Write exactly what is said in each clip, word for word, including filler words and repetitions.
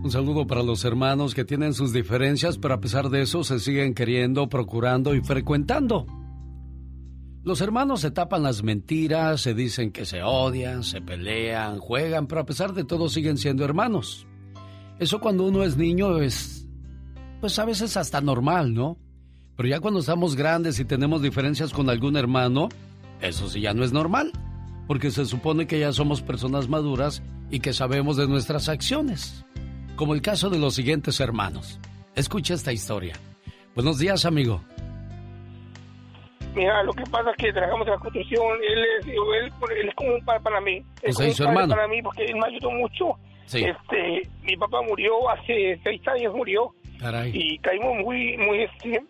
Un saludo para los hermanos que tienen sus diferencias, pero a pesar de eso se siguen queriendo, procurando y frecuentando. Los hermanos se tapan las mentiras, se dicen que se odian, se pelean, juegan, pero a pesar de todo siguen siendo hermanos. Eso cuando uno es niño es, pues a veces hasta normal, ¿no? Pero ya cuando estamos grandes y tenemos diferencias con algún hermano, eso sí ya no es normal, porque se supone que ya somos personas maduras y que sabemos de nuestras acciones. Como el caso de los siguientes hermanos. Escucha esta historia. Buenos días, amigo. Mira, lo que pasa es que trabajamos en la construcción, él es, él, él es como un padre para mí. Es o sea, como su un padre hermano. para mí porque él me ayudó mucho. Sí. Este, mi papá murió hace seis años, murió. Caray. Y caímos muy, muy, este...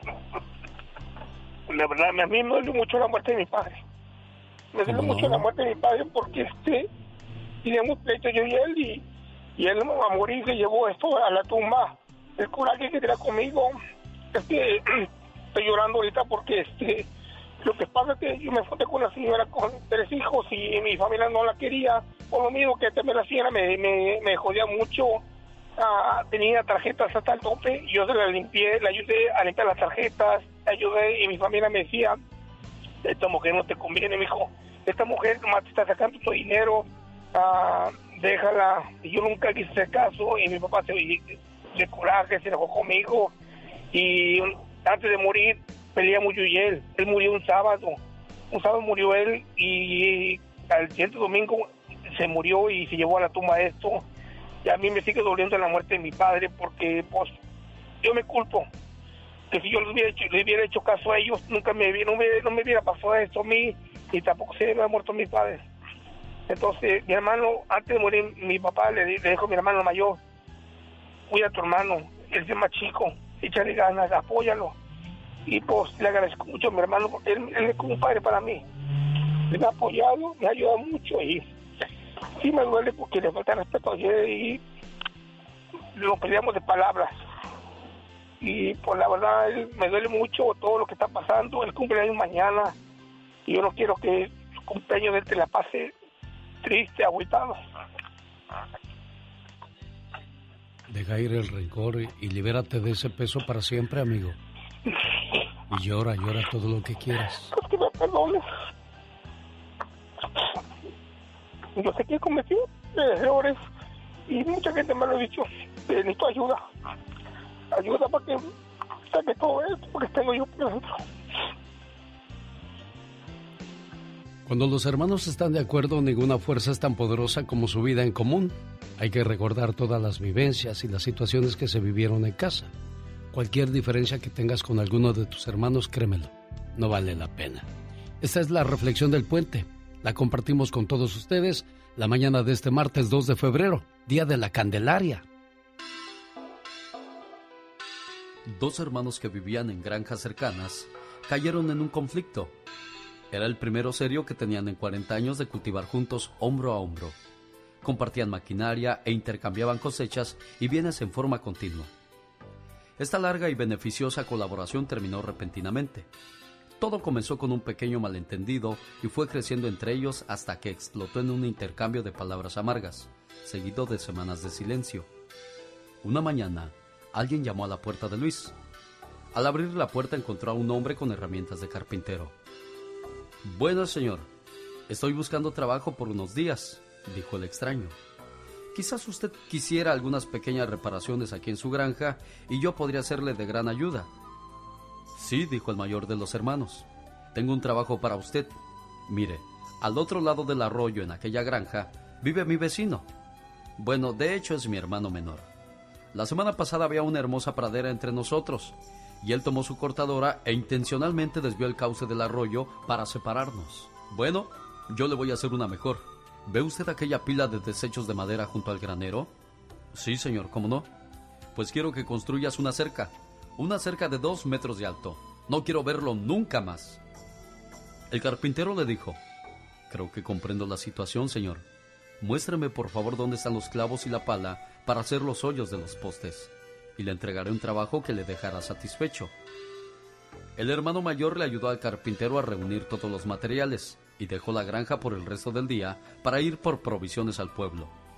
La verdad, a mí me duele mucho la muerte de mi padre. Me duele ¿Cómo mucho no? la muerte de mi padre porque, este, teníamos pleito yo y él y, y él a morir se llevó esto a la tumba. El coraje que tenía conmigo, es que estoy llorando ahorita porque, este... Lo que pasa es que yo me junté con una señora con tres hijos y mi familia no la quería. Por lo mismo que también la señora me, me, me jodía mucho. Ah, tenía tarjetas hasta el tope. Yo se las limpié, le ayudé a limpiar las tarjetas. Le ayudé y mi familia me decía, esta mujer no te conviene, mijo. Esta mujer nomás te está sacando tu dinero. Ah, déjala. Y yo nunca quise hacer caso y mi papá se de coraje, se enojó conmigo. Y antes de morir, peleamos yo y él. Él murió un sábado. Un sábado murió él y al siguiente domingo se murió y se llevó a la tumba esto. Y a mí me sigue doliendo la muerte de mi padre porque, pues, yo me culpo. Que si yo les hubiera hecho, les hubiera hecho caso a ellos, nunca me, no, me, no me hubiera pasado esto a mí y tampoco se me hubiera muerto mi padre. Entonces, mi hermano, antes de morir, mi papá le, le dijo a mi hermano mayor, cuida a tu hermano, él es más chico, échale ganas, apóyalo. Y pues le agradezco mucho a mi hermano porque él, él es como un padre para mí. Él me ha apoyado, me ha ayudado mucho y sí me duele porque le falta respeto a él y lo peleamos de palabras. Y pues la verdad él, me duele mucho todo lo que está pasando. Él cumpleaños mañana y yo no quiero que su cumpleaños de él te la pase triste, agüitado. Deja ir el rencor y, y libérate de ese peso para siempre, amigo. Y llora, llora todo lo que quieras. Pues que me perdones. Yo sé que he cometido errores y mucha gente me lo ha dicho. Que necesito ayuda. Ayuda para que saque todo esto, porque tengo yo por dentro. Cuando los hermanos están de acuerdo, ninguna fuerza es tan poderosa como su vida en común. Hay que recordar todas las vivencias y las situaciones que se vivieron en casa. Cualquier diferencia que tengas con alguno de tus hermanos, créemelo, no vale la pena. Esta es la reflexión del puente. La compartimos con todos ustedes la mañana de este martes dos de febrero, Día de la Candelaria. Dos hermanos que vivían en granjas cercanas cayeron en un conflicto. Era el primero serio que tenían en cuarenta años de cultivar juntos hombro a hombro. Compartían maquinaria e intercambiaban cosechas y bienes en forma continua. Esta larga y beneficiosa colaboración terminó repentinamente. Todo comenzó con un pequeño malentendido y fue creciendo entre ellos hasta que explotó en un intercambio de palabras amargas, seguido de semanas de silencio. Una mañana, alguien llamó a la puerta de Luis. Al abrir la puerta encontró a un hombre con herramientas de carpintero. «Buenas, señor. Estoy buscando trabajo por unos días», dijo el extraño. «Quizás usted quisiera algunas pequeñas reparaciones aquí en su granja y yo podría serle de gran ayuda». «Sí», dijo el mayor de los hermanos. «Tengo un trabajo para usted. Mire, al otro lado del arroyo en aquella granja vive mi vecino. Bueno, de hecho es mi hermano menor. La semana pasada había una hermosa pradera entre nosotros y él tomó su cortadora e intencionalmente desvió el cauce del arroyo para separarnos. Bueno, yo le voy a hacer una mejor. ¿Ve usted aquella pila de desechos de madera junto al granero?» «Sí, señor, ¿cómo no? Pues quiero que construyas una cerca, una cerca de dos metros de alto. No quiero verlo nunca más». El carpintero le dijo: «Creo que comprendo la situación, señor. Muéstreme por favor dónde están los clavos y la pala para hacer los hoyos de los postes, y le entregaré un trabajo que le dejará satisfecho». El hermano mayor le ayudó al carpintero a reunir todos los materiales y dejó la granja por el resto del día para ir por provisiones al pueblo.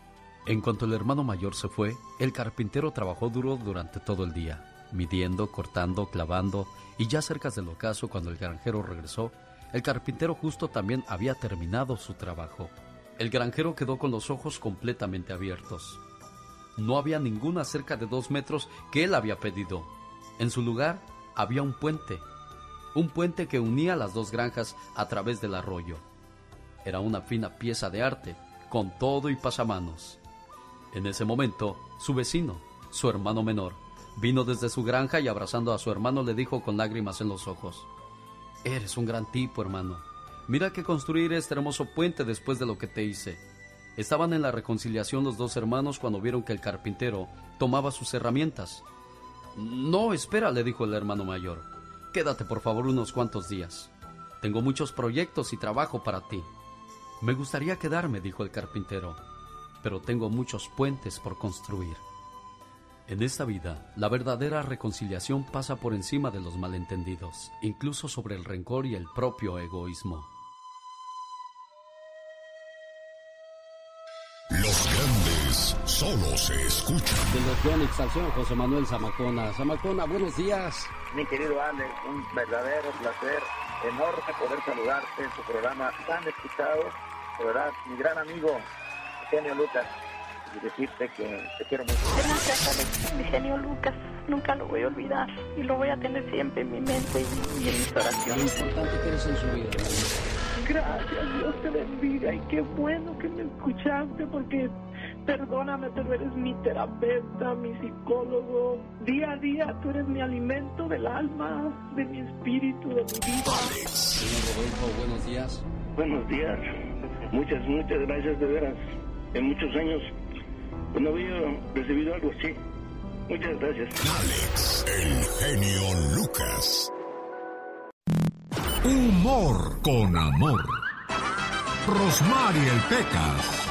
En cuanto el hermano mayor se fue, el carpintero trabajó duro durante todo el día, midiendo, cortando, clavando, y ya cerca del ocaso, cuando el granjero regresó, el carpintero justo también había terminado su trabajo. El granjero quedó con los ojos completamente abiertos. No había ninguna cerca de dos metros que él había pedido. En su lugar había un puente, un puente que unía las dos granjas a través del arroyo. Era una fina pieza de arte, con todo y pasamanos. En ese momento, su vecino, su hermano menor, vino desde su granja y abrazando a su hermano le dijo con lágrimas en los ojos: «Eres un gran tipo, hermano. Mira que construir este hermoso puente después de lo que te hice». Estaban en la reconciliación los dos hermanos cuando vieron que el carpintero tomaba sus herramientas. «No, espera», le dijo el hermano mayor. «Quédate por favor unos cuantos días. Tengo muchos proyectos y trabajo para ti». «Me gustaría quedarme», dijo el carpintero, «pero tengo muchos puentes por construir». En esta vida, la verdadera reconciliación pasa por encima de los malentendidos, incluso sobre el rencor y el propio egoísmo. Los grandes solo se escuchan. De los Yonix al señor José Manuel Zamacona. Zamacona, buenos días. Mi querido Alex, un verdadero placer, enorme poder saludarte en tu programa tan escuchado, de verdad, mi gran amigo, Genio Lucas, y decirte que te quiero mucho. Gracias, Alex, mi genio Lucas, nunca lo voy a olvidar y lo voy a tener siempre en mi mente y, y en mis oraciones. Lo importante que eres en su vida. Gracias, Dios te bendiga y qué bueno que me escuchaste porque perdóname, pero eres mi terapeuta, mi psicólogo. Día a día tú eres mi alimento del alma, de mi espíritu, de mi vida. Señor Rodolfo, buenos días. Buenos días, muchas, muchas gracias de veras. En muchos años pues no había recibido algo así. Muchas gracias. Alex, el genio Lucas. Humor con amor. Rosmarie el Pecas.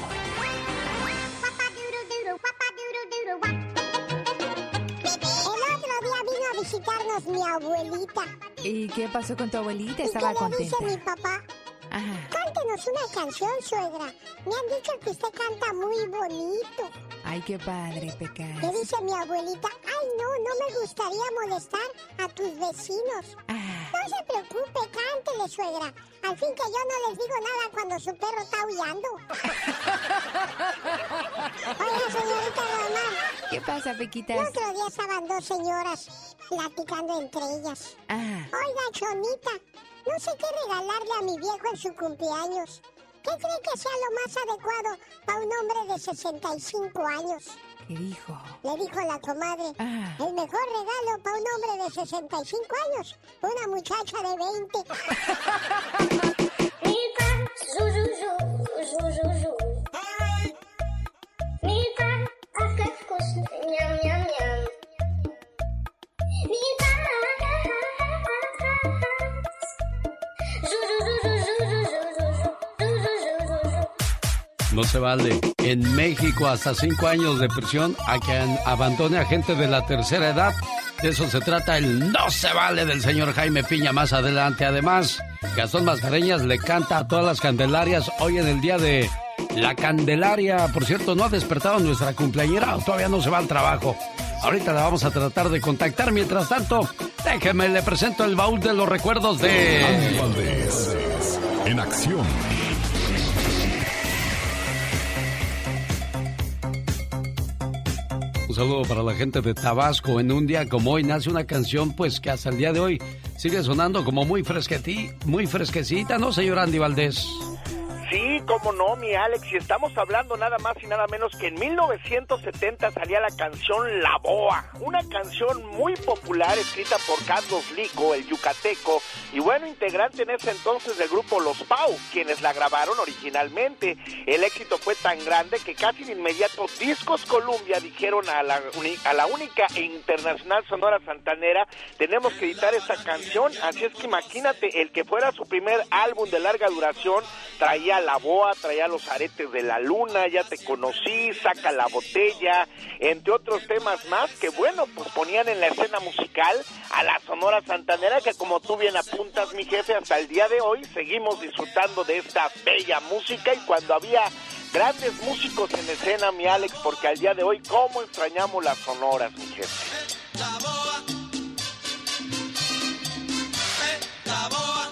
El otro día vino a visitarnos mi abuelita. ¿Y qué pasó con tu abuelita? ¿Y Estaba qué le contenta. dice mi papá? Ajá. Cántenos una canción, suegra. Me han dicho que usted canta muy bonito. Ay, qué padre, Pecas. Le dice mi abuelita: ay, no, no me gustaría molestar a tus vecinos. Ah. No se preocupe, cántele, suegra. Al fin que yo no les digo nada cuando su perro está aullando. Oiga, señorita Román. ¿Qué pasa, Pequitas? El otro día estaban dos señoras platicando entre ellas. Ah. Oiga, Chonita, no sé qué regalarle a mi viejo en su cumpleaños. ¿Qué cree que sea lo más adecuado para un hombre de sesenta y cinco años? ¿Qué dijo? Le dijo la comadre: Ah. el mejor regalo para un hombre de sesenta y cinco años, una muchacha de veinte. No se vale. En México hasta cinco años de prisión a quien abandone a gente de la tercera edad. De eso se trata el No se vale del señor Jaime Piña más adelante. Además, Gastón Mascareñas le canta a todas las Candelarias hoy en el día de la Candelaria. Por cierto, ¿no ha despertado nuestra cumpleañera o todavía no se va al trabajo? Ahorita la vamos a tratar de contactar. Mientras tanto, déjeme, le presento el baúl de los recuerdos de... Andy Valdés, en acción. Un saludo para la gente de Tabasco. En un día como hoy nace una canción pues que hasta el día de hoy sigue sonando como muy fresqueti, muy fresquecita, ¿no, señor Andy Valdés? Sí, cómo no, mi Alex, y estamos hablando nada más y nada menos que en mil novecientos setenta salía la canción La Boa, una canción muy popular escrita por Carlos Lico, el yucateco, y bueno, integrante en ese entonces del grupo Los Pau, quienes la grabaron originalmente. El éxito fue tan grande que casi de inmediato Discos Columbia dijeron a la, a la única e internacional Sonora Santanera: tenemos que editar esta canción, así es que imagínate, el que fuera su primer álbum de larga duración, traía La Boa, traía Los Aretes de la Luna, Ya te conocí, Saca la botella, entre otros temas más que bueno, pues ponían en la escena musical a la Sonora Santanera, que como tú bien apuntas, mi jefe, hasta el día de hoy seguimos disfrutando de esta bella música. Y cuando había grandes músicos en escena, mi Alex, porque al día de hoy, ¿cómo extrañamos las sonoras, mi gente? La boa, eh, la boa,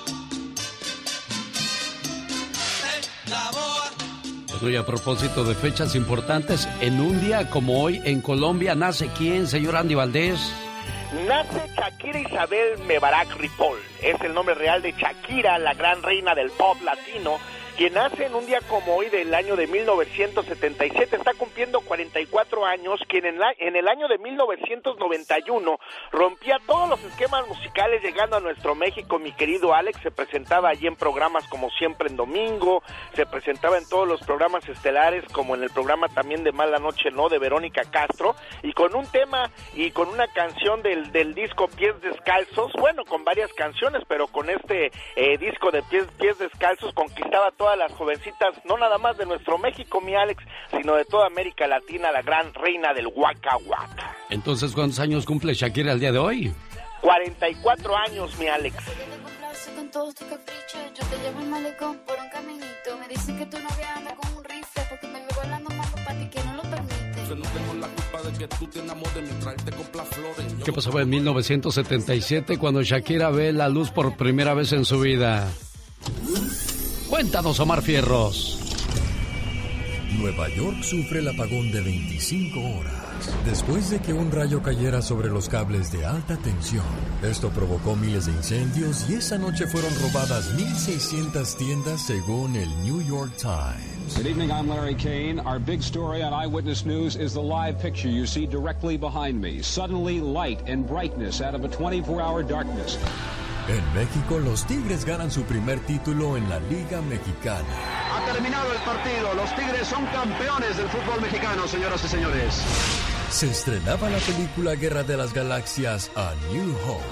eh, la boa. Bueno, y a propósito de fechas importantes, en un día como hoy en Colombia nace ¿quién, señor Andy Valdés? Nace Shakira Isabel Mebarak Ripoll. Es el nombre real de Shakira, la gran reina del pop latino, quien nace en un día como hoy del año de mil novecientos setenta y siete, está cumpliendo cuarenta y cuatro años, quien en, la, en el año de mil novecientos noventa y uno rompía todos los esquemas musicales llegando a nuestro México, mi querido Alex. Se presentaba allí en programas como Siempre en Domingo, se presentaba en todos los programas estelares, como en el programa también de Mala Noche No, de Verónica Castro, y con un tema y con una canción del, del disco Pies Descalzos, bueno, con varias canciones, pero con este eh, disco de Pies, Pies Descalzos conquistaba todas las jovencitas, no nada más de nuestro México, mi Alex, sino de toda América Latina, la gran reina del Waka Waka. Entonces, ¿cuántos años cumple Shakira el día de hoy? cuarenta y cuatro años, mi Alex. Con todos tus caprichos, yo te llevo el malecón por un caminito. Me dicen que tu novia anda con un rifle porque me veo volando mambo para ti que no lo permite. Yo no tengo la culpa de que tú te enamores mientras te compras flores. ¿Qué pasaba en mil novecientos setenta y siete cuando Shakira ve la luz por primera vez en su vida? Cuéntanos, Omar Fierros. Nueva York sufre el apagón de veinticinco horas después de que un rayo cayera sobre los cables de alta tensión. Esto provocó miles de incendios y esa noche fueron robadas mil seiscientas tiendas según el New York Times. Good evening, I'm Larry Kane. Our big story on Eyewitness News is the live picture you see directly behind me. Suddenly light and brightness out of a twenty-four hour darkness. En México, los Tigres ganan su primer título en la Liga Mexicana. Ha terminado el partido. Los Tigres son campeones del fútbol mexicano, señoras y señores. Se estrenaba la película Guerra de las Galaxias A New Hope.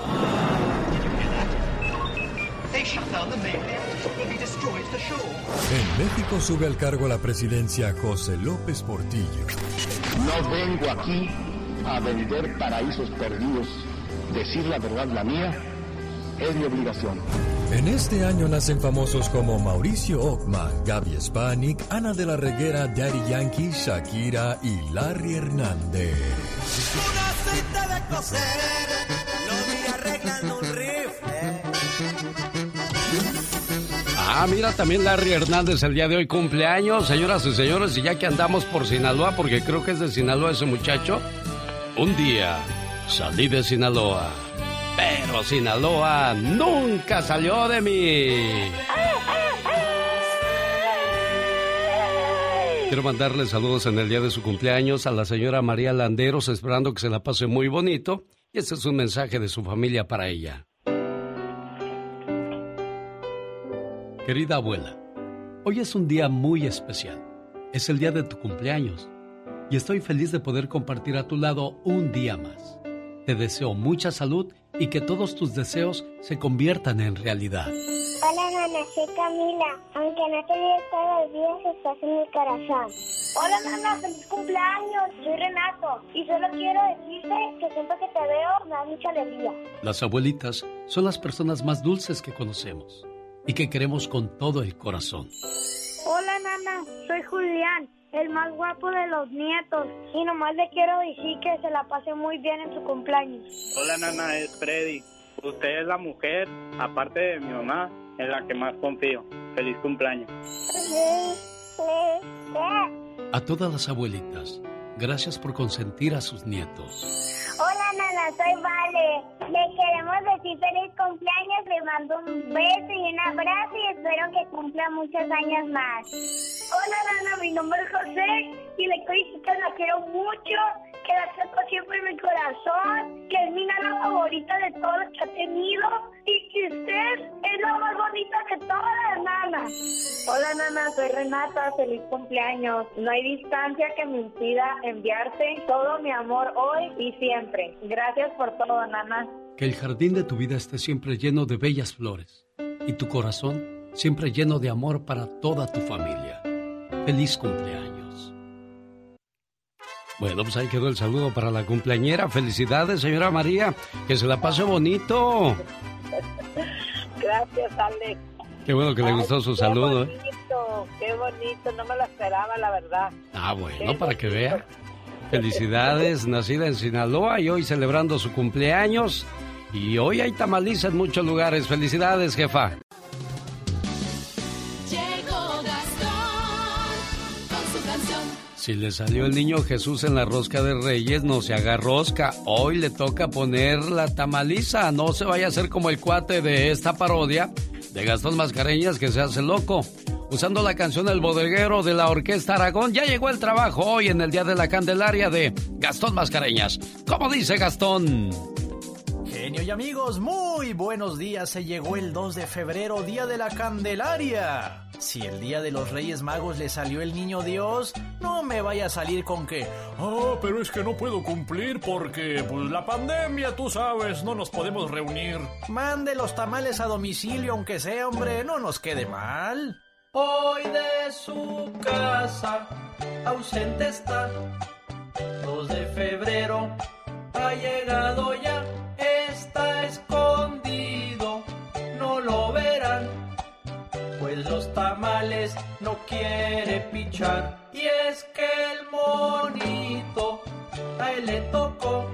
En México sube al cargo a la presidencia José López Portillo. No vengo aquí a vender paraísos perdidos. Decir la verdad, la mía, es mi obligación. En este año nacen famosos como Mauricio Ockman, Gaby Spanik, Ana de la Reguera, Daddy Yankee, Shakira y Larry Hernández. Un aceite de coser, los días arreglan un rifle. Ah, mira, también Larry Hernández el día de hoy cumpleaños, señoras y señores, y ya que andamos por Sinaloa, porque creo que es de Sinaloa ese muchacho, un día salí de Sinaloa. Pero Sinaloa nunca salió de mí. Quiero mandarle saludos en el día de su cumpleaños a la señora María Landeros, esperando que se la pase muy bonito. Y este es un mensaje de su familia para ella. Querida abuela, hoy es un día muy especial. Es el día de tu cumpleaños. Y estoy feliz de poder compartir a tu lado un día más. Te deseo mucha salud y que todos tus deseos se conviertan en realidad. Hola, Nana, soy Camila. Aunque no te veo todos los días, estás en mi corazón. Hola, Nana, feliz cumpleaños. Soy Renato y solo quiero decirte que siempre que te veo me da mucha alegría. Las abuelitas son las personas más dulces que conocemos y que queremos con todo el corazón. Hola, Nana, soy Julián, el más guapo de los nietos. Y nomás le quiero decir que se la pase muy bien en su cumpleaños. Hola, Nana, es Freddy. Usted es la mujer, aparte de mi mamá, en la que más confío. Feliz cumpleaños. A todas las abuelitas, gracias por consentir a sus nietos. Hola, Nana, soy Vale. Le queremos decir feliz cumpleaños, le mando un beso y un abrazo y espero que cumpla muchos años más. Hola, Nana, mi nombre es José y le quiero decir que la quiero mucho, que la saco siempre en mi corazón, que es mi nana favorita de todos los que ha tenido y que usted es la más bonita que todas las nanas. Hola, Nana, soy Renata, feliz cumpleaños. No hay distancia que me impida enviarte todo mi amor hoy y siempre. Gracias por todo, Nana. Que el jardín de tu vida esté siempre lleno de bellas flores y tu corazón siempre lleno de amor para toda tu familia. Feliz cumpleaños. Bueno, pues ahí quedó el saludo para la cumpleañera. Felicidades, señora María. Que se la pase bonito. Gracias, Alex. Qué bueno que le gustó su saludo. Qué bonito, ¿eh? Qué bonito, no me lo esperaba, la verdad. Ah, bueno, para que vea. Felicidades, nacida en Sinaloa y hoy celebrando su cumpleaños. Y hoy hay tamaliza en muchos lugares. Felicidades, jefa. Llegó Gastón con su canción. Si le salió el niño Jesús en la rosca de Reyes, no se haga rosca. Hoy le toca poner la tamaliza. No se vaya a hacer como el cuate de esta parodia de Gastón Mascareñas que se hace loco. Usando la canción El Bodeguero de la Orquesta Aragón, ya llegó el trabajo hoy en el Día de la Candelaria de Gastón Mascareñas. ¿Cómo dice Gastón? Genio y amigos, muy buenos días. Se llegó el dos de febrero, Día de la Candelaria. Si el Día de los Reyes Magos le salió el Niño Dios, no me vaya a salir con que oh, pero es que no puedo cumplir porque pues la pandemia, tú sabes, no nos podemos reunir. Mande los tamales a domicilio, aunque sea, hombre, no nos quede mal. Hoy de su casa ausente está. dos de febrero ha llegado ya. Está escondido, no lo verán, pues los tamales no quiere pichar. Y es que el monito a él le tocó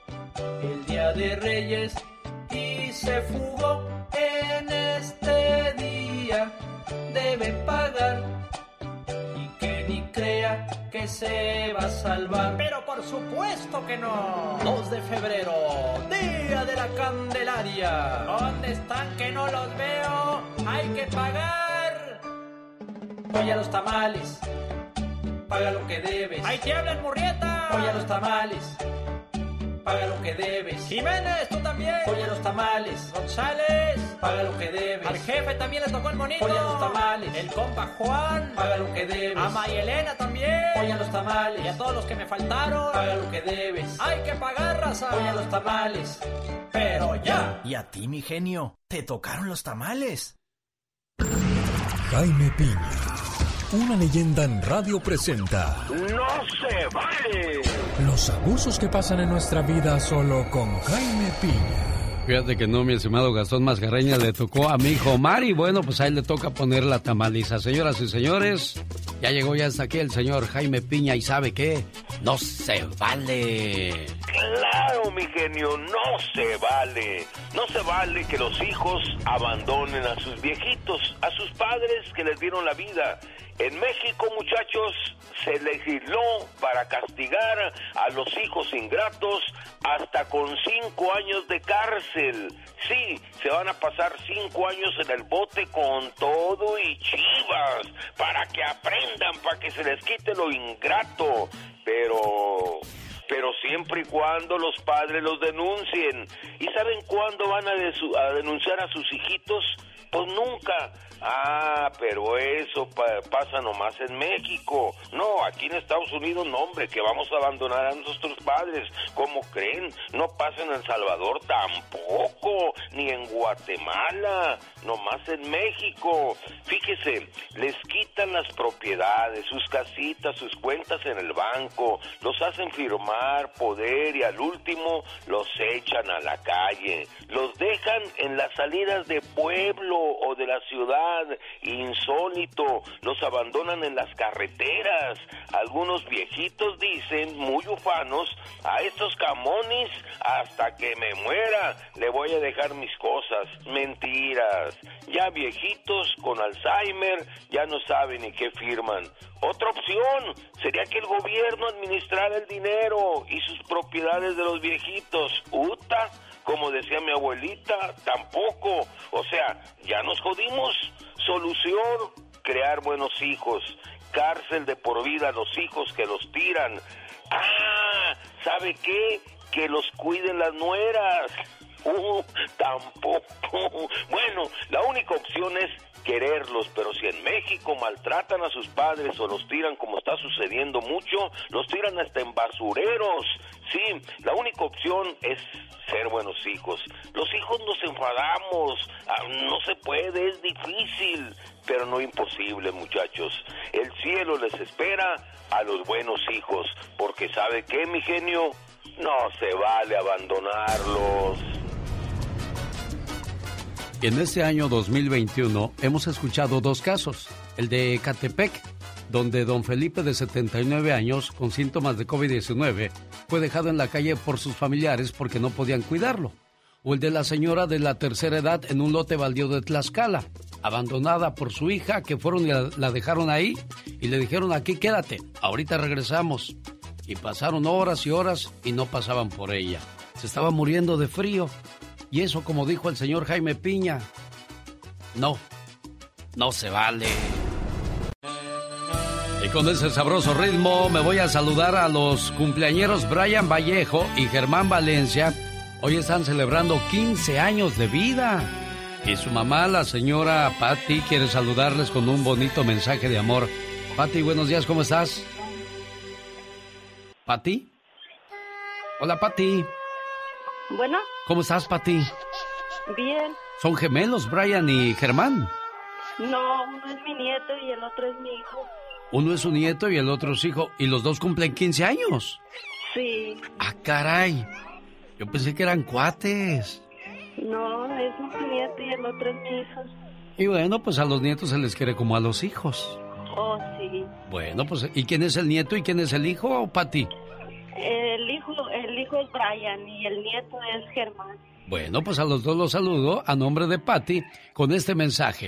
el Día de Reyes y se fugó. En este día deben pagar y que ni crea que se va a salvar. Pero por supuesto que no. dos de febrero, Día de la Candelaria. ¿Dónde están que no los veo? Hay que pagar. Oye a los tamales, paga lo que debes. ¡Ahí te hablan, Murrieta! Oye a los tamales, paga lo que debes. Jiménez, tú también. Oye a los tamales, González, paga lo que debes. Al jefe también le tocó el monito. Oye a los tamales, el compa Juan, paga lo que debes. A Mayelena también. Oye a los tamales, y a todos los que me faltaron, paga lo que debes. Hay que pagar, raza. Oye a los tamales, pero ya. Y a ti, mi genio, te tocaron los tamales. Jaime Piña, una leyenda en radio presenta. ¡No se vale! Los abusos que pasan en nuestra vida solo con Jaime Piña. Fíjate que no, mi estimado Gastón Mascareñas, le tocó a mi hijo Omar y bueno, pues ahí le toca poner la tamaliza. Señoras y señores, ya llegó ya hasta aquí el señor Jaime Piña y ¿sabe qué? ¡No se vale! Claro, mi genio, no se vale. No se vale que los hijos abandonen a sus viejitos, a sus padres que les dieron la vida. En México, muchachos, se legisló para castigar a los hijos ingratos hasta con cinco años de cárcel. Sí, se van a pasar cinco años en el bote con todo y chivas, para que aprendan, para que se les quite lo ingrato. Pero... pero siempre y cuando los padres los denuncien. ¿Y saben cuándo van a, desu- a denunciar a sus hijitos? Pues nunca. Ah, pero eso pa- pasa nomás en México. No, aquí en Estados Unidos, no, hombre, que vamos a abandonar a nuestros padres. ¿Cómo creen? No pasa en El Salvador tampoco, ni en Guatemala, nomás en México. Fíjese, les quitan las propiedades, sus casitas, sus cuentas en el banco, los hacen firmar poder y al último los echan a la calle. Los dejan en las salidas de pueblo o de la ciudad. Insólito, los abandonan en las carreteras. Algunos viejitos dicen, muy ufanos, a estos camonis hasta que me muera le voy a dejar mis cosas. Mentiras, ya viejitos con Alzheimer ya no saben ni qué firman. Otra opción sería que el gobierno administrara el dinero y sus propiedades de los viejitos. Uta, como decía mi abuelita, tampoco. O sea, ya nos jodimos. Solución, crear buenos hijos. Cárcel de por vida a los hijos que los tiran. Ah, ¿sabe qué? Que los cuiden las nueras. Uh, tampoco. Bueno, la única opción es quererlos, pero si en México maltratan a sus padres o los tiran, como está sucediendo mucho, los tiran hasta en basureros. Sí, la única opción es ser buenos hijos. Los hijos nos enfadamos, no se puede, es difícil, pero no imposible, muchachos. El cielo les espera a los buenos hijos, porque ¿sabe qué, mi genio? No se vale abandonarlos. En este año dos mil veintiuno hemos escuchado dos casos. El de Ecatepec, donde don Felipe, de setenta y nueve años, con síntomas de COVID diecinueve, fue dejado en la calle por sus familiares porque no podían cuidarlo. O el de la señora de la tercera edad en un lote baldío de Tlaxcala, abandonada por su hija, que fueron y la, la dejaron ahí y le dijeron: aquí quédate, ahorita regresamos. Y pasaron horas y horas y no pasaban por ella. Se estaba muriendo de frío. Y eso, como dijo el señor Jaime Piña, no, no se vale. Y con ese sabroso ritmo me voy a saludar a los cumpleañeros Brian Vallejo y Germán Valencia. Hoy están celebrando quince años de vida. Y su mamá, la señora Patti, quiere saludarles con un bonito mensaje de amor. Patti, buenos días, ¿cómo estás? ¿Patti? Hola, Patti. Bueno. ¿Cómo estás, Patti? Bien. ¿Son gemelos, Brian y Germán? No, uno es mi nieto y el otro es mi hijo. Uno es su nieto y el otro es su hijo. ¿Y los dos cumplen quince años? Sí. ¡Ah, caray! Yo pensé que eran cuates. No, es mi nieto y el otro es mi hijo. Y bueno, pues a los nietos se les quiere como a los hijos. Oh, sí. Bueno, pues ¿y quién es el nieto y quién es el hijo, Patti? El hijo, el hijo es Brian y el nieto es Germán. Bueno, pues a los dos los saludo a nombre de Patti con este mensaje.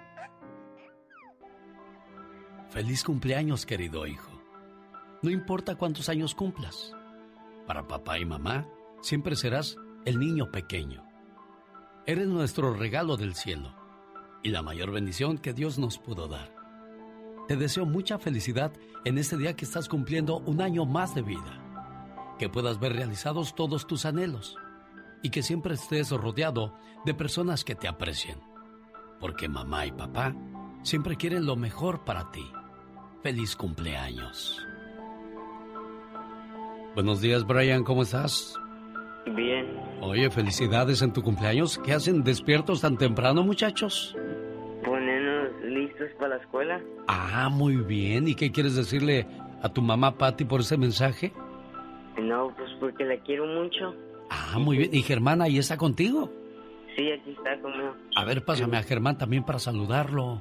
Feliz cumpleaños, querido hijo. No importa cuántos años cumplas. Para papá y mamá, siempre serás el niño pequeño. Eres nuestro regalo del cielo y la mayor bendición que Dios nos pudo dar. Te deseo mucha felicidad en este día que estás cumpliendo un año más de vida. Que puedas ver realizados todos tus anhelos y que siempre estés rodeado de personas que te aprecien. Porque mamá y papá siempre quieren lo mejor para ti. Feliz cumpleaños. Buenos días, Brian, ¿cómo estás? Bien. Oye, felicidades en tu cumpleaños. ¿Qué hacen despiertos tan temprano, muchachos? Ponernos listos para la escuela. Ah, muy bien. ¿Y qué quieres decirle a tu mamá, Patti, por ese mensaje? No, pues porque la quiero mucho. Ah, muy bien. ¿Y Germán ahí está contigo? Sí, aquí está conmigo. A ver, pásame a Germán también para saludarlo.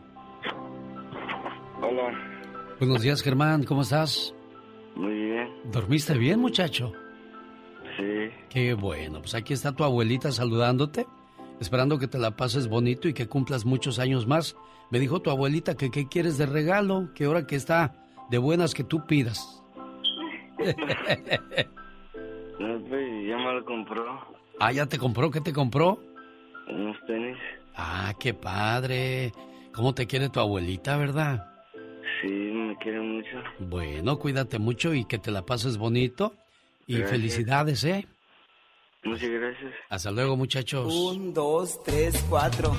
Hola. Buenos días, Germán. ¿Cómo estás? Muy bien. ¿Dormiste bien, muchacho? Sí. Qué bueno. Pues aquí está tu abuelita saludándote, esperando que te la pases bonito y que cumplas muchos años más. Me dijo tu abuelita que qué quieres de regalo, que ahora que está de buenas que tú pidas. No, pues ya me lo compró. Ah, ¿ya te compró? ¿Qué te compró? Unos tenis. Ah, qué padre. ¿Cómo te quiere tu abuelita, verdad? Sí, me quiere mucho. Bueno, cuídate mucho y que te la pases bonito. Y Gracias. Felicidades, ¿eh? Muchas gracias. Hasta luego, muchachos. Un, dos, tres, cuatro.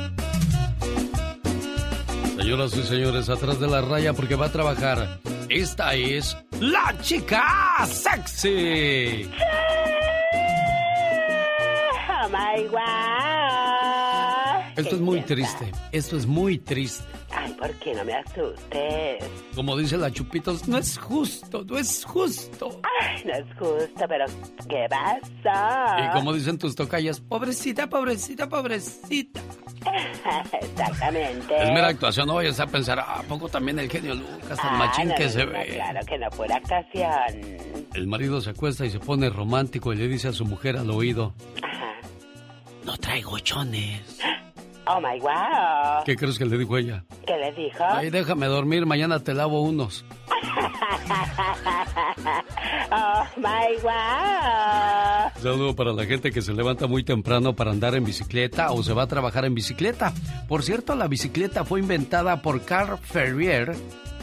Señoras y señores, atrás de la raya porque va a trabajar. Esta es la chica sexy. Oh my God. Esto es muy triste. Esto es muy triste. Ay, ¿por qué no me asustes? Como dice la Chupitos, no es justo, no es justo. Ay, no es justo, pero ¿qué pasa? Y como dicen tus tocayas, pobrecita, pobrecita, pobrecita. Exactamente. Es mera actuación, no vayas a pensar, ¿a poco también el genio Lucas tan Ah, machín no, que no, se no, ve? Claro que no, pura actuación. El marido se acuesta y se pone romántico y le dice a su mujer al oído, Ajá. no traigo chones. Oh my God. ¿Qué crees que le dijo ella? ¿Qué le dijo? Ay, déjame dormir, mañana te lavo unos. Oh my God. Saludo para la gente que se levanta muy temprano para andar en bicicleta o se va a trabajar en bicicleta. Por cierto, la bicicleta fue inventada por Carl Ferrier.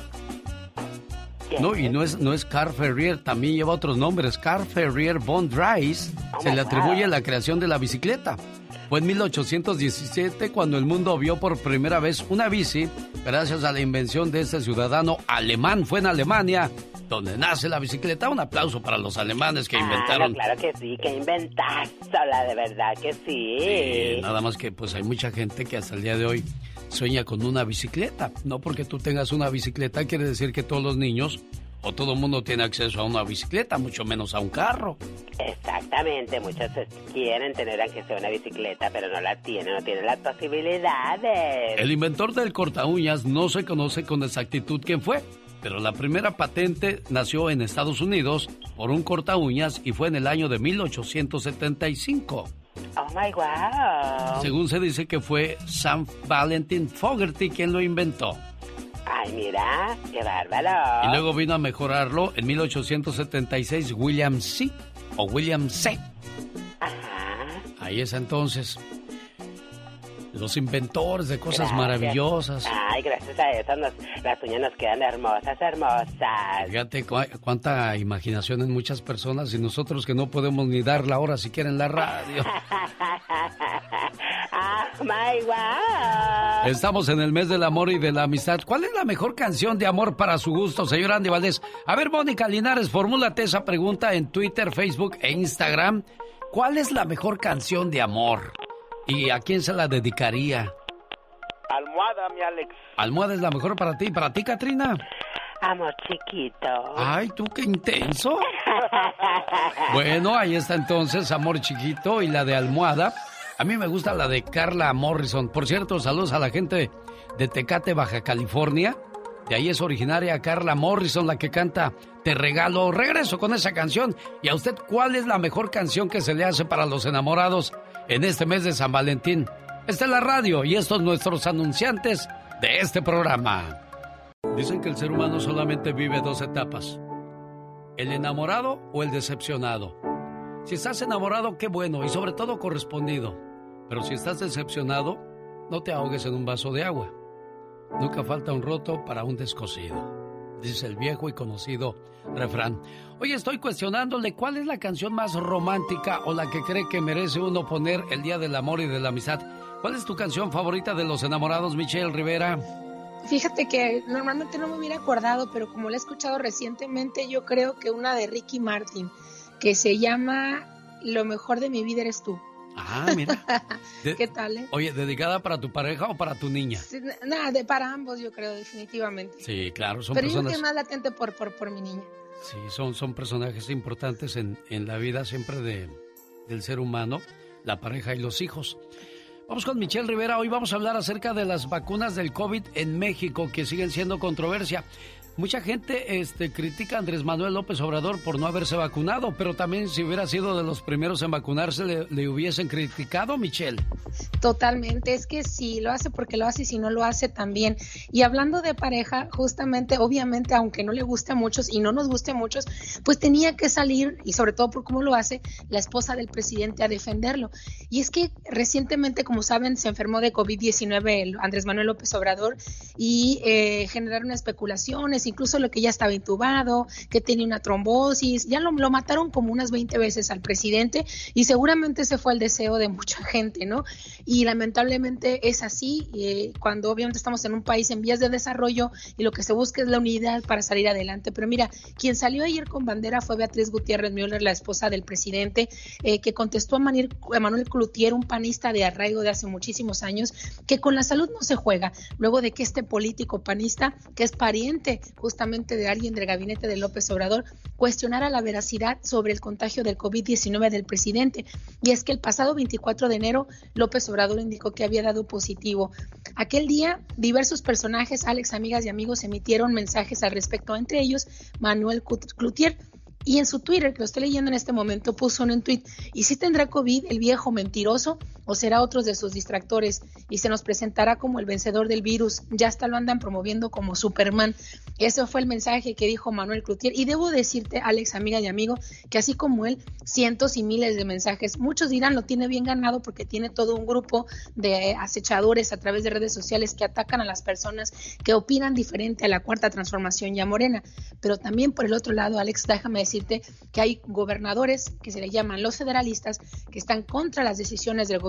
No, y no es, no es Carl Ferrier, también lleva otros nombres. Carl Ferrier von Drais Oh se my le atribuye God. la creación de la bicicleta. Fue en mil ochocientos diecisiete cuando el mundo vio por primera vez una bici, gracias a la invención de este ciudadano alemán. Fue en Alemania donde nace la bicicleta. Un aplauso para los alemanes que Ah, inventaron. no, claro que sí, que inventazo, la de verdad que sí. Sí, nada más que pues hay mucha gente que hasta el día de hoy sueña con una bicicleta. No porque tú tengas una bicicleta quiere decir que todos los niños o todo el mundo tiene acceso a una bicicleta, mucho menos a un carro. Exactamente, muchos quieren tener aunque sea una bicicleta, pero no la tienen, no tienen las posibilidades. El inventor del cortaúñas no se conoce con exactitud quién fue, pero la primera patente nació en Estados Unidos por un cortaúñas y fue en el año de mil ochocientos setenta y cinco. Oh my wow. Según se dice que fue Sam Valentin Fogerty quien lo inventó. Ay, mira, qué bárbaro. Y luego vino a mejorarlo en mil ochocientos setenta y seis William C. o William C. Ajá. Ahí es entonces. Los inventores de cosas gracias. maravillosas. Ay, gracias a eso nos, las uñas nos quedan hermosas, hermosas. Fíjate cu cuánta imaginación en muchas personas y nosotros que no podemos ni dar la hora siquiera en la radio. Oh my wow. Estamos en el mes del amor y de la amistad. ¿Cuál es la mejor canción de amor para su gusto, señor Andy Valdés? A ver, Mónica Linares, formúlate esa pregunta en Twitter, Facebook e Instagram. ¿Cuál es la mejor canción de amor? ¿Y a quién se la dedicaría? Almohada, mi Alex. Almohada es la mejor para ti. ¿Para ti, Katrina? Amor chiquito. Ay, tú qué intenso. Bueno, ahí está entonces Amor Chiquito y la de Almohada. A mí me gusta la de Carla Morrison. Por cierto, saludos a la gente de Tecate, Baja California. De ahí es originaria Carla Morrison, la que canta Te Regalo. Regreso con esa canción. ¿Y a usted cuál es la mejor canción que se le hace para los enamorados en este mes de San Valentín? Esta es la radio y estos nuestros anunciantes de este programa. Dicen que el ser humano solamente vive dos etapas: el enamorado o el decepcionado. Si estás enamorado, qué bueno, y sobre todo correspondido. Pero si estás decepcionado, no te ahogues en un vaso de agua. Nunca falta un roto para un descosido, dice el viejo y conocido refrán. Hoy estoy cuestionándole cuál es la canción más romántica o la que cree que merece uno poner el día del amor y de la amistad. ¿Cuál es tu canción favorita de los enamorados, Michelle Rivera? Fíjate que normalmente no me hubiera acordado, pero como la he escuchado recientemente, yo creo que una de Ricky Martin, que se llama Lo mejor de mi vida eres tú. Ah, mira. De, ¿Qué tal, eh? Oye, ¿dedicada para tu pareja o para tu niña? Sí, nada, de para ambos, yo creo, definitivamente. Sí, claro, son Pero personas... Pero yo que más latente por, por, por mi niña. Sí, son, son personajes importantes en, en la vida siempre de, del ser humano, la pareja y los hijos. Vamos con Michelle Rivera. Hoy vamos a hablar acerca de las vacunas del COVID en México, que siguen siendo controversia. Mucha gente este, critica a Andrés Manuel López Obrador por no haberse vacunado, pero también si hubiera sido de los primeros en vacunarse, le, le hubiesen criticado, Michelle. Totalmente, es que sí, lo hace porque lo hace y si no lo hace también. Y hablando de pareja, justamente, obviamente, aunque no le guste a muchos y no nos guste a muchos, pues tenía que salir, y sobre todo por cómo lo hace, la esposa del presidente a defenderlo. Y es que recientemente, como saben, se enfermó de COVID diecinueve el Andrés Manuel López Obrador y eh, generaron especulaciones, incluso lo que ya estaba intubado, que tenía una trombosis, ya lo, lo mataron como unas veinte veces al presidente y seguramente ese fue el deseo de mucha gente, ¿no? Y lamentablemente es así, eh, cuando obviamente estamos en un país en vías de desarrollo y lo que se busca es la unidad para salir adelante. Pero mira, quien salió ayer con bandera fue Beatriz Gutiérrez Müller, la esposa del presidente, eh, que contestó a Manuel, a Manuel Cloutier, un panista de arraigo de hace muchísimos años, que con la salud no se juega, luego de que este político panista, que es pariente justamente de alguien del gabinete de López Obrador, cuestionara la veracidad sobre el contagio del COVID diecinueve del presidente. Y es que el pasado veinticuatro de enero, López Obrador indicó que había dado positivo. Aquel día, diversos personajes, Alex, amigas y amigos, emitieron mensajes al respecto, entre ellos Manuel Cloutier. Y en su Twitter, que lo estoy leyendo en este momento, puso un tweet: ¿y si tendrá COVID el viejo mentiroso o será otro de sus distractores? Y se nos presentará como el vencedor del virus. Ya hasta lo andan promoviendo como Superman. Ese fue el mensaje que dijo Manuel Cloutier. Y debo decirte, Alex, amiga y amigo, que así como él, cientos y miles de mensajes. Muchos dirán, lo tiene bien ganado porque tiene todo un grupo de acechadores a través de redes sociales que atacan a las personas que opinan diferente a la Cuarta Transformación y a Morena. Pero también por el otro lado, Alex, déjame decirte que hay gobernadores que se le llaman los federalistas, que están contra las decisiones del gobierno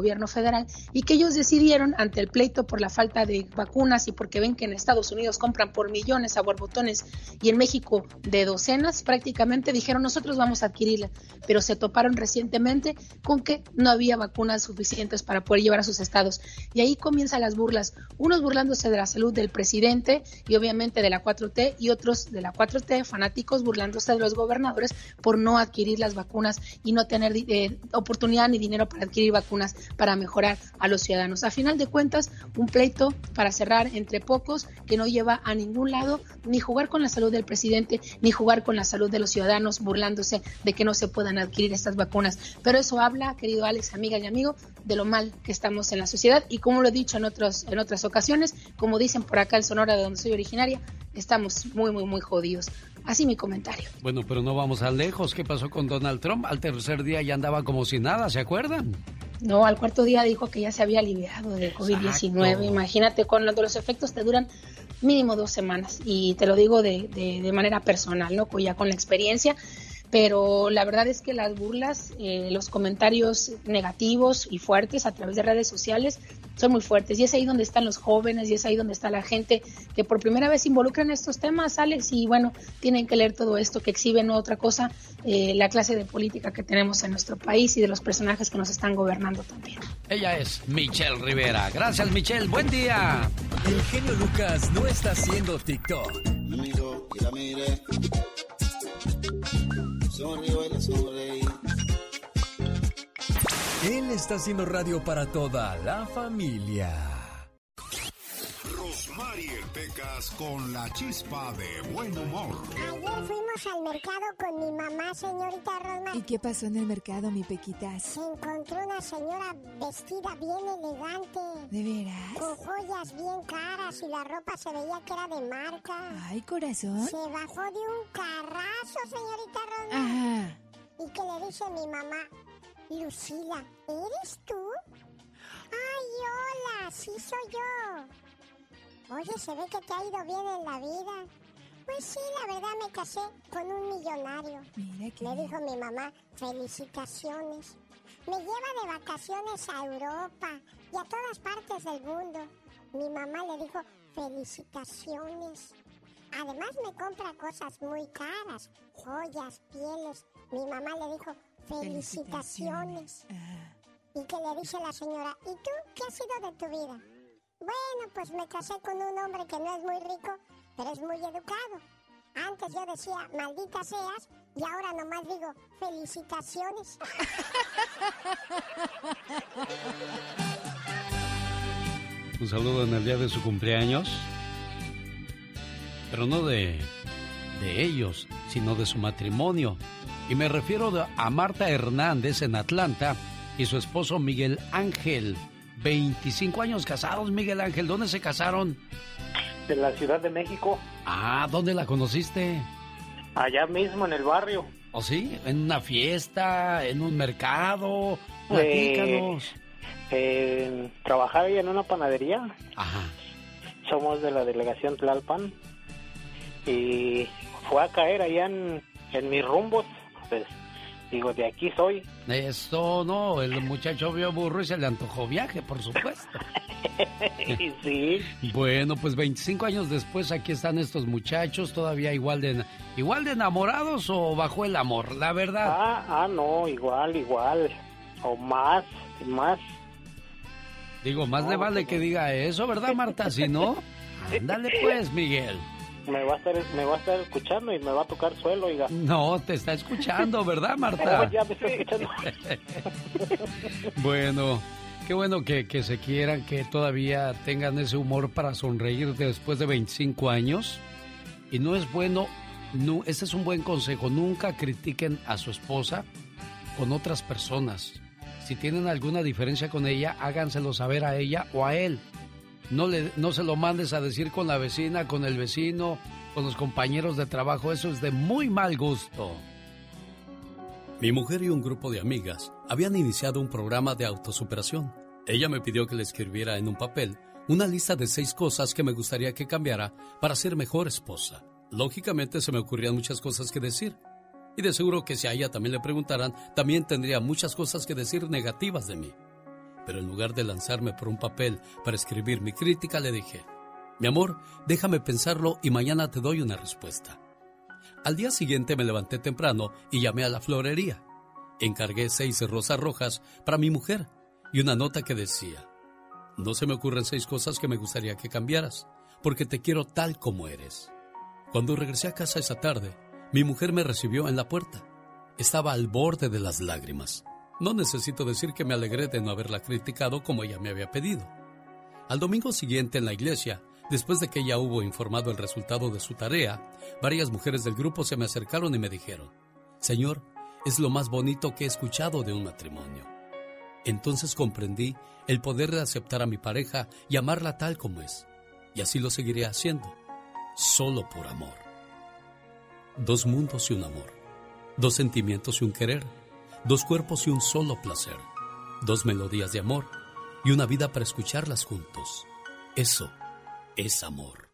gobierno federal y que ellos decidieron, ante el pleito por la falta de vacunas y porque ven que en Estados Unidos compran por millones a borbotones y en México de docenas, prácticamente dijeron nosotros vamos a adquirirla, pero se toparon recientemente con que no había vacunas suficientes para poder llevar a sus estados. Y ahí comienzan las burlas, unos burlándose de la salud del presidente y obviamente de la cuatro T y otros de la cuatro T, fanáticos burlándose de los gobernadores por no adquirir las vacunas y no tener eh, oportunidad ni dinero para adquirir vacunas para mejorar a los ciudadanos. A final de cuentas, un pleito para cerrar entre pocos que no lleva a ningún lado, ni jugar con la salud del presidente, ni jugar con la salud de los ciudadanos, burlándose de que no se puedan adquirir estas vacunas. Pero eso habla, querido Alex, amiga y amigo, de lo mal que estamos en la sociedad y como lo he dicho en, otros, en otras ocasiones, como dicen por acá en Sonora, de donde soy originaria, estamos muy, muy, muy jodidos. Así mi comentario. Bueno, pero no vamos a lejos. ¿Qué pasó con Donald Trump? Al tercer día ya andaba como si nada, ¿se acuerdan? No, al cuarto día dijo que ya se había aliviado de COVID diecinueve. Exacto. Imagínate, cuando los efectos te duran mínimo dos semanas. Y te lo digo de, de, de manera personal, ¿no? Ya con la experiencia. Pero la verdad es que las burlas, eh, los comentarios negativos y fuertes a través de redes sociales son muy fuertes. Y es ahí donde están los jóvenes y es ahí donde está la gente que por primera vez se involucra en estos temas, Alex, y bueno, tienen que leer todo esto que exhibe, no otra cosa, eh, la clase de política que tenemos en nuestro país y de los personajes que nos están gobernando también. Ella es Michelle Rivera. Gracias, Michelle. Buen día. El genio Lucas no está haciendo TikTok. Amigo, y la mire. Sonrío y la sonreí. Él está haciendo radio para toda la familia. Rosmarie Pecas con la chispa de buen humor. Ayer fuimos al mercado con mi mamá, señorita Rosmar. ¿Y qué pasó en el mercado, mi Pequitas? Se encontró una señora vestida bien elegante. ¿De veras? Con joyas bien caras y la ropa se veía que era de marca. Ay, corazón. Se bajó de un carrazo, señorita Rosmar. Ajá. Y que le dice a mi mamá, Lucila, ¿eres tú? Ay, hola, sí soy yo. Oye, se ve que te ha ido bien en la vida. Pues sí, la verdad me casé con un millonario. Mira que... Le dijo mi mamá, felicitaciones. Me lleva de vacaciones a Europa y a todas partes del mundo. Mi mamá le dijo, felicitaciones. Además me compra cosas muy caras, joyas, pieles. Mi mamá le dijo, felicitaciones. felicitaciones. Ah. Y que le dice la señora, ¿y tú qué ha sido de tu vida? Bueno, pues me casé con un hombre que no es muy rico, pero es muy educado. Antes yo decía, maldita seas, y ahora nomás digo, felicitaciones. Un saludo en el día de su cumpleaños. Pero no de, de ellos, sino de su matrimonio. Y me refiero a Marta Hernández en Atlanta y su esposo Miguel Ángel. veinticinco años casados, Miguel Ángel. ¿Dónde se casaron? En la Ciudad de México. Ah, ¿dónde la conociste? Allá mismo, en el barrio. ¿Oh, sí? ¿En una fiesta? ¿En un mercado? Platícanos. Eh, eh, trabajaba ella en una panadería. Ajá. Somos de la delegación Tlalpan. Y fue a caer allá en, en mis rumbos. Pues, digo, de aquí soy. Eso no, el muchacho vio burro y se le antojó viaje, por supuesto. Sí. Bueno, pues veinticinco años después aquí están estos muchachos, todavía igual de igual de enamorados o bajo el amor, la verdad. Ah, ah, no, igual, igual, o más, más. Digo, más no, le vale no. que diga eso, ¿verdad, Marta? Si no, ándale pues, Miguel. Me va a estar, me va a estar escuchando y me va a tocar suelo, oiga. No, te está escuchando, ¿verdad, Marta? No, ya me está escuchando. Bueno, qué bueno que, que se quieran, que todavía tengan ese humor para sonreír después de veinticinco años. Y no es bueno, no, ese es un buen consejo, nunca critiquen a su esposa con otras personas. Si tienen alguna diferencia con ella, háganselo saber a ella o a él. No, le, no se lo mandes a decir con la vecina, con el vecino, con los compañeros de trabajo. Eso es de muy mal gusto. Mi mujer y un grupo de amigas habían iniciado un programa de autosuperación. Ella me pidió que le escribiera en un papel una lista de seis cosas que me gustaría que cambiara para ser mejor esposa. Lógicamente se me ocurrían muchas cosas que decir. Y de seguro que si a ella también le preguntaran, también tendría muchas cosas que decir negativas de mí. Pero en lugar de lanzarme por un papel para escribir mi crítica, le dije: mi amor, déjame pensarlo y mañana te doy una respuesta. Al día siguiente me levanté temprano y llamé a la florería. Encargué seis rosas rojas para mi mujer y una nota que decía: no se me ocurren seis cosas que me gustaría que cambiaras, porque te quiero tal como eres. Cuando regresé a casa esa tarde, mi mujer me recibió en la puerta. Estaba al borde de las lágrimas. No necesito decir que me alegré de no haberla criticado como ella me había pedido. Al domingo siguiente en la iglesia, después de que ella hubo informado el resultado de su tarea, varias mujeres del grupo se me acercaron y me dijeron: Señor, es lo más bonito que he escuchado de un matrimonio. Entonces comprendí el poder de aceptar a mi pareja y amarla tal como es. Y así lo seguiré haciendo, solo por amor. Dos mundos y un amor. Dos sentimientos y un querer. Dos cuerpos y un solo placer. Dos melodías de amor y una vida para escucharlas juntos. Eso es amor.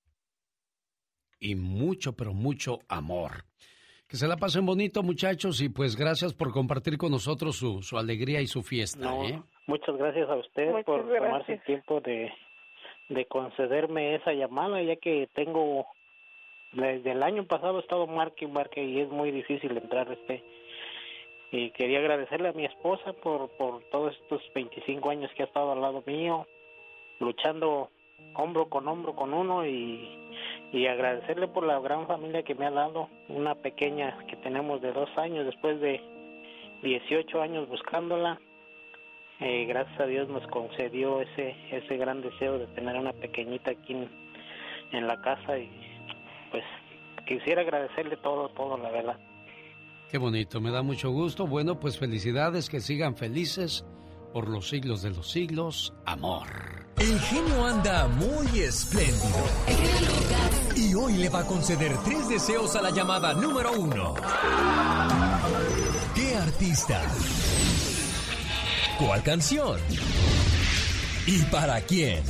Y mucho, pero mucho amor. Que se la pasen bonito, muchachos, y pues gracias por compartir con nosotros su, su alegría y su fiesta. No, ¿eh? Muchas gracias a usted Muchas por gracias. tomarse el tiempo de, de concederme esa llamada, ya que tengo, desde el año pasado he estado marque y marque y es muy difícil entrar este. Y quería agradecerle a mi esposa por, por todos estos veinticinco años que ha estado al lado mío, luchando hombro con hombro con uno, y, y agradecerle por la gran familia que me ha dado, una pequeña que tenemos de dos años después de dieciocho años buscándola. Eh, gracias a Dios nos concedió ese ese gran deseo de tener una pequeñita aquí en, en la casa, y pues quisiera agradecerle todo, todo, la verdad. Qué bonito, me da mucho gusto. Bueno, pues felicidades, que sigan felices por los siglos de los siglos. Amor. El genio anda muy espléndido. Y hoy le va a conceder tres deseos a la llamada número uno. ¿Qué artista? ¿Cuál canción? ¿Y para quién?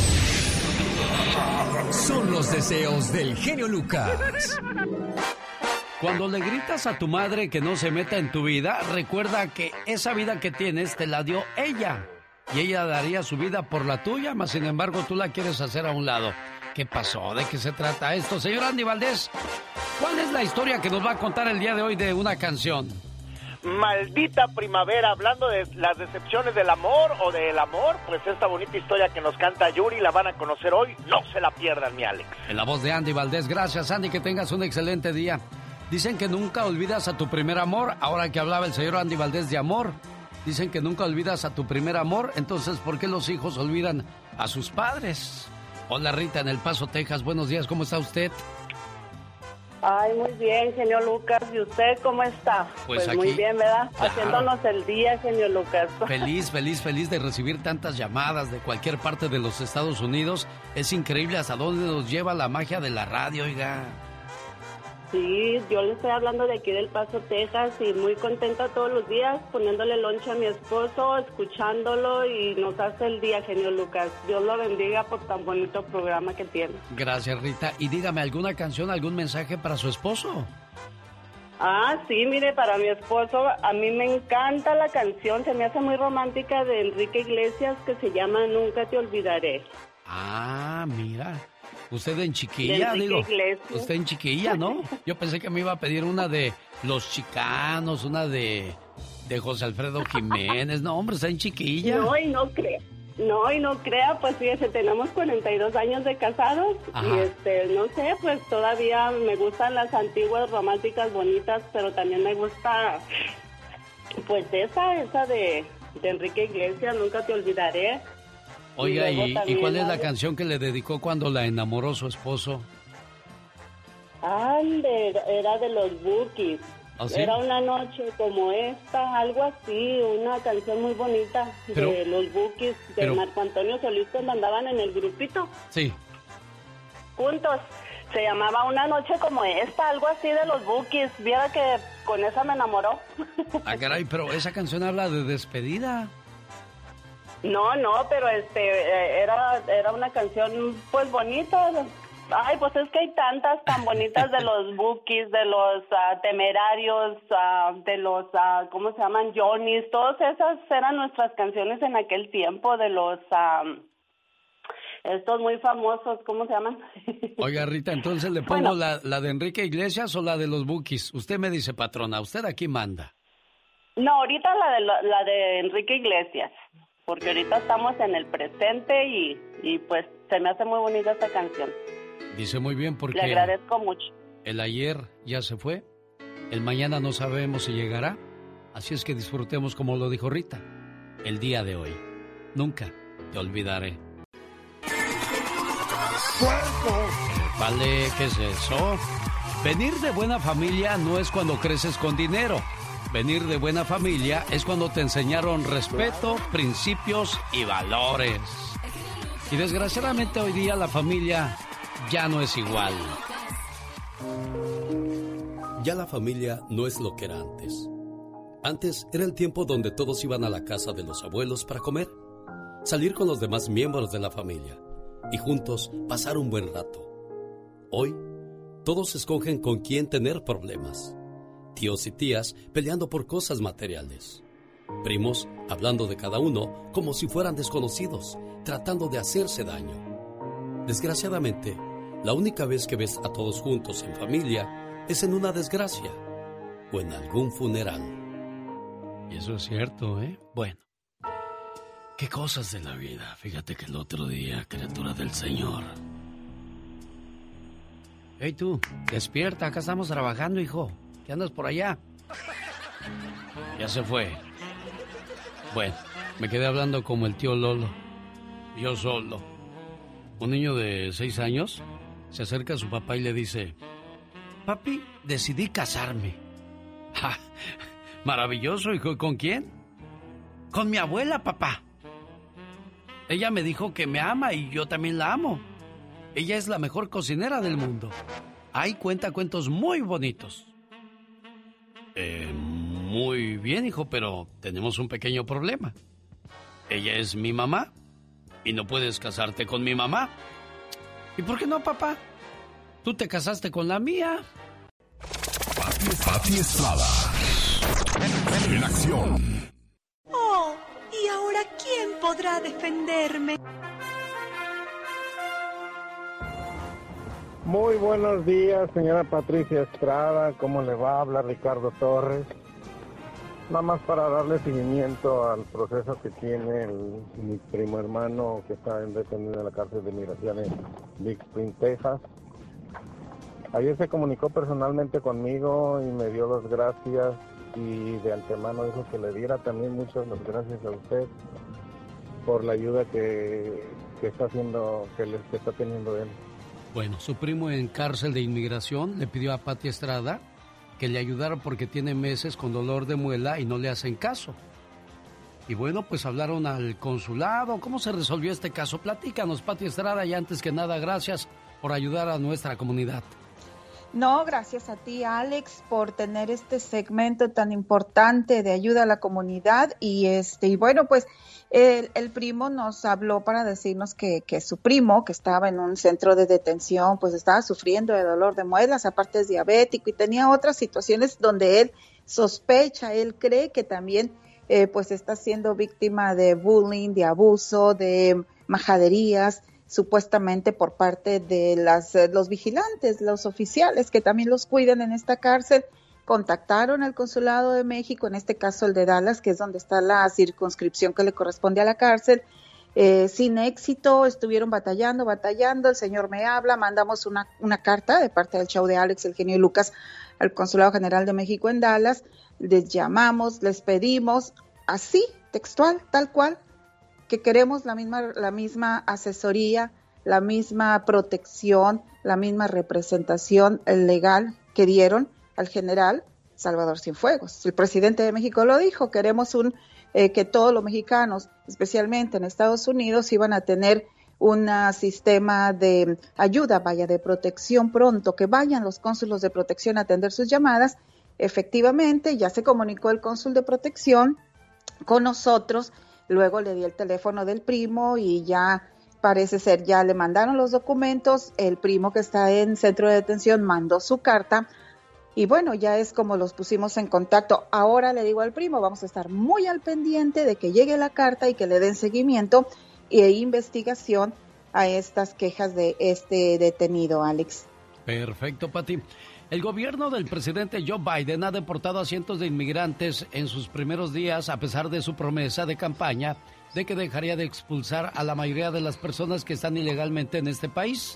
Son los deseos del genio Lucas. Cuando le gritas a tu madre que no se meta en tu vida, recuerda que esa vida que tienes te la dio ella. Y ella daría su vida por la tuya, mas sin embargo tú la quieres hacer a un lado. ¿Qué pasó? ¿De qué se trata esto? Señor Andy Valdés, ¿cuál es la historia que nos va a contar el día de hoy de una canción? Maldita primavera, hablando de las decepciones del amor o del amor, pues esta bonita historia que nos canta Yuri la van a conocer hoy, no se la pierdan, mi Alex. En la voz de Andy Valdés. Gracias, Andy, que tengas un excelente día. Dicen que nunca olvidas a tu primer amor. Ahora que hablaba el señor Andy Valdés de amor, dicen que nunca olvidas a tu primer amor. Entonces, ¿por qué los hijos olvidan a sus padres? Hola, Rita, en El Paso, Texas. Buenos días, ¿cómo está usted? Ay, muy bien, genio Lucas. ¿Y usted cómo está? Pues Pues, muy aquí, bien, ¿verdad? claro. Haciéndonos el día, genio Lucas. Feliz, feliz, feliz de recibir tantas llamadas de cualquier parte de los Estados Unidos. Es increíble hasta dónde nos lleva la magia de la radio, oiga. Sí, yo le estoy hablando de aquí del Paso, Texas, y muy contenta todos los días, poniéndole lonche a mi esposo, escuchándolo, y nos hace el día, genio Lucas. Dios lo bendiga por tan bonito programa que tiene. Gracias, Rita. Y dígame, ¿alguna canción, algún mensaje para su esposo? Ah, sí, mire, para mi esposo, a mí me encanta la canción, se me hace muy romántica, de Enrique Iglesias, que se llama Nunca te olvidaré. Ah, mira. Usted en Chiquilla, De Enrique digo. Iglesias. Usted en Chiquilla, ¿no? Yo pensé que me iba a pedir una de Los Chicanos, una de, de José Alfredo Jiménez. No, hombre, está en Chiquilla. No, y no crea. No, y no crea, pues fíjese, tenemos cuarenta y dos años de casados. Ajá. Y este, no sé, pues todavía me gustan las antiguas románticas bonitas, pero también me gusta, pues esa, esa de, de Enrique Iglesias, Nunca te olvidaré. Oiga, Y luego ¿y, ¿y también cuál es la hay- canción que le dedicó cuando la enamoró su esposo? Ande, era de los Bookies. ¿Ah, sí? Era una noche como esta, algo así, una canción muy bonita Pero- de los Bookies, de pero- Marco Antonio Solís, cuando andaban en el grupito Sí. juntos. Se llamaba Una noche como esta, algo así de los Bookies. Viera que con esa me enamoró. Ah, caray, pero esa canción habla de despedida. No, no, pero este eh, era era una canción pues bonita. Ay, pues es que hay tantas tan bonitas de los Bukis, de los uh, Temerarios, uh, de los, uh, ¿cómo se llaman? Johnny's, todas esas eran nuestras canciones en aquel tiempo, de los, um, estos muy famosos, ¿cómo se llaman? Oiga, Rita, entonces le pongo Bueno. la, la de Enrique Iglesias o la de los Bukis. Usted me dice, patrona, usted aquí manda. No, ahorita la de, la, la de Enrique Iglesias, porque ahorita estamos en el presente y, y pues se me hace muy bonita esta canción. Dice muy bien porque Le agradezco mucho. el ayer ya se fue, el mañana no sabemos si llegará, así es que disfrutemos, como lo dijo Rita, el día de hoy. Nunca te olvidaré. Vale, ¿qué es eso? Venir de buena familia no es cuando creces con dinero. Venir de buena familia es cuando te enseñaron respeto, principios y valores. Y desgraciadamente hoy día la familia ya no es igual. Ya la familia no es lo que era antes. Antes era el tiempo donde todos iban a la casa de los abuelos para comer, salir con los demás miembros de la familia y juntos pasar un buen rato. Hoy, todos escogen con quién tener problemas. Tíos y tías peleando por cosas materiales. Primos hablando de cada uno como si fueran desconocidos, tratando de hacerse daño. Desgraciadamente, la única vez que ves a todos juntos en familia es en una desgracia o en algún funeral. Y eso es cierto, ¿eh? Bueno, qué cosas de la vida. Fíjate que el otro día, criatura del Señor. Hey tú, despierta, acá estamos trabajando, hijo. ¿Qué andas por allá? Ya se fue. Bueno, me quedé hablando como el tío Lolo. Yo solo. Un niño de seis años se acerca a su papá y le dice: papi, decidí casarme. ¡Ja! Maravilloso, hijo. ¿Con quién? Con mi abuela, papá. Ella me dijo que me ama y yo también la amo. Ella es la mejor cocinera del mundo. Ahí cuenta cuentos muy bonitos. Eh, muy bien, hijo, pero tenemos un pequeño problema. Ella es mi mamá y no puedes casarte con mi mamá. ¿Y por qué no, papá? Tú te casaste con la mía. Pati, Pati Estrada. En acción. Oh, ¿y ahora quién podrá defenderme? Muy buenos días, señora Patricia Estrada. ¿Cómo le va? Habla Ricardo Torres. Nada más para darle seguimiento al proceso que tiene el, mi primo hermano que está detenido en la cárcel de migración en Big Spring, Texas. Ayer se comunicó personalmente conmigo y me dio las gracias y de antemano dijo que le diera también muchas las gracias a usted por la ayuda que, que está haciendo, que, le, que está teniendo él. Bueno, su primo en cárcel de inmigración le pidió a Pati Estrada que le ayudara porque tiene meses con dolor de muela y no le hacen caso. Y bueno, pues hablaron al consulado. ¿Cómo se resolvió este caso? Platícanos, Pati Estrada, y antes que nada, gracias por ayudar a nuestra comunidad. No, gracias a ti, Alex, por tener este segmento tan importante de ayuda a la comunidad. Y este y bueno, pues el, el primo nos habló para decirnos que, que su primo, que estaba en un centro de detención, pues estaba sufriendo de dolor de muelas, aparte es diabético y tenía otras situaciones donde él sospecha, él cree que también eh, pues está siendo víctima de bullying, de abuso, de majaderías, supuestamente por parte de las, los vigilantes, los oficiales que también los cuidan en esta cárcel. Contactaron al Consulado de México, en este caso el de Dallas, que es donde está la circunscripción que le corresponde a la cárcel, eh, sin éxito, estuvieron batallando, batallando, el señor me habla, mandamos una, una carta de parte del show de Alex, el genio Lucas, al Consulado General de México en Dallas, les llamamos, les pedimos, así, textual, tal cual, que queremos la misma, la misma asesoría, la misma protección, la misma representación legal que dieron al general Salvador Cienfuegos. El presidente de México lo dijo, queremos un eh, que todos los mexicanos, especialmente en Estados Unidos, iban a tener un sistema de ayuda, vaya, de protección pronto, que vayan los cónsulos de protección a atender sus llamadas. Efectivamente, ya se comunicó el cónsul de protección con nosotros. Luego le di el teléfono del primo y ya parece ser ya le mandaron los documentos, el primo que está en centro de detención mandó su carta y bueno, ya es como los pusimos en contacto. Ahora le digo al primo, vamos a estar muy al pendiente de que llegue la carta y que le den seguimiento e investigación a estas quejas de este detenido, Alex. Perfecto, Pati. El gobierno del presidente Joe Biden ha deportado a cientos de inmigrantes en sus primeros días, a pesar de su promesa de campaña de que dejaría de expulsar a la mayoría de las personas que están ilegalmente en este país.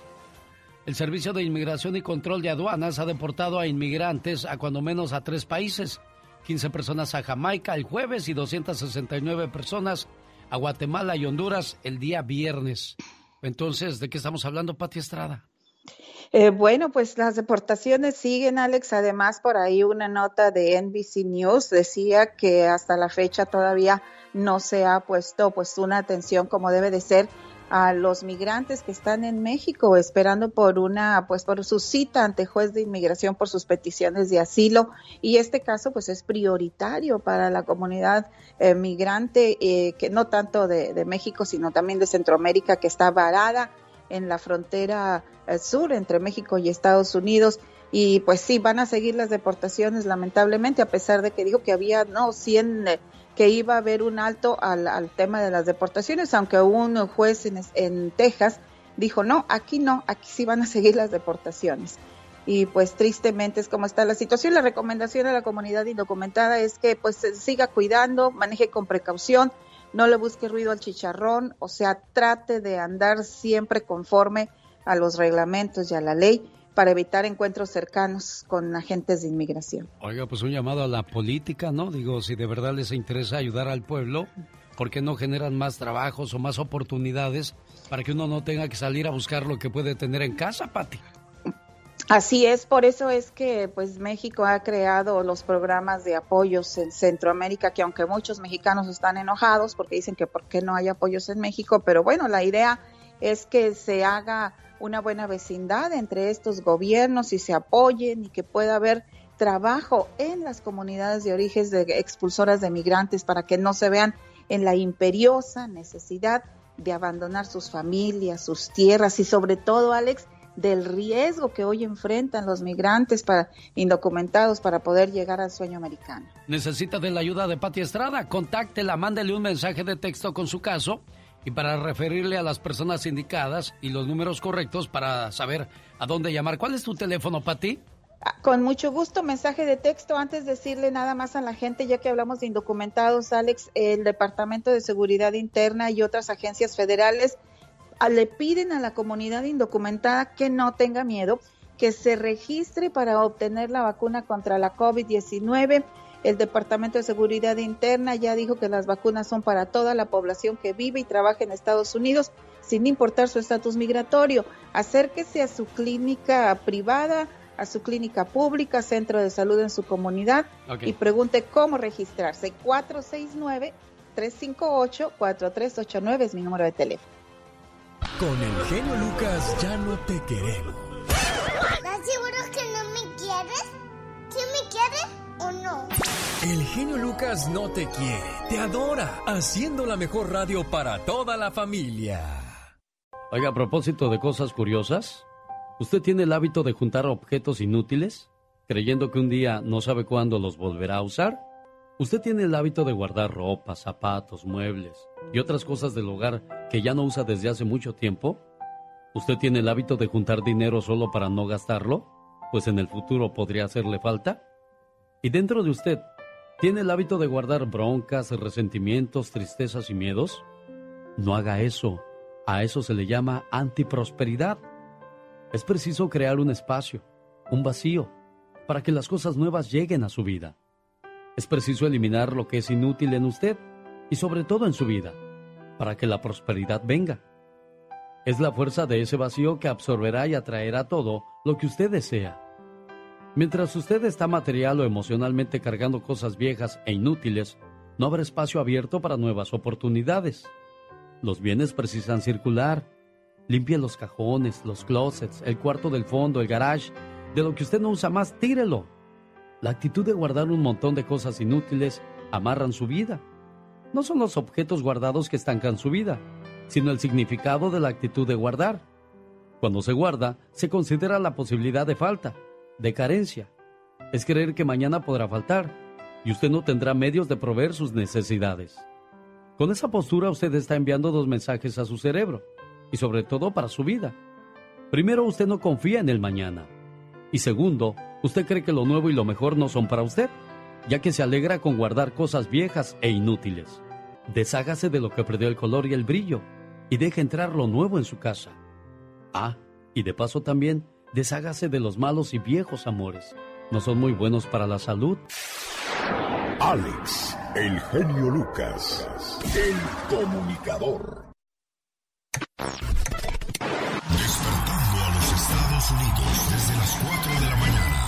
El Servicio de Inmigración y Control de Aduanas ha deportado a inmigrantes a cuando menos a tres países, quince personas a Jamaica el jueves y doscientas sesenta y nueve personas a Guatemala y Honduras el día viernes. Entonces, ¿de qué estamos hablando, Pati Estrada? Eh, bueno, pues las deportaciones siguen, Alex. Además, por ahí una nota de N B C News decía que hasta la fecha todavía no se ha puesto pues una atención como debe de ser a los migrantes que están en México esperando por una pues por su cita ante juez de inmigración por sus peticiones de asilo, y este caso pues es prioritario para la comunidad eh, migrante eh, que no tanto de, de México sino también de Centroamérica, que está varada en la frontera eh, sur entre México y Estados Unidos. Y pues sí, van a seguir las deportaciones lamentablemente, a pesar de que dijo que había no cien eh, que iba a haber un alto al, al tema de las deportaciones, aunque un juez en, en Texas dijo no, aquí no, aquí sí van a seguir las deportaciones. Y pues tristemente es como está la situación. La recomendación a la comunidad indocumentada es que pues se siga cuidando, maneje con precaución, no le busque ruido al chicharrón, o sea, trate de andar siempre conforme a los reglamentos y a la ley para evitar encuentros cercanos con agentes de inmigración. Oiga, pues un llamado a la política, ¿no? Digo, si de verdad les interesa ayudar al pueblo, ¿por qué no generan más trabajos o más oportunidades para que uno no tenga que salir a buscar lo que puede tener en casa, Pati? Así es, por eso es que pues México ha creado los programas de apoyos en Centroamérica, que aunque muchos mexicanos están enojados porque dicen que por qué no hay apoyos en México, pero bueno, la idea es que se haga una buena vecindad entre estos gobiernos y se apoyen y que pueda haber trabajo en las comunidades de origen de expulsoras de migrantes para que no se vean en la imperiosa necesidad de abandonar sus familias, sus tierras y sobre todo, Alex, del riesgo que hoy enfrentan los migrantes para, indocumentados para poder llegar al sueño americano. ¿Necesita de la ayuda de Pati Estrada? Contáctela, mándele un mensaje de texto con su caso y para referirle a las personas indicadas y los números correctos para saber a dónde llamar. ¿Cuál es tu teléfono, Pati? Con mucho gusto, mensaje de texto. Antes de decirle nada más a la gente, ya que hablamos de indocumentados, Alex, el Departamento de Seguridad Interna y otras agencias federales le piden a la comunidad indocumentada que no tenga miedo, que se registre para obtener la vacuna contra la COVID diecinueve. El Departamento de Seguridad Interna ya dijo que las vacunas son para toda la población que vive y trabaja en Estados Unidos, sin importar su estatus migratorio. Acérquese a su clínica privada, a su clínica pública, centro de salud en su comunidad, okay, y pregunte cómo registrarse. cuatro seis nueve, tres cinco ocho, cuatro tres ocho nueve es mi número de teléfono. Con el genio Lucas ya no te queremos. ¿Estás seguro que no me quieres? ¿Quién me quiere o no? El genio Lucas no te quiere, te adora, haciendo la mejor radio para toda la familia. Oiga, a propósito de cosas curiosas, ¿usted tiene el hábito de juntar objetos inútiles, creyendo que un día no sabe cuándo los volverá a usar? ¿Usted tiene el hábito de guardar ropa, zapatos, muebles y otras cosas del hogar que ya no usa desde hace mucho tiempo? ¿Usted tiene el hábito de juntar dinero solo para no gastarlo, pues en el futuro podría hacerle falta? ¿Y dentro de usted, tiene el hábito de guardar broncas, resentimientos, tristezas y miedos? No haga eso. A eso se le llama antiprosperidad. Es preciso crear un espacio, un vacío, para que las cosas nuevas lleguen a su vida. Es preciso eliminar lo que es inútil en usted y sobre todo en su vida, para que la prosperidad venga. Es la fuerza de ese vacío que absorberá y atraerá todo lo que usted desea. Mientras usted está material o emocionalmente cargando cosas viejas e inútiles, no habrá espacio abierto para nuevas oportunidades. Los bienes precisan circular. Limpie los cajones, los closets, el cuarto del fondo, el garage. De lo que usted no usa más, tírelo. La actitud de guardar un montón de cosas inútiles amarran su vida. No son los objetos guardados que estancan su vida, sino el significado de la actitud de guardar. Cuando se guarda, se considera la posibilidad de falta, de carencia. Es creer que mañana podrá faltar y usted no tendrá medios de proveer sus necesidades. Con esa postura usted está enviando dos mensajes a su cerebro y sobre todo para su vida. Primero, usted no confía en el mañana. Y segundo, usted cree que lo nuevo y lo mejor no son para usted, ya que se alegra con guardar cosas viejas e inútiles. Deshágase de lo que perdió el color y el brillo y deje entrar lo nuevo en su casa. Ah, y de paso también, deshágase de los malos y viejos amores. No son muy buenos para la salud. Alex, el genio Lucas, el comunicador. Despertando a los Estados Unidos desde las cuatro de la mañana.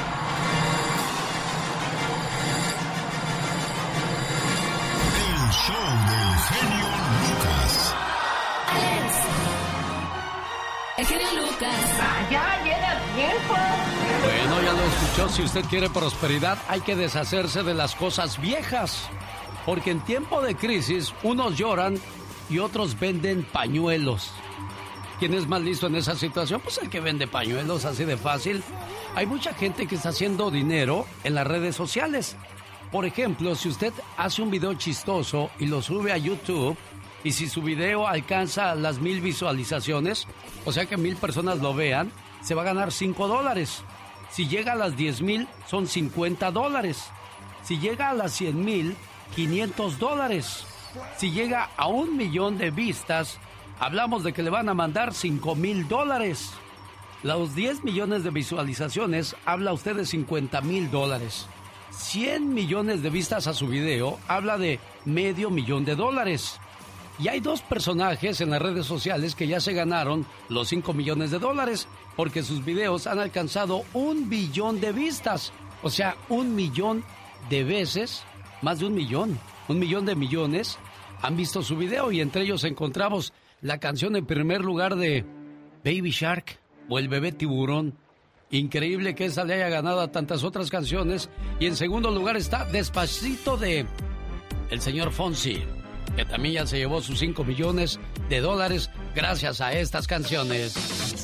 El show del genio Lucas. Alex, el genio Lucas. Ya llega tiempo. Bueno, ya lo escuchó. Si usted quiere prosperidad, hay que deshacerse de las cosas viejas. Porque en tiempo de crisis, unos lloran y otros venden pañuelos. ¿Quién es más listo en esa situación? Pues el que vende pañuelos, así de fácil. Hay mucha gente que está haciendo dinero en las redes sociales. Por ejemplo, si usted hace un video chistoso y lo sube a YouTube, y si su video alcanza las mil visualizaciones, o sea que mil personas lo vean, se va a ganar cinco dólares. Si llega a las diez mil, son cincuenta dólares. Si llega a las cien mil, quinientos dólares. Si llega a un millón de vistas, hablamos de que le van a mandar cinco mil dólares. Los diez millones de visualizaciones, habla usted de cincuenta mil dólares. cien millones de vistas a su video, habla de medio millón de dólares. Y hay dos personajes en las redes sociales que ya se ganaron los cinco millones de dólares porque sus videos han alcanzado un billón de vistas. O sea, un millón de veces, más de un millón, un millón de millones han visto su video y entre ellos encontramos la canción en primer lugar de Baby Shark o El Bebé Tiburón. Increíble que esa le haya ganado a tantas otras canciones. Y en segundo lugar está Despacito de el señor Fonsi, que también ya se llevó sus cinco millones de dólares gracias a estas canciones.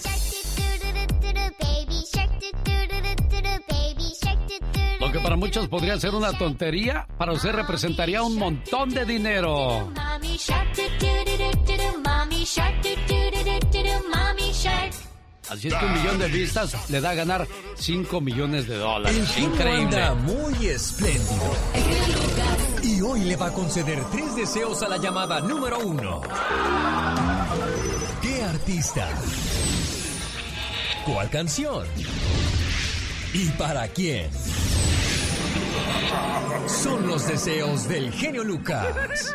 Lo que para muchos podría ser una tontería, para usted representaría un montón de dinero. Así es que un millón de vistas le da a ganar cinco millones de dólares. El Increíble. anda muy espléndido. Y hoy le va a conceder tres deseos a la llamada número uno. ¿Qué artista? ¿Cuál canción? ¿Y para quién? Son los deseos del genio Lucas.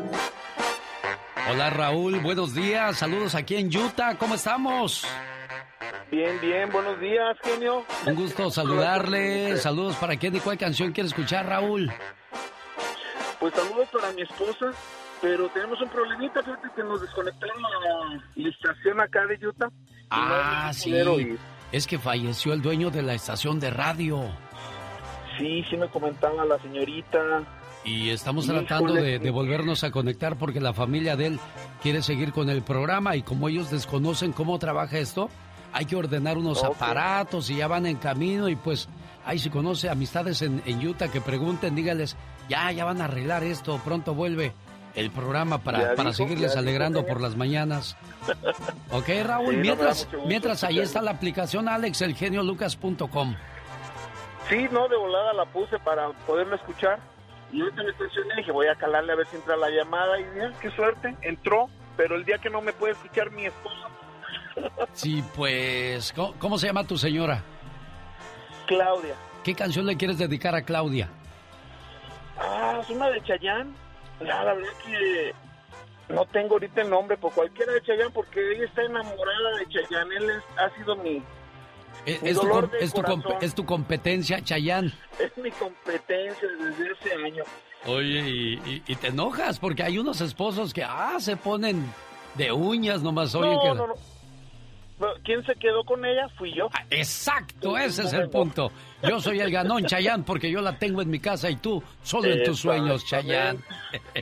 Hola Raúl, buenos días. Saludos aquí en Utah. ¿Cómo estamos? Bien, bien, buenos días, genio. Un gusto saludarle. Saludos para quién y cuál canción quiere escuchar, Raúl. Pues saludos para mi esposa, pero tenemos un problemita, fíjate que nos desconectaron la, la estación acá de Utah. Ah, no sí. Y... Es que falleció el dueño de la estación de radio. Sí, sí me comentaba la señorita. Y estamos Híjole. tratando de, de volvernos a conectar porque la familia de él quiere seguir con el programa y como ellos desconocen cómo trabaja esto, hay que ordenar unos Okay. aparatos y ya van en camino y pues, ahí si conoce amistades en, en Utah que pregunten, dígales, ya, ya van a arreglar esto, pronto vuelve el programa para, para dijo, seguirles alegrando dijo, por las mañanas. Ok, Raúl, sí, mientras, no mientras ahí está la aplicación alex el genio lucas punto com. Sí, no, de volada la puse para poderlo escuchar. Y ahorita me estacioné y dije, voy a calarle a ver si entra la llamada. Y ya, qué suerte, entró. Pero el día que no me puede escuchar mi esposa. Sí, pues, ¿cómo, ¿cómo se llama tu señora? Claudia. ¿Qué canción le quieres dedicar a Claudia? Ah, es una de Chayanne. La, la verdad que no tengo ahorita el nombre por cualquiera de Chayanne porque ella está enamorada de Chayanne. Él es, ha sido mi... Es, es, tu, es, tu, es tu competencia, Chayanne. Es mi competencia desde ese año. Oye, y, y, y te enojas porque hay unos esposos que ah se ponen de uñas nomás. Oye, no, que... no, no. ¿Quién se quedó con ella? Fui yo. Ah, exacto, ese es el punto. Yo soy el ganón, Chayanne, porque yo la tengo en mi casa y tú solo en tus sueños, Chayanne.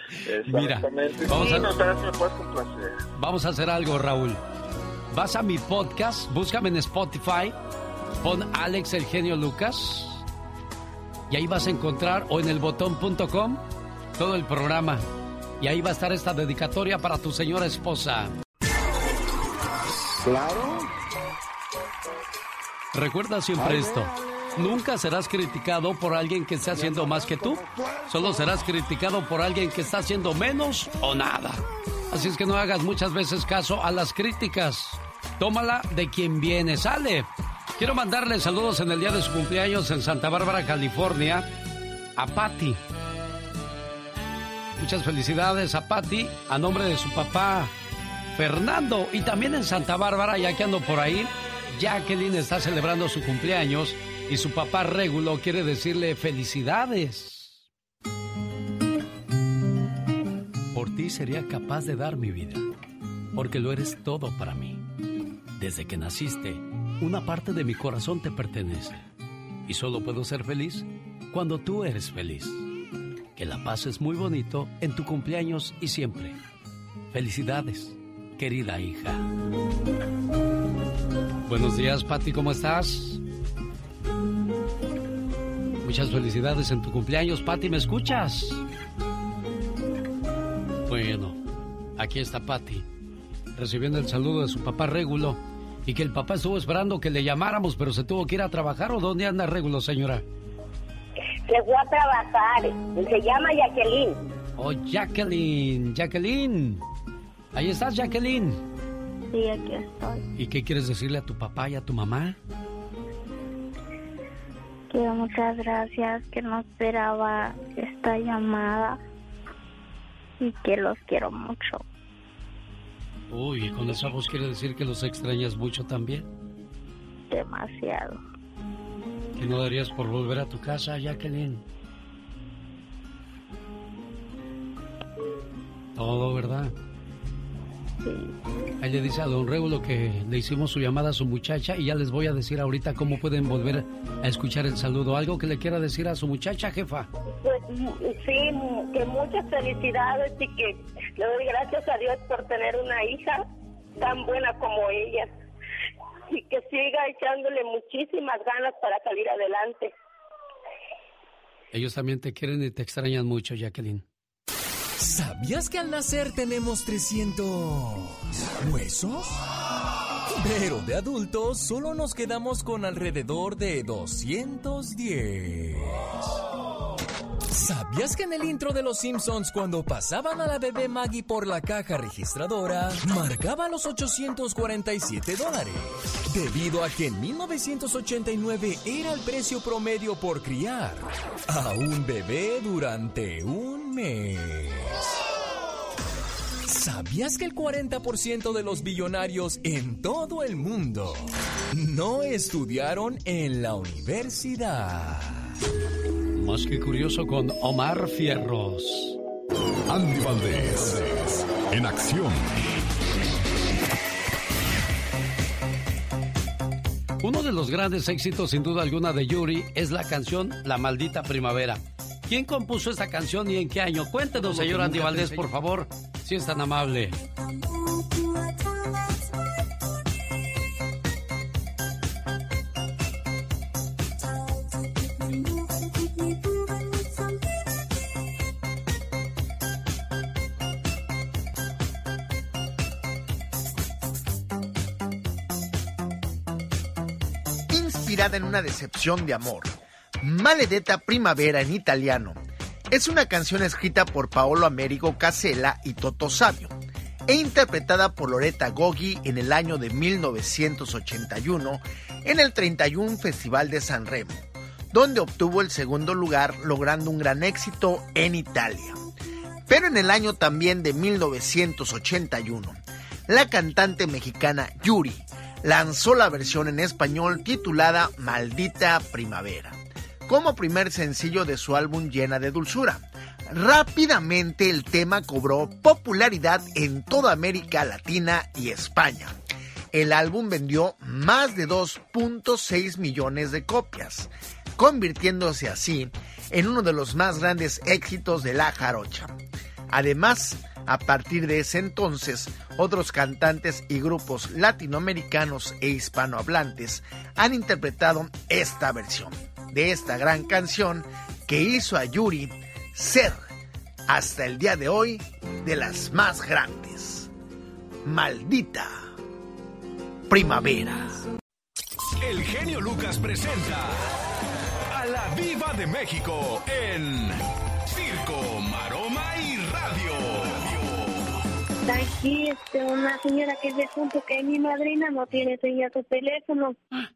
Mira, Exactamente. vamos Sí, a- no, tal vez me puedes complacer. Vamos a hacer algo, Raúl. Vas a mi podcast, búscame en Spotify, pon Alex el genio Lucas y ahí vas a encontrar, o en el botón punto com, todo el programa. Y ahí va a estar esta dedicatoria para tu señora esposa. Claro. Recuerda siempre esto. Nunca serás criticado por alguien que esté haciendo más que tú. Solo serás criticado por alguien que está haciendo menos o nada. Así es que no hagas muchas veces caso a las críticas. Tómala de quien viene. ¡Sale! Quiero mandarle saludos en el día de su cumpleaños en Santa Bárbara, California, a Patty. Muchas felicidades a Patty a nombre de su papá Fernando. Y también en Santa Bárbara, ya que ando por ahí, Jacqueline está celebrando su cumpleaños y su papá Régulo quiere decirle felicidades. Por ti sería capaz de dar mi vida, porque lo eres todo para mí. Desde que naciste, una parte de mi corazón te pertenece. Y solo puedo ser feliz cuando tú eres feliz. Que la pases muy bonito en tu cumpleaños y siempre. Felicidades, querida hija. Buenos días, Pati, ¿cómo estás? Muchas felicidades en tu cumpleaños, Pati, ¿me escuchas? Bueno, aquí está Pati, recibiendo el saludo de su papá Régulo, y que el papá estuvo esperando que le llamáramos, pero se tuvo que ir a trabajar. ¿O dónde anda Régulo, señora? Se fue a trabajar. Se llama Jacqueline. Oh, Jacqueline, Jacqueline. Ahí estás, Jacqueline. Sí, aquí estoy. ¿Y qué quieres decirle a tu papá y a tu mamá? Que muchas gracias, que no esperaba esta llamada y que los quiero mucho. Uy, ¿y con esa voz quiere decir que los extrañas mucho también? Demasiado. ¿Qué no darías por volver a tu casa, Jacqueline? Todo, ¿verdad? Sí. Ahí le dice a don Régulo que le hicimos su llamada a su muchacha y ya les voy a decir ahorita cómo pueden volver a escuchar el saludo. ¿Algo que le quiera decir a su muchacha, jefa? Pues sí, que muchas felicidades y que le doy gracias a Dios por tener una hija tan buena como ella y que siga echándole muchísimas ganas para salir adelante. Ellos también te quieren y te extrañan mucho, Jacqueline. ¿Sabías que al nacer tenemos trescientos huesos? Pero de adultos solo nos quedamos con alrededor de doscientos diez. ¿Sabías que en el intro de Los Simpsons, cuando pasaban a la bebé Maggie por la caja registradora, marcaba los ochocientos cuarenta y siete dólares? Debido a que en mil novecientos ochenta y nueve era el precio promedio por criar a un bebé durante un mes. ¿Sabías que el cuarenta por ciento de los billonarios en todo el mundo no estudiaron en la universidad? Más que curioso con Omar Fierros. Andy Valdés, en acción. Uno de los grandes éxitos, sin duda alguna, de Yuri es la canción La Maldita Primavera. ¿Quién compuso esta canción y en qué año? Cuéntenos, señor Andy Valdés, por favor, si es tan amable. Inspirada en una decepción de amor, Maledetta Primavera en italiano es una canción escrita por Paolo Amerigo Casella y Toto Savio e interpretada por Loretta Goggi en el año de mil novecientos ochenta y uno en el treinta y uno Festival de San Remo, donde obtuvo el segundo lugar, logrando un gran éxito en Italia. Pero en el año también de mil novecientos ochenta y uno, la cantante mexicana Yuri lanzó la versión en español titulada Maldita Primavera, como primer sencillo de su álbum Llena de Dulzura. Rápidamente el tema cobró popularidad en toda América Latina y España. El álbum vendió más de dos punto seis millones de copias, convirtiéndose así en uno de los más grandes éxitos de la jarocha. Además, a partir de ese entonces, otros cantantes y grupos latinoamericanos e hispanohablantes han interpretado esta versión de esta gran canción que hizo a Yuri ser, hasta el día de hoy, de las más grandes. Maldita Primavera. El genio Lucas presenta a la Viva de México en Circo, Maroma y Radio. Aquí este, una señora que es de punto que mi madrina no tiene señal su teléfono.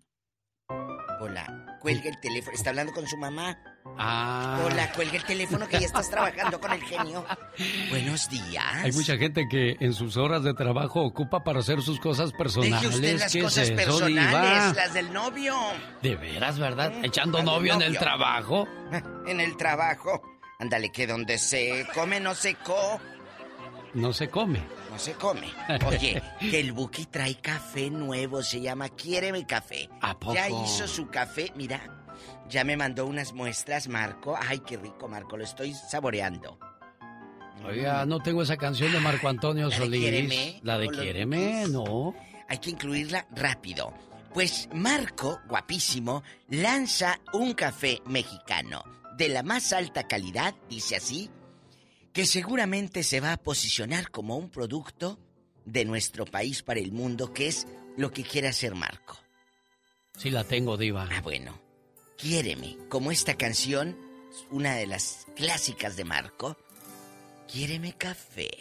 Hola, cuelga el teléfono. ¿Está hablando con su mamá? Ah. Hola, cuelga el teléfono que ya estás trabajando con el genio. Buenos días. Hay mucha gente que en sus horas de trabajo ocupa para hacer sus cosas personales. Deje usted las ¿Qué cosas es eso, personales, Diva? las del novio. De veras, ¿verdad? Mm, Echando las del novio en el novio. trabajo. En el trabajo. Ándale, que donde se come no se co... No se come. No se come. Oye, que el Buki trae café nuevo, se llama Quiéreme Café. ¿A poco? Ya hizo su café, mira. Ya me mandó unas muestras, Marco. Ay, qué rico, Marco, lo estoy saboreando. Oiga, no tengo esa canción de Marco Antonio ¿La de Solís. Quiéreme? La de ¿O los Quiéreme, Bukis? no. Hay que incluirla rápido. Pues Marco, guapísimo, lanza un café mexicano de la más alta calidad, dice así, que seguramente se va a posicionar como un producto de nuestro país para el mundo, que es lo que quiere hacer Marco. Sí la tengo, Diva. Ah, bueno. Quiéreme, como esta canción, una de las clásicas de Marco, Quiéreme Café.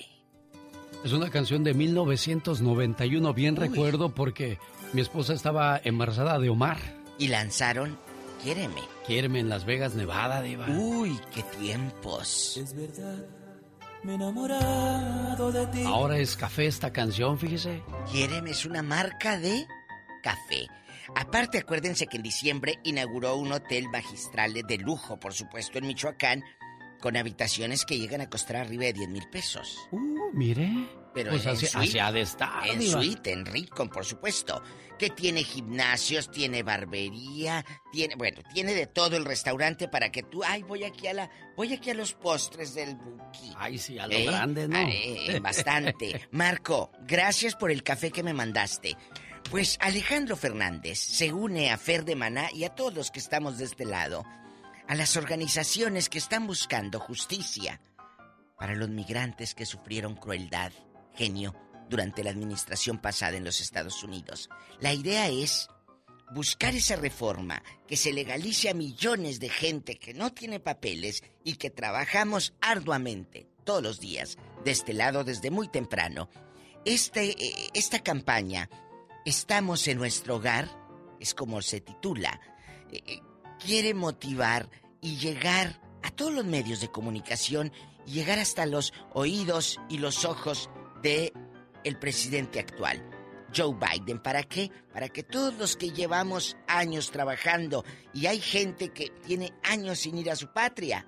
Es una canción de mil novecientos noventa y uno, bien Uy. recuerdo, porque mi esposa estaba embarazada de Omar. Y lanzaron Quiéreme. Quiéreme en Las Vegas, Nevada, Diva. Uy, qué tiempos. Es verdad, me he enamorado de ti. Ahora es café esta canción, fíjese. Quiéreme es una marca de café. Aparte, acuérdense que en diciembre inauguró un hotel magistral de lujo, por supuesto, en Michoacán, con habitaciones que llegan a costar arriba de diez mil pesos. Uh, mire. Pero pues en así, suite, así ha de estar, En Diva. suite, en Rincon, por supuesto. Que tiene gimnasios, tiene barbería, tiene, bueno, tiene de todo el restaurante para que tú, ay, voy aquí a la, voy aquí a los postres del Buki. Ay, sí, a lo ¿Eh? grande, ¿no? Eh, bastante. Marco, gracias por el café que me mandaste. Pues Alejandro Fernández se une a Fer de Maná y a todos los que estamos de este lado, a las organizaciones que están buscando justicia para los migrantes que sufrieron crueldad, genio, durante la administración pasada en los Estados Unidos. La idea es buscar esa reforma que se legalice a millones de gente que no tiene papeles y que trabajamos arduamente todos los días, de este lado desde muy temprano. Este, eh, esta campaña, Estamos en nuestro hogar, es como se titula, eh, quiere motivar y llegar a todos los medios de comunicación y llegar hasta los oídos y los ojos de el presidente actual, Joe Biden. ¿Para qué? Para que todos los que llevamos años trabajando, y hay gente que tiene años sin ir a su patria,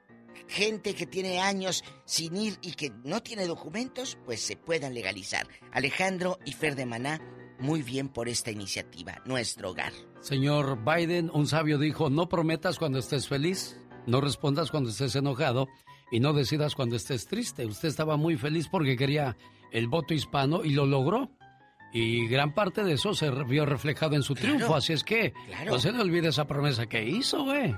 gente que tiene años sin ir y que no tiene documentos, pues se puedan legalizar. Alejandro y Fer de Maná, muy bien por esta iniciativa, Nuestro Hogar. Señor Biden, un sabio dijo, no prometas cuando estés feliz, no respondas cuando estés enojado y no decidas cuando estés triste. Usted estaba muy feliz porque quería el voto hispano y lo logró. Y gran parte de eso se vio reflejado en su Claro, triunfo, así es que claro. no se le olvide esa promesa que hizo, güey.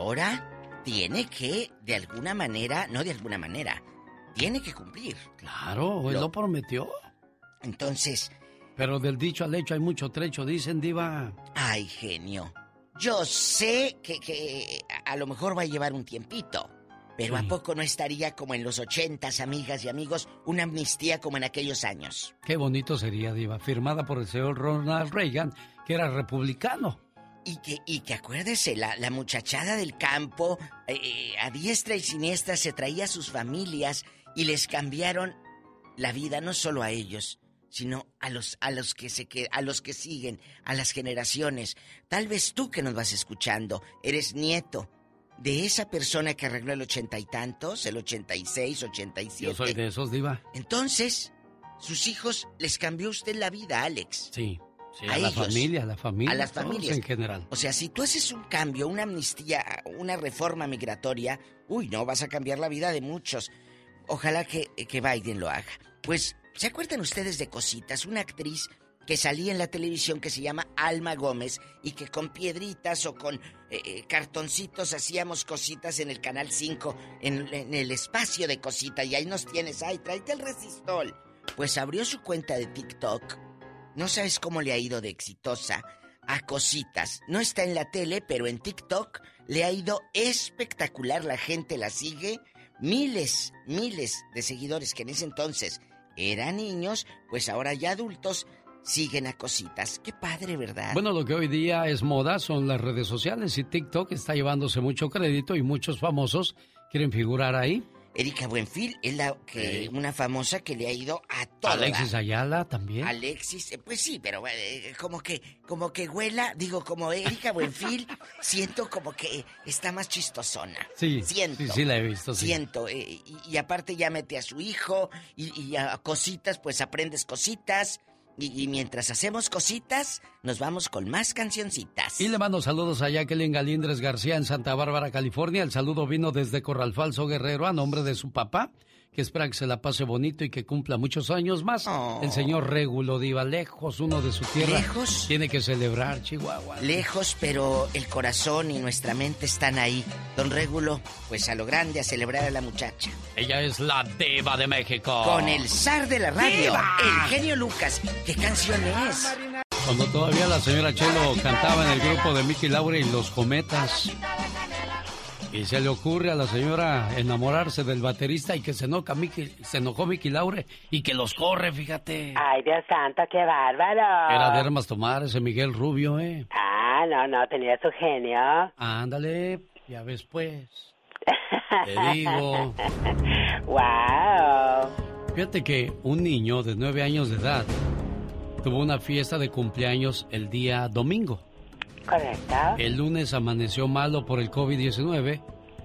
Ahora tiene que, de alguna manera, no de alguna manera, tiene que cumplir. Claro, él lo, lo prometió. Entonces... Pero del dicho al hecho hay mucho trecho, dicen, Diva. Ay, genio. Yo sé que, que a lo mejor va a llevar un tiempito, pero sí. ¿A poco no estaría como en los ochentas, amigas y amigos, una amnistía como en aquellos años? Qué bonito sería, Diva, firmada por el señor Ronald Reagan, que era republicano. Y que, y que acuérdese, la, la muchachada del campo, eh, a diestra y siniestra, se traía a sus familias y les cambiaron la vida, no solo a ellos, sino a los a los que se que, a los que siguen, a las generaciones. Tal vez tú que nos vas escuchando eres nieto de esa persona que arregló el ochenta y tantos, el ochenta y seis, ochenta y siete. Yo soy de esos, Diva. Entonces, sus hijos les cambió usted la vida, Alex. Sí, sí a, a la ellos, familia, a la familia, a las familias en general. O sea, si tú haces un cambio, una amnistía, una reforma migratoria, uy, no, vas a cambiar la vida de muchos. ojalá que, que Biden lo haga. Pues, ¿se acuerdan ustedes de Cositas? Una actriz que salía en la televisión que se llama Alma Gómez y que con piedritas o con eh, cartoncitos hacíamos cositas en el Canal cinco, en, en el espacio de Cositas, y ahí nos tienes, ay, tráete el resistol. Pues abrió su cuenta de TikTok, no sabes cómo le ha ido de exitosa a Cositas. No está en la tele, pero en TikTok le ha ido espectacular, la gente la sigue, miles, miles de seguidores que en ese entonces eran niños, pues ahora ya adultos, siguen a Cositas. Qué padre, ¿verdad? Bueno, lo que hoy día es moda son las redes sociales y TikTok está llevándose mucho crédito y muchos famosos quieren figurar ahí. Erika Buenfil es la que, sí. una famosa que le ha ido a toda. Alexis Ayala también. Alexis, eh, pues sí, pero eh, como que como que huela, digo, como Erika Buenfil, siento como que está más chistosona. Sí, siento. Sí, sí la he visto, sí. Siento, eh, y, y aparte ya mete a su hijo y, y a Cositas, pues aprendes cositas. Y, y mientras hacemos cositas, nos vamos con más cancioncitas. Y le mando saludos a Jacqueline Galindres García en Santa Bárbara, California. El saludo vino desde Corral Falso, Guerrero, a nombre de su papá, que espera que se la pase bonito y que cumpla muchos años más. Oh. El señor Régulo Diva, lejos, uno de su tierra. ¿Lejos? Tiene que celebrar, Chihuahua. Lejos, pero el corazón y nuestra mente están ahí. Don Régulo, pues a lo grande, a celebrar a la muchacha. Ella es la Diva de México. Con el zar de la radio, ¡Diva! El genio Lucas. ¿Qué canción es? Cuando todavía la señora Chelo cantaba en el grupo de Mickey Laure y los Cometas. Y se le ocurre a la señora enamorarse del baterista y que se enoja Mickey, se enojó Mickey Laure y que los corre, fíjate. Ay, Dios santo, qué bárbaro. Era de armas tomar ese Miguel Rubio, ¿eh? Ah, no, no, tenía su genio. Ándale, ya ves pues. Te digo. Wow. Fíjate que un niño de nueve años de edad tuvo una fiesta de cumpleaños el día domingo. Correcto. El lunes amaneció malo por el COVID diecinueve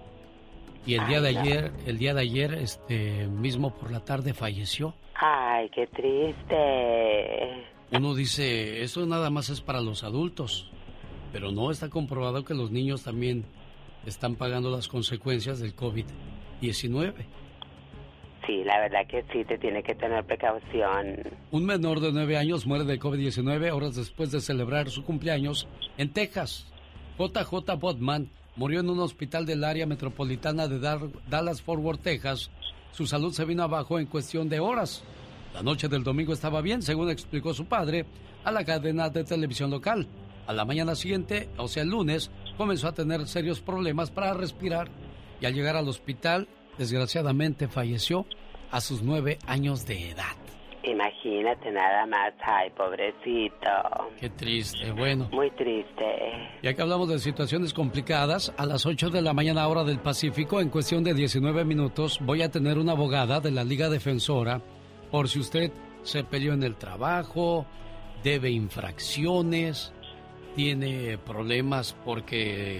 y el día Ay, de ayer, no. el día de ayer, este mismo por la tarde falleció. Ay, qué triste. Uno dice, eso nada más es para los adultos, pero no, está comprobado que los niños también están pagando las consecuencias del COVID diecinueve. Sí, la verdad que sí, te tiene que tener precaución. Un menor de nueve años muere de COVID diecinueve horas después de celebrar su cumpleaños en Texas. J J Bodman murió en un hospital del área metropolitana de Dallas-Fort Worth, Texas. Su salud se vino abajo en cuestión de horas. La noche del domingo estaba bien, según explicó su padre a la cadena de televisión local. A la mañana siguiente, o sea el lunes, comenzó a tener serios problemas para respirar y al llegar al hospital, desgraciadamente falleció a sus nueve años de edad. Imagínate nada más, ay, pobrecito. Qué triste, bueno. Muy triste. Ya que hablamos de situaciones complicadas, a las ocho de la mañana hora del Pacífico, en cuestión de diecinueve minutos, voy a tener una abogada de la Liga Defensora por si usted se peleó en el trabajo, debe infracciones, tiene problemas porque,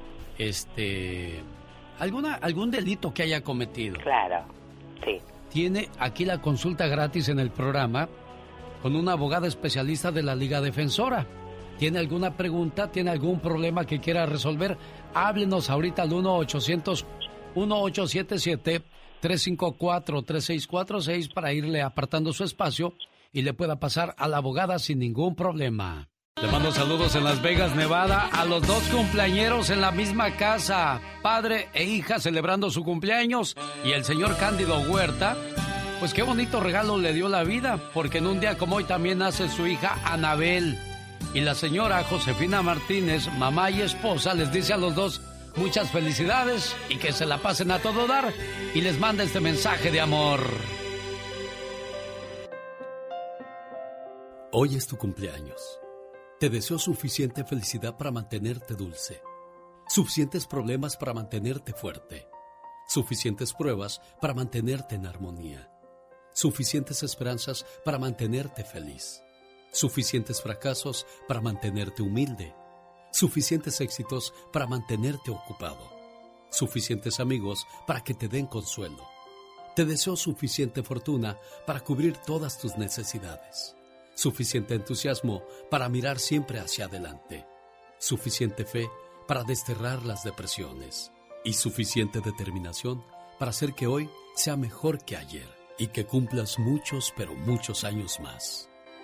este... alguna algún delito que haya cometido. Claro, sí. Tiene aquí la consulta gratis en el programa con una abogada especialista de la Liga Defensora. ¿Tiene alguna pregunta? ¿Tiene algún problema que quiera resolver? Háblenos ahorita al uno ochocientos, dieciocho setenta y siete, trescientos cincuenta y cuatro, treinta y seis cuarenta y seis para irle apartando su espacio y le pueda pasar a la abogada sin ningún problema. Le mando saludos en Las Vegas, Nevada, a los dos cumpleañeros en la misma casa, padre e hija celebrando su cumpleaños, y el señor Cándido Huerta, pues qué bonito regalo le dio la vida, porque en un día como hoy también nace su hija Anabel, y la señora Josefina Martínez, mamá y esposa, les dice a los dos muchas felicidades y que se la pasen a todo dar, y les manda este mensaje de amor. Hoy es tu cumpleaños. Te deseo suficiente felicidad para mantenerte dulce, suficientes problemas para mantenerte fuerte, suficientes pruebas para mantenerte en armonía, suficientes esperanzas para mantenerte feliz, suficientes fracasos para mantenerte humilde, suficientes éxitos para mantenerte ocupado, suficientes amigos para que te den consuelo. Te deseo suficiente fortuna para cubrir todas tus necesidades. Suficiente entusiasmo para mirar siempre hacia adelante, suficiente fe para desterrar las depresiones y suficiente determinación para hacer que hoy sea mejor que ayer y que cumplas muchos, pero muchos años más.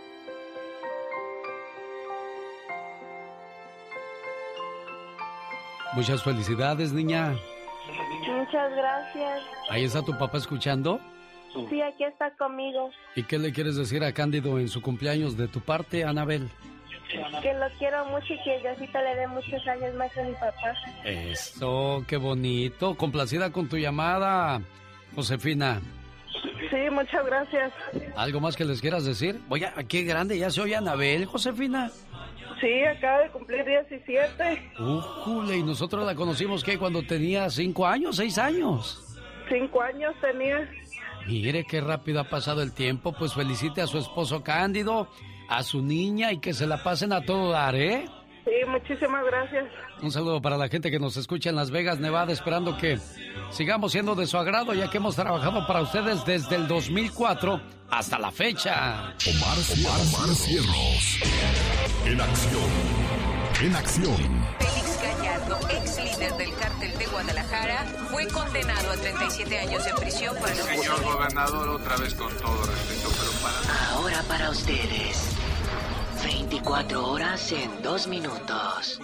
Muchas felicidades, niña. Muchas gracias. ¿Ahí está tu papá escuchando? Sí, aquí está conmigo. ¿Y qué le quieres decir a Cándido en su cumpleaños de tu parte, Anabel? Que lo quiero mucho y que Diosito le dé muchos años más a mi papá. Eso, qué bonito. Complacida con tu llamada, Josefina. Sí, muchas gracias. ¿Algo más que les quieras decir? Oye, qué grande ya se oye Anabel, Josefina. Sí, acaba de cumplir diecisiete. ¡Ujule! Y nosotros la conocimos, ¿qué? Cuando tenía cinco años, seis años. Cinco años tenía. Mire qué rápido ha pasado el tiempo. Pues felicite a su esposo Cándido, a su niña y que se la pasen a todo dar, ¿eh? Sí, muchísimas gracias. Un saludo para la gente que nos escucha en Las Vegas, Nevada, esperando que sigamos siendo de su agrado, ya que hemos trabajado para ustedes desde el dos mil cuatro hasta la fecha. Omar, Omar, Omar Cierros. En acción. En acción. Félix Gallardo, ex líder del cártel de Guadalajara, fue condenado a treinta y siete años de prisión por el Señor gobernador, otra vez con todo respeto, pero para... Ahora para ustedes, veinticuatro horas en dos minutos.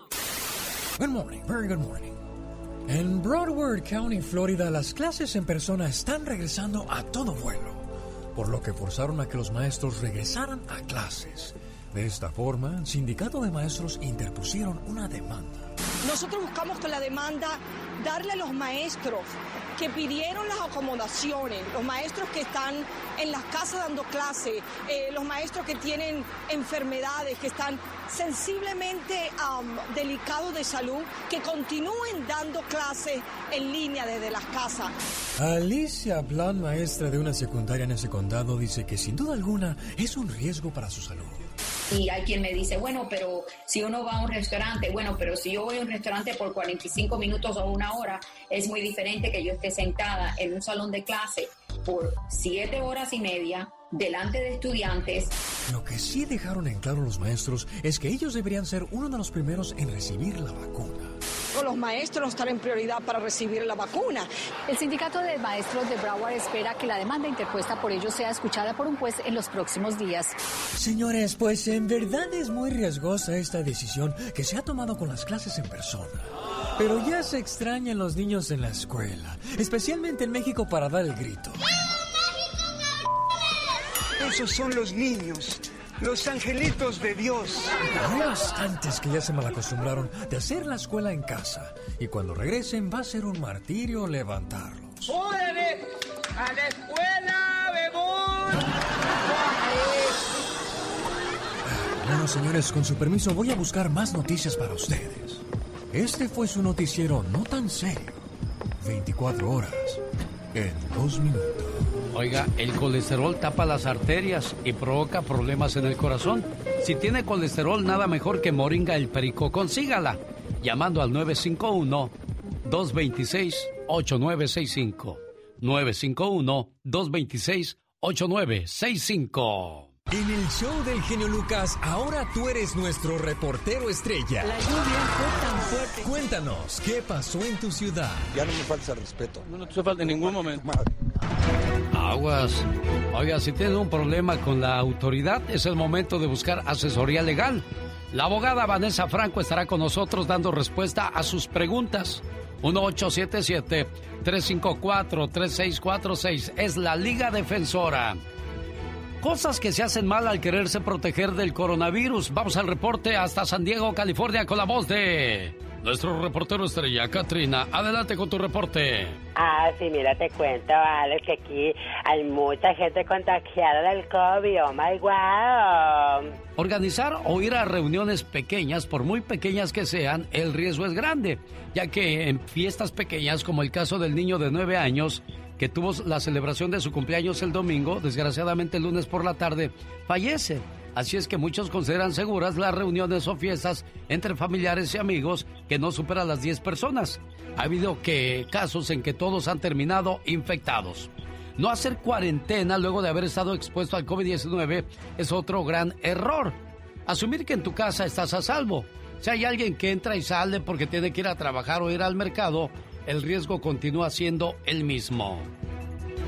Good morning, very good morning. En Broward County, Florida, las clases en persona están regresando a todo vuelo, por lo que forzaron a que los maestros regresaran a clases. De esta forma, el sindicato de maestros interpusieron una demanda. Nosotros buscamos con la demanda darle a los maestros que pidieron las acomodaciones, los maestros que están en las casas dando clase, eh, los maestros que tienen enfermedades, que están sensiblemente um, delicados de salud, que continúen dando clases en línea desde las casas. Alicia Plan, maestra de una secundaria en ese condado, dice que sin duda alguna es un riesgo para su salud. Y hay quien me dice, bueno, pero si uno va a un restaurante, bueno, pero si yo voy a un restaurante por cuarenta y cinco minutos o una hora, es muy diferente que yo esté sentada en un salón de clase por siete horas y media delante de estudiantes. Lo que sí dejaron en claro los maestros es que ellos deberían ser uno de los primeros en recibir la vacuna. Los maestros están en prioridad para recibir la vacuna. El sindicato de maestros de Broward espera que la demanda interpuesta por ellos sea escuchada por un juez en los próximos días. Señores, pues en verdad es muy riesgosa esta decisión que se ha tomado con las clases en persona. Pero ya se extrañan los niños en la escuela, especialmente en México, para dar el grito. Esos son los niños, los angelitos de Dios. Hay bastantes que ya se malacostumbraron de hacer la escuela en casa. Y cuando regresen va a ser un martirio levantarlos. ¡Órale! ¡A la escuela, bebón! Bueno, señores, con su permiso voy a buscar más noticias para ustedes. Este fue su noticiero no tan serio. veinticuatro horas en dos minutos. Oiga, el colesterol tapa las arterias y provoca problemas en el corazón. Si tiene colesterol, nada mejor que Moringa el Perico. Consígala llamando al nueve cinco uno, dos dos seis, ocho nueve seis cinco. nueve cinco uno, dos dos seis, ocho nueve seis cinco. En el show del genio Lucas, ahora tú eres nuestro reportero estrella. La lluvia fue tan fuerte. Cuéntanos, ¿qué pasó en tu ciudad? Ya no me falta el respeto. No, no te falta en ningún momento. Aguas. Oiga, si tienen un problema con la autoridad, es el momento de buscar asesoría legal. La abogada Vanessa Franco estará con nosotros dando respuesta a sus preguntas. uno ocho siete siete, tres cinco cuatro, tres seis cuatro seis es la Liga Defensora. Cosas que se hacen mal al quererse proteger del coronavirus. Vamos al reporte hasta San Diego, California, con la voz de nuestro reportero estrella, Katrina. Adelante con tu reporte. Ah, sí, mira, te cuento, Alex, que aquí hay mucha gente contagiada del COVID. Oh, my wow. Organizar o ir a reuniones pequeñas, por muy pequeñas que sean, el riesgo es grande, ya que en fiestas pequeñas, como el caso del niño de nueve años, que tuvo la celebración de su cumpleaños el domingo, desgraciadamente el lunes por la tarde, fallece. Así es que muchos consideran seguras las reuniones o fiestas entre familiares y amigos que no superan las diez personas. Ha habido que, casos en que todos han terminado infectados. No hacer cuarentena luego de haber estado expuesto al COVID diecinueve es otro gran error. Asumir que en tu casa estás a salvo. Si hay alguien que entra y sale porque tiene que ir a trabajar o ir al mercado, el riesgo continúa siendo el mismo.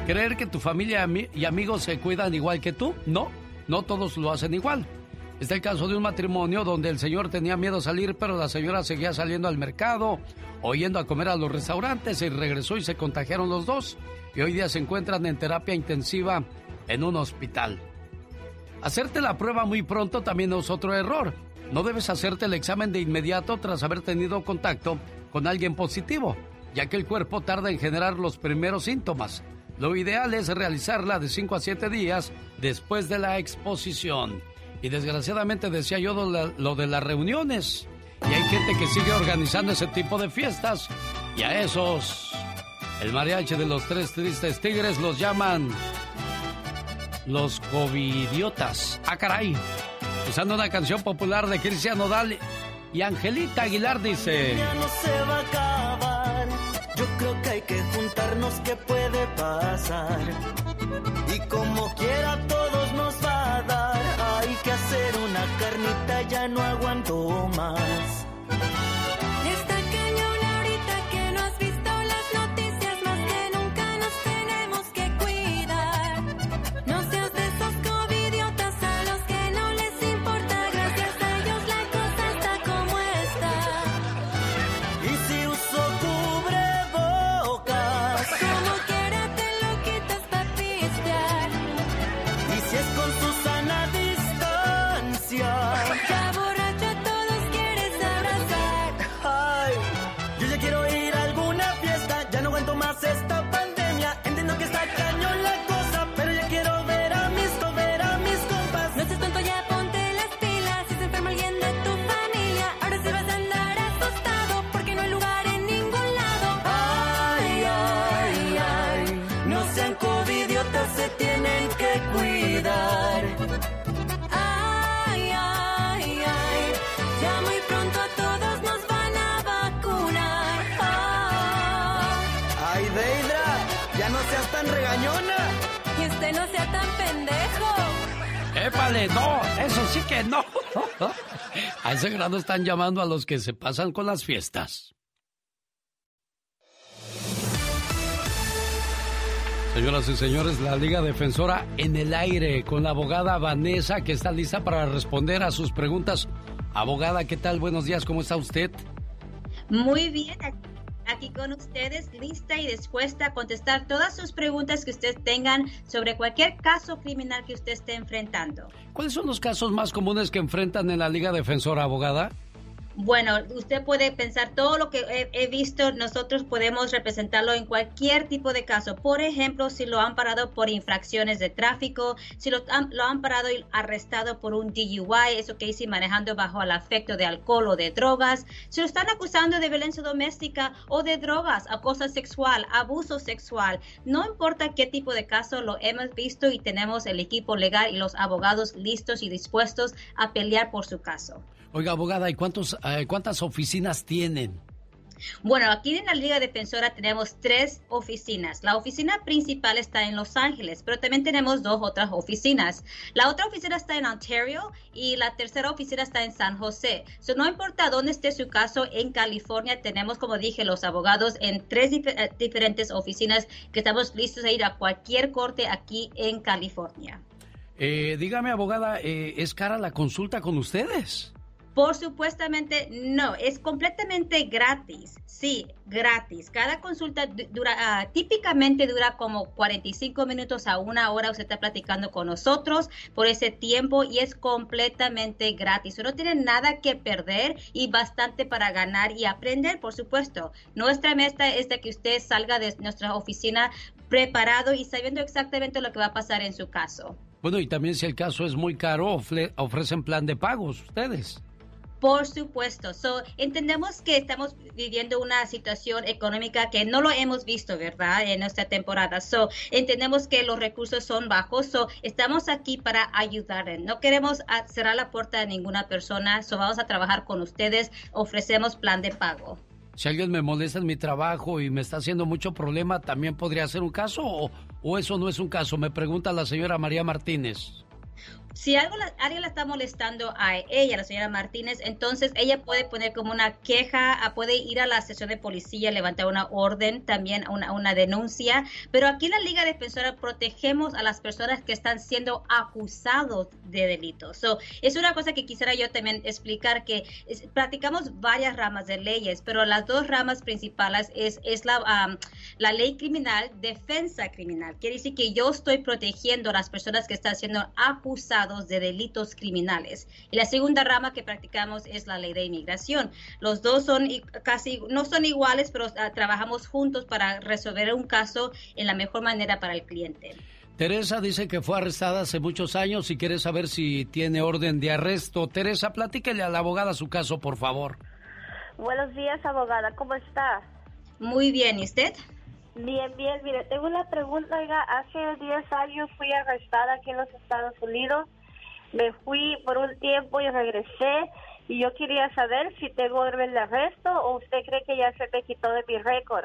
Creer que tu familia y amigos se cuidan igual que tú, no, no todos lo hacen igual. Está el caso de un matrimonio donde el señor tenía miedo a salir, pero la señora seguía saliendo al mercado o yendo a comer a los restaurantes y regresó y se contagiaron los dos. Y hoy día se encuentran en terapia intensiva en un hospital. Hacerte la prueba muy pronto también es otro error. No debes hacerte el examen de inmediato tras haber tenido contacto con alguien positivo, ya que el cuerpo tarda en generar los primeros síntomas. Lo ideal es realizarla de cinco a siete días después de la exposición. Y desgraciadamente decía yo lo, lo de las reuniones. Y hay gente que sigue organizando ese tipo de fiestas. Y a esos, el mariachi de los Tres Tristes Tigres los llaman los covidiotas. ¡Ah, caray! Usando una canción popular de Cristian Nodal y Angelita Aguilar dice... Ya no se va a acabar. Yo creo que hay que juntarnos, ¿qué puede pasar? Y como quiera todos nos va a dar. Hay que hacer una carnita, ya no aguanto más. Está cañón ahorita que no has visto las noticias, más que nunca nos tenemos que cuidar. No seas de esos covidiotas a los que no les importa, gracias a ellos la cosa está como está. Y si uso cubrebocas, como quiera te lo quitas pa' pistear. Y si es con Susana distancia, ya borracho a todos quieres abrazar. ay, yo ya quiero ir a alguna fiesta, ya no aguanto más esta pandemia. Entiendo que está cañón la cosa, pero ya quiero ver a mis, ver a mis compas. No seas tonto, ya ponte las pilas. Si se enferma alguien de tu familia, ahora sí vas a andar asustado, porque no hay lugar en ningún lado. Ay, ay, ay, no sean covidiotas, se tienen que cuidar. Ay, ay, ay, ya muy pronto a todos nos van a vacunar. Ah, Ay, Deidra, ya no seas tan regañona. y usted no sea tan pendejo. ¡Épale! ¡No! ¡Eso sí que no! A ese grado están llamando a los que se pasan con las fiestas. Señoras y señores, la Liga Defensora en el aire con la abogada Vanessa, que está lista para responder a sus preguntas. Abogada, ¿qué tal? Buenos días, ¿cómo está usted? Muy bien, aquí con ustedes, lista y dispuesta a contestar todas sus preguntas que ustedes tengan sobre cualquier caso criminal que usted esté enfrentando. ¿Cuáles son los casos más comunes que enfrentan en la Liga Defensora, abogada? Bueno, usted puede pensar todo lo que he, he visto, nosotros podemos representarlo en cualquier tipo de caso. Por ejemplo, si lo han parado por infracciones de tráfico, si lo han, lo han parado y arrestado por un D U I, eso que dice manejando bajo el afecto de alcohol o de drogas, si lo están acusando de violencia doméstica o de drogas, acoso sexual, abuso sexual, no importa qué tipo de caso, lo hemos visto y tenemos el equipo legal y los abogados listos y dispuestos a pelear por su caso. Oiga, abogada, ¿y cuántos, eh, cuántas oficinas tienen? Bueno, aquí en la Liga Defensora tenemos tres oficinas. La oficina principal está en Los Ángeles, pero también tenemos dos otras oficinas. La otra oficina está en Ontario y la tercera oficina está en San José. So, no importa dónde esté su caso, en California tenemos, como dije, los abogados en tres dif- diferentes oficinas que estamos listos a ir a cualquier corte aquí en California. Eh, dígame, abogada, eh, ¿es cara la consulta con ustedes? Por supuestamente no, es completamente gratis, sí, gratis. Cada consulta dura, uh, típicamente dura como cuarenta y cinco minutos a una hora. Usted está platicando con nosotros por ese tiempo y es completamente gratis. No tiene nada que perder y bastante para ganar y aprender, por supuesto. Nuestra meta es de que usted salga de nuestra oficina preparado y sabiendo exactamente lo que va a pasar en su caso. Bueno, y también si el caso es muy caro, ofre- ofrecen plan de pagos ustedes. Por supuesto. So, entendemos que estamos viviendo una situación económica que no lo hemos visto, ¿verdad? En nuestra temporada. So, entendemos que los recursos son bajos. So, estamos aquí para ayudarles. No queremos cerrar la puerta a ninguna persona. So, vamos a trabajar con ustedes. Ofrecemos plan de pago. Si alguien me molesta en mi trabajo y me está haciendo mucho problema, ¿también podría ser un caso o, o eso no es un caso? Me pregunta la señora María Martínez. Si algo la, alguien la está molestando a ella, la señora Martínez, entonces ella puede poner como una queja, puede ir a la sección de policía, levantar una orden, también una, una denuncia. Pero aquí en la Liga Defensora protegemos a las personas que están siendo acusados de delitos. So, es una cosa que quisiera yo también explicar, que es, practicamos varias ramas de leyes, pero las dos ramas principales es, es la, um, la ley criminal, defensa criminal. Quiere decir que yo estoy protegiendo a las personas que están siendo acusadas de delitos criminales. Y la segunda rama que practicamos es la ley de inmigración. Los dos son casi, no son iguales, pero uh, trabajamos juntos para resolver un caso en la mejor manera para el cliente. Teresa dice que fue arrestada hace muchos años y quiere saber si tiene orden de arresto. Teresa, platíquele a la abogada su caso, por favor. Buenos días, abogada. ¿Cómo está? Muy bien. ¿Y usted? Bien, bien. Mire, tengo una pregunta. Oiga, hace diez años fui arrestada aquí en los Estados Unidos. Me fui por un tiempo y regresé. Y yo quería saber si tengo orden de arresto o usted cree que ya se me quitó de mi récord.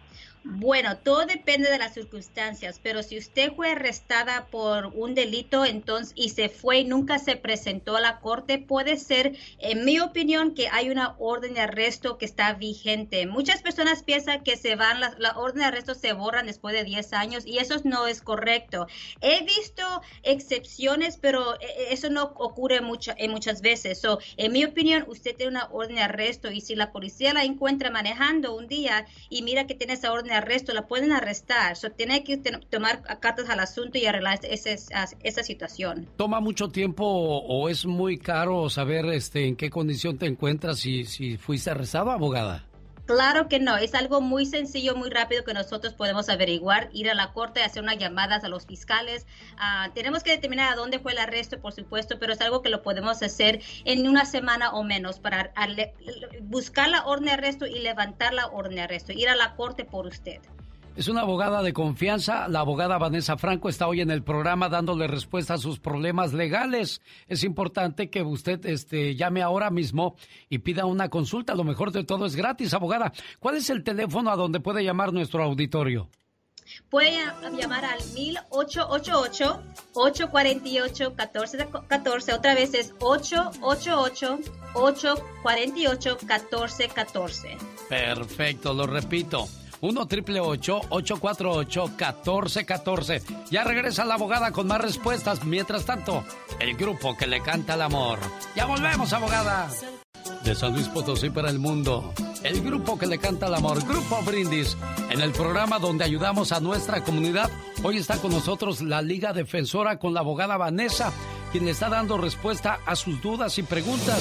Bueno, todo depende de las circunstancias, pero si usted fue arrestada por un delito entonces y se fue y nunca se presentó a la corte, puede ser, en mi opinión, que hay una orden de arresto que está vigente. Muchas personas piensan que se van, la, la orden de arresto se borran después de diez años y eso no es correcto. He visto excepciones, pero eso no ocurre mucho, en muchas veces. So, en mi opinión, usted tiene una orden de arresto y si la policía la encuentra manejando un día y mira que tiene esa orden de arresto, la pueden arrestar. So, tiene que ten, tomar cartas al asunto y arreglar ese, esa, esa situación. ¿Toma mucho tiempo o es muy caro saber este en qué condición te encuentras si, si fuiste arrestado, abogada? Claro que no, es algo muy sencillo, muy rápido que nosotros podemos averiguar, ir a la corte, hacer unas llamadas a los fiscales. Uh, tenemos que determinar a dónde fue el arresto, por supuesto, pero es algo que lo podemos hacer en una semana o menos para a, le, buscar la orden de arresto y levantar la orden de arresto, ir a la corte por usted. Es una abogada de confianza. La abogada Vanessa Franco está hoy en el programa dándole respuesta a sus problemas legales. Es importante que usted este, llame ahora mismo y pida una consulta. Lo mejor de todo es gratis, abogada. ¿Cuál es el teléfono a donde puede llamar nuestro auditorio? Puede llamar al mil ochocientos ochenta y ocho, ochocientos cuarenta y ocho, catorce catorce. Otra vez es ocho ocho ocho, ochocientos cuarenta y ocho, catorce catorce. Perfecto, lo repito. uno triple ocho, ocho cuatro ocho, uno cuatro uno cuatro. Ya regresa la abogada con más respuestas. Mientras tanto, el grupo que le canta el amor. Ya volvemos, abogada. De San Luis Potosí para el mundo, el grupo que le canta el amor, Grupo Brindis, en el programa donde ayudamos a nuestra comunidad. Hoy está con nosotros la Liga Defensora con la abogada Vanessa, quien le está dando respuesta a sus dudas y preguntas.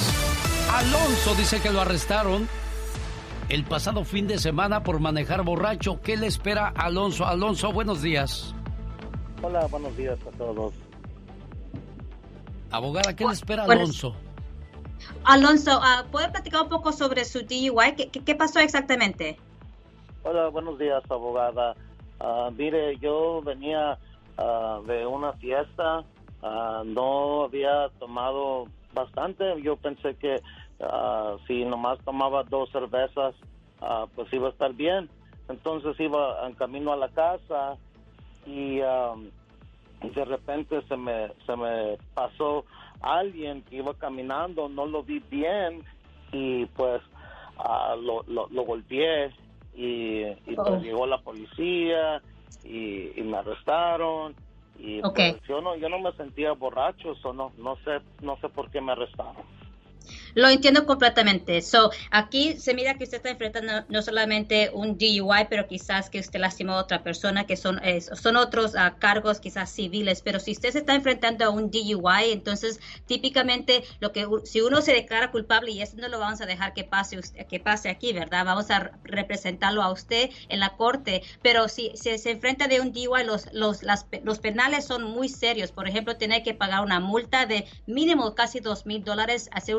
Alonso dice que lo arrestaron el pasado fin de semana por manejar borracho. ¿Qué le espera a Alonso? Alonso, buenos días. Hola, buenos días a todos. Abogada, ¿qué le espera a Alonso? Alonso, uh, ¿puede platicar un poco sobre su D U I? ¿Qué, qué, qué pasó exactamente? Hola, buenos días, abogada. Uh, mire, yo venía uh, de una fiesta. Uh, no había tomado bastante. Yo pensé que Uh, si nomás tomaba dos cervezas, uh, pues iba a estar bien. Entonces iba en camino a la casa y um, de repente se me se me pasó alguien que iba caminando, no lo vi bien y pues uh, lo, lo, lo golpeé y, y pues Oh. llegó la policía y, y me arrestaron y Okay. pues yo no yo no me sentía borracho, so no no sé no sé por qué me arrestaron. Lo entiendo completamente. So, aquí se mira que usted está enfrentando no solamente un D U I, pero quizás que usted lastimó a otra persona, que son, eh, son otros uh, cargos quizás civiles. Pero si usted se está enfrentando a un D U I, entonces típicamente lo que si uno se declara culpable, y eso no lo vamos a dejar que pase usted, que pase aquí, ¿verdad? Vamos a representarlo a usted en la corte. Pero si, si se enfrenta de un D U I, los, los, las, los penales son muy serios. Por ejemplo, tener que pagar una multa de mínimo casi dos mil dólares, hacer una clase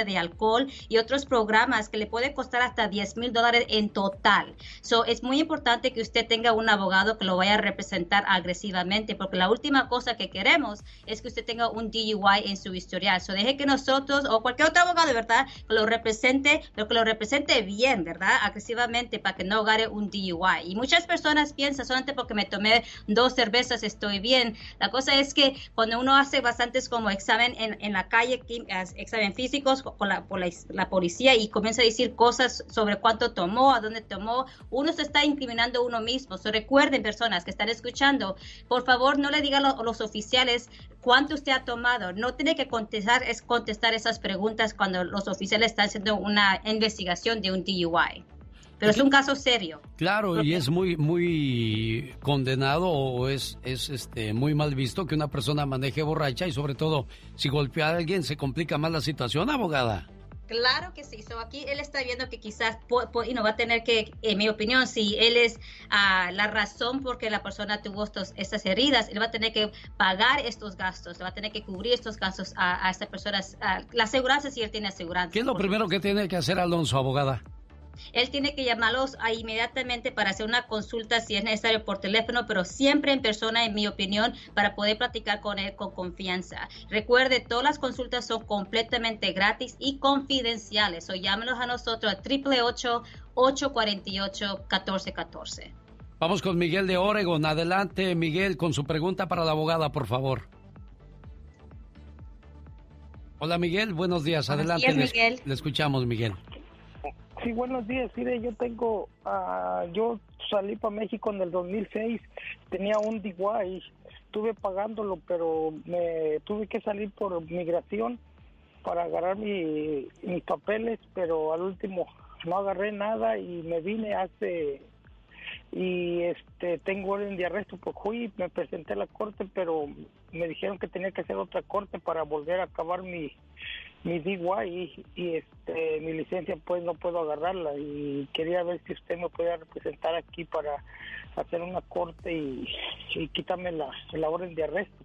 base de alcohol y otros programas que le puede costar hasta diez mil dólares en total. So, es muy importante que usted tenga un abogado que lo vaya a representar agresivamente, porque la última cosa que queremos es que usted tenga un D U I en su historial. So, deje que nosotros o cualquier otro abogado, ¿verdad?, que lo represente, pero que lo represente bien, ¿verdad?, agresivamente, para que no gane un D U I. Y muchas personas piensan, solamente porque me tomé dos cervezas estoy bien. La cosa es que cuando uno hace bastantes como examen en, en la calle, examen físicos con la, por la, la policía y comienza a decir cosas sobre cuánto tomó, a dónde tomó, uno se está incriminando uno mismo. So, recuerden, personas que están escuchando, por favor no le digan a los oficiales cuánto usted ha tomado. No tiene que contestar, es contestar esas preguntas cuando los oficiales están haciendo una investigación de un D U I. Pero es un caso serio. Claro, y es muy muy condenado o es es este muy mal visto que una persona maneje borracha y sobre todo si golpea a alguien se complica más la situación, abogada. Claro que sí. So, aquí él está viendo que quizás po, po, y no va a tener que, en mi opinión, si él es uh, la razón por qué la persona tuvo estos, estas heridas, él va a tener que pagar estos gastos, va a tener que cubrir estos gastos a, a estas personas. Uh, la aseguranza, si él tiene aseguranza. ¿Qué es lo primero que tiene que hacer Alonso, abogada? Él tiene que llamarlos a inmediatamente para hacer una consulta si es necesario por teléfono, pero siempre en persona, en mi opinión, para poder platicar con él con confianza. Recuerde, todas las consultas son completamente gratis y confidenciales. O llámenos a nosotros a ocho ocho ocho, ocho cuatro ocho, uno cuatro uno cuatro. Vamos con Miguel de Oregon. Adelante, Miguel, con su pregunta para la abogada, por favor. Hola, Miguel, buenos días. Adelante. Buenos días, Miguel. Le, le escuchamos, Miguel. Sí, buenos días. Mire, yo tengo, uh, yo salí para México en el dos mil seis, tenía un D U I, estuve pagándolo, pero me tuve que salir por migración para agarrar mi, mis papeles, pero al último no agarré nada y me vine hace, y este tengo orden de arresto, pues fui, me presenté a la corte, pero me dijeron que tenía que hacer otra corte para volver a acabar mi mi D U I y, y este mi licencia pues no puedo agarrarla y quería ver si usted me podía representar aquí para hacer una corte y, y quitarme la, la orden de arresto.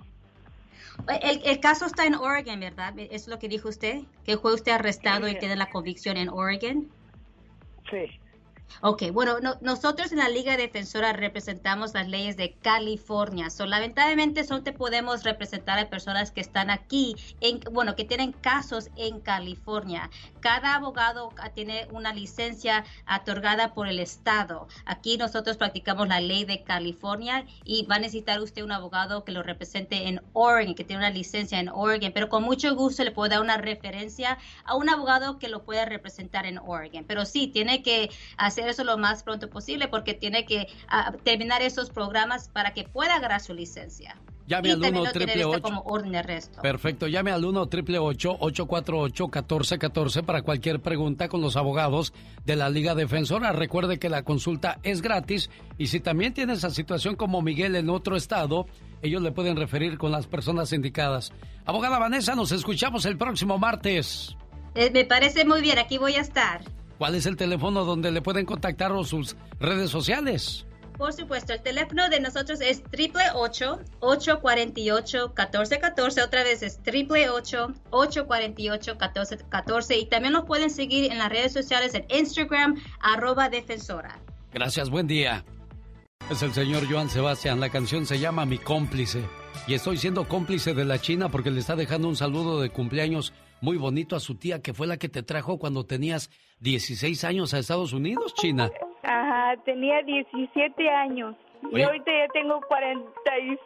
El, el caso está en Oregon, ¿verdad? ¿Es lo que dijo usted? ¿Que fue usted arrestado sí. y tiene la convicción en Oregon? Sí. Ok, bueno, no, nosotros en la Liga Defensora representamos las leyes de California. So, lamentablemente solo te podemos representar a personas que están aquí, en, bueno, que tienen casos en California. Cada abogado tiene una licencia otorgada por el estado. Aquí nosotros practicamos la ley de California y va a necesitar usted un abogado que lo represente en Oregon, que tiene una licencia en Oregon. Pero con mucho gusto le puedo dar una referencia a un abogado que lo pueda representar en Oregon. Pero sí, tiene que hacer eso lo más pronto posible porque tiene que uh, terminar esos programas para que pueda agarrar su licencia. Llame al uno triple ocho como orden de arresto. Perfecto, llame al uno triple ocho, ocho cuatro ocho, uno cuatro uno cuatro para cualquier pregunta con los abogados de la Liga Defensora. Recuerde que la consulta es gratis y si también tiene esa situación como Miguel en otro estado, ellos le pueden referir con las personas indicadas. Abogada Vanessa, nos escuchamos el próximo martes. Eh, me parece muy bien, aquí voy a estar. ¿Cuál es el teléfono donde le pueden contactar o sus redes sociales? Por supuesto, el teléfono de nosotros es ocho ocho ocho, ocho cuatro ocho, uno cuatro uno cuatro. Otra vez es ocho ocho ocho, ocho cuatro ocho, uno cuatro uno cuatro. Y también nos pueden seguir en las redes sociales en Instagram, arroba defensora. Gracias, buen día. Es el señor Joan Sebastián. La canción se llama Mi Cómplice. Y estoy siendo cómplice de la China porque le está dejando un saludo de cumpleaños muy bonito a su tía, que fue la que te trajo cuando tenías dieciséis años a Estados Unidos, China. Ajá, tenía diecisiete años. Oye. Y ahorita ya tengo cuarenta y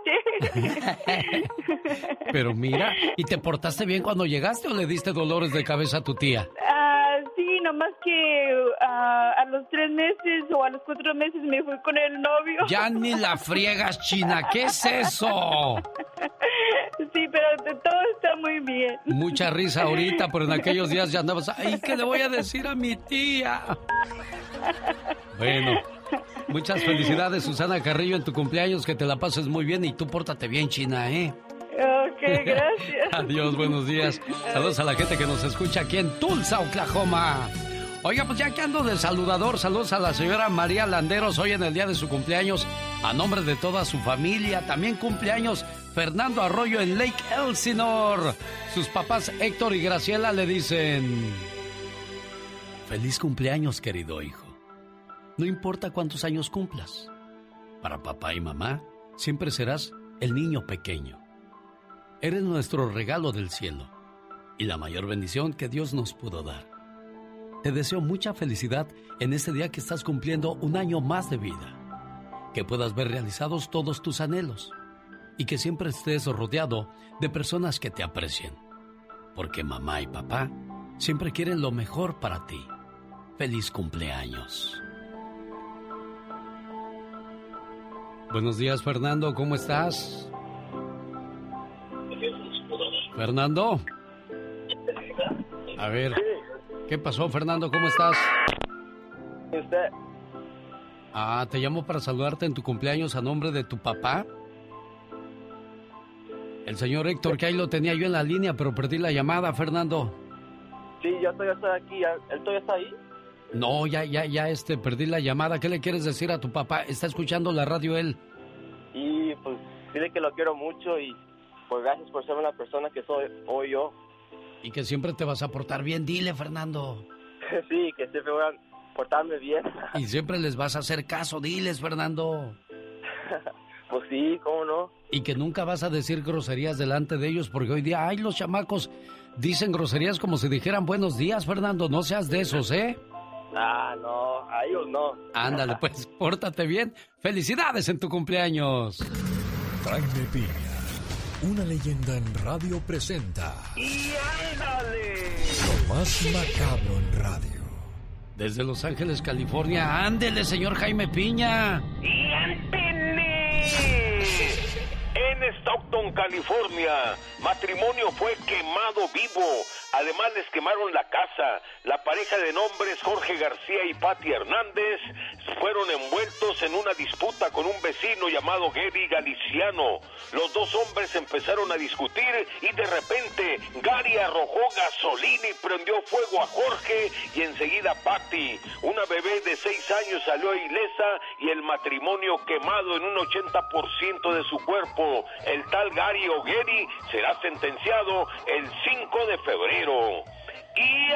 siete. Pero mira, ¿y te portaste bien cuando llegaste o le diste dolores de cabeza a tu tía? Ah, sí, nomás que ah, a los tres meses o a los cuatro meses me fui con el novio. Ya ni la friegas, China, ¿qué es eso? Sí, pero todo está muy bien. Mucha risa ahorita, pero en aquellos días ya andabas, ay, ¿qué le voy a decir a mi tía? Bueno, muchas felicidades, Susana Carrillo, en tu cumpleaños, que te la pases muy bien y tú pórtate bien, China, ¿eh? Ok, gracias. Adiós, buenos días. Saludos a la gente que nos escucha aquí en Tulsa, Oklahoma. Oiga, pues ya que ando de saludador, saludos a la señora María Landeros, hoy en el día de su cumpleaños, a nombre de toda su familia. También cumpleaños Fernando Arroyo en Lake Elsinore. Sus papás Héctor y Graciela le dicen: feliz cumpleaños, querido hijo. No importa cuántos años cumplas, para papá y mamá siempre serás el niño pequeño. Eres nuestro regalo del cielo y la mayor bendición que Dios nos pudo dar. Te deseo mucha felicidad en este día que estás cumpliendo un año más de vida. Que puedas ver realizados todos tus anhelos y que siempre estés rodeado de personas que te aprecien. Porque mamá y papá siempre quieren lo mejor para ti. Feliz cumpleaños. Buenos días, Fernando, ¿cómo estás? Fernando. A ver, ¿qué pasó, Fernando? ¿Cómo estás? ¿Usted? Ah, te llamo para saludarte en tu cumpleaños a nombre de tu papá. El señor Héctor, que ahí lo tenía yo en la línea, pero perdí la llamada, Fernando. Sí, yo todavía estoy aquí. ¿Él todavía está ahí? No, ya, ya, ya, este, perdí la llamada. ¿Qué le quieres decir a tu papá? Está escuchando la radio él. Y pues, dile que lo quiero mucho y pues gracias por ser una persona que soy hoy yo. Y que siempre te vas a portar bien, dile, Fernando. Sí, que siempre voy a portarme bien. Y siempre les vas a hacer caso, diles, Fernando. Pues sí, ¿cómo no? Y que nunca vas a decir groserías delante de ellos, porque hoy día, ay, los chamacos dicen groserías como si dijeran buenos días, Fernando. No seas de esos, ¿eh? Ah, no, a ellos no. Ándale, pues, pórtate bien. ¡Felicidades en tu cumpleaños! Jaime Piña, una leyenda en radio presenta. ¡Y ándale! Lo más macabro en radio. Desde Los Ángeles, California, ándele, señor Jaime Piña. ¡Y ándele! En Stockton, California, matrimonio fue quemado vivo. Además les quemaron la casa. La pareja de nombres Jorge García y Patti Hernández fueron envueltos en una disputa con un vecino llamado Gary Galiciano. Los dos hombres empezaron a discutir y de repente Gary arrojó gasolina y prendió fuego a Jorge y enseguida a Patti. Una bebé de seis años salió ilesa y el matrimonio quemado en un ochenta por ciento de su cuerpo. El tal Gary o Gary será sentenciado el cinco de febrero. ¡Y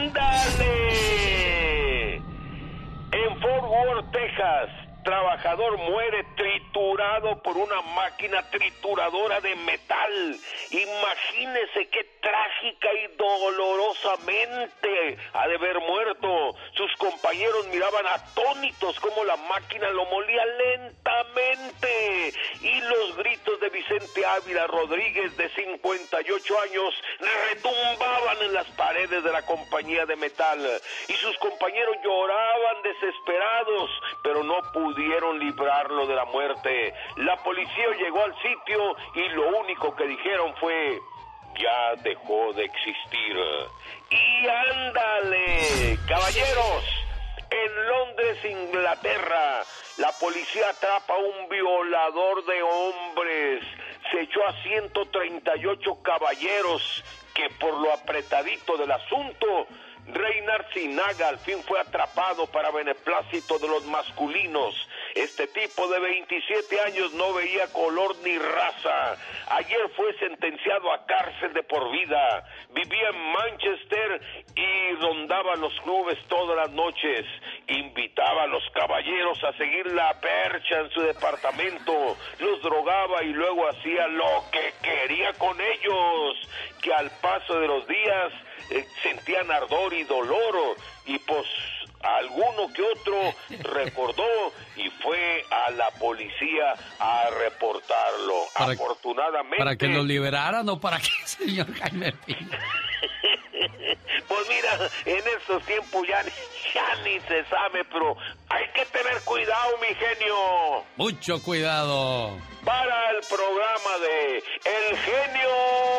ándale! En Fort Worth, Texas, trabajador muere triturado por una máquina trituradora de metal. Imagínese qué trágica y dolorosamente ha de haber muerto. Sus compañeros miraban atónitos cómo la máquina lo molía lentamente. Y los gritos de Vicente Ávila Rodríguez, de cincuenta y ocho años, retumbaban en las paredes de la compañía de metal. Y sus compañeros lloraban desesperados, pero no pudieron librarlo de la muerte. La policía llegó al sitio y lo único que dijeron fue: ya dejó de existir. ¡Y ándale! Caballeros, en Londres, Inglaterra, la policía atrapa a un violador de hombres. Se echó a ciento treinta y ocho caballeros que, por lo apretadito del asunto, Reynard Sinaga al fin fue atrapado para beneplácito de los masculinos. Este tipo de veintisiete años no veía color ni raza. Ayer fue sentenciado a cárcel de por vida. Vivía en Manchester y rondaba los clubes todas las noches. Invitaba a los caballeros a seguir la percha en su departamento. Los drogaba y luego hacía lo que quería con ellos, que al paso de los días eh, sentían ardor y dolor, y pues alguno que otro recordó y fue a la policía a reportarlo. Para, Afortunadamente... ¿Para que lo liberaran o para qué, señor Jaime Piña? Pues mira, en estos tiempos ya ni, ya ni se sabe, pero hay que tener cuidado, mi genio. Mucho cuidado. Para el programa de El Genio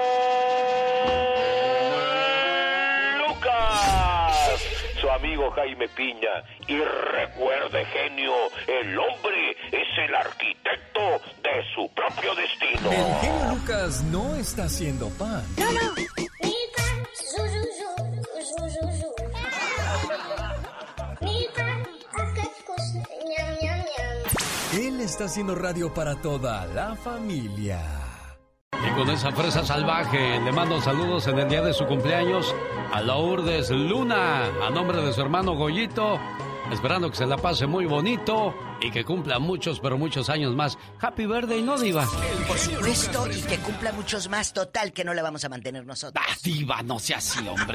Lucas, su amigo Jaime Piña. Y recuerde, genio, el hombre es el arquitecto de su propio destino. El genio Lucas no está haciendo pan. No, no. Él está haciendo radio para toda la familia. Y con esa fresa salvaje le mando saludos en el día de su cumpleaños a Lourdes Luna, a nombre de su hermano Goyito, esperando que se la pase muy bonito y que cumpla muchos, pero muchos años más. Happy birthday, ¿no, Diva? Por supuesto, y que cumpla muchos más. Total, que no la vamos a mantener nosotros. Ah, Diva, no sea así, hombre.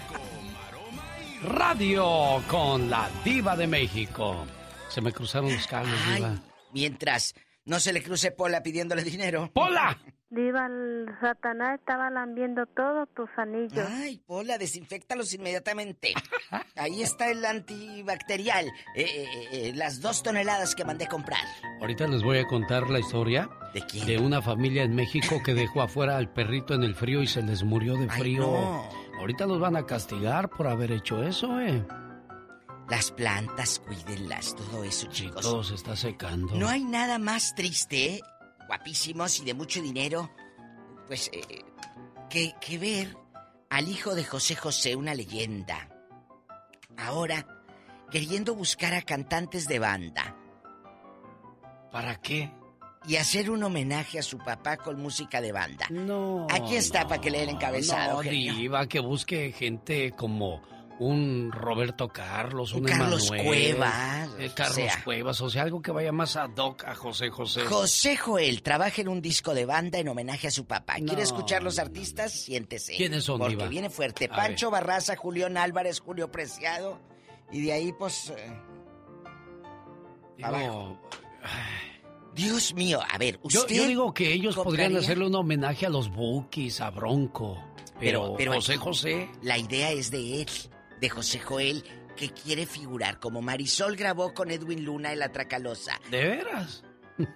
Radio con la Diva de México. Se me cruzaron los cables, Ay, Diva. Mientras no se le cruce Pola pidiéndole dinero. ¡Pola! Diva, el Satanás estaba lambiendo todos tus anillos. Ay, Pola, desinféctalos inmediatamente. Ahí está el antibacterial. Eh, eh, eh, las dos toneladas que mandé comprar. Ahorita les voy a contar la historia. ¿De quién? De una familia en México que dejó afuera al perrito en el frío y se les murió de frío. Ay, no. Ahorita los van a castigar por haber hecho eso, ¿eh? Las plantas, cuídenlas, todo eso, chicos. Todo se está secando. No hay nada más triste, guapísimos y de mucho dinero, pues, eh, que, que ver al hijo de José José, una leyenda. Ahora, queriendo buscar a cantantes de banda. ¿Para qué? Y hacer un homenaje a su papá con música de banda. No. Aquí está no, para que le den encabezado, No, genio. Diva, que busque gente como un Roberto Carlos, un, Un Carlos Emanuel, Cuevas, eh, o Carlos sea. Cuevas, o sea, algo que vaya más ad hoc a José José. José Joel trabaja en un disco de banda en homenaje a su papá. ¿Quiere No, escuchar los artistas? Siéntese. ¿Quiénes son, Porque Diva? viene fuerte. A Pancho Barraza, Julián Álvarez, Julio Preciado. Y de ahí, pues... eh, Digo, abajo. Dios mío, a ver, Yo, usted... yo digo que ellos podrían compraría- hacerle un homenaje a los Bukis, a Bronco. Pero, Pero, pero José aquí, José... La idea es de él, de José Joel, que quiere figurar como Marisol grabó con Edwin Luna en La Tracalosa. ¿De veras?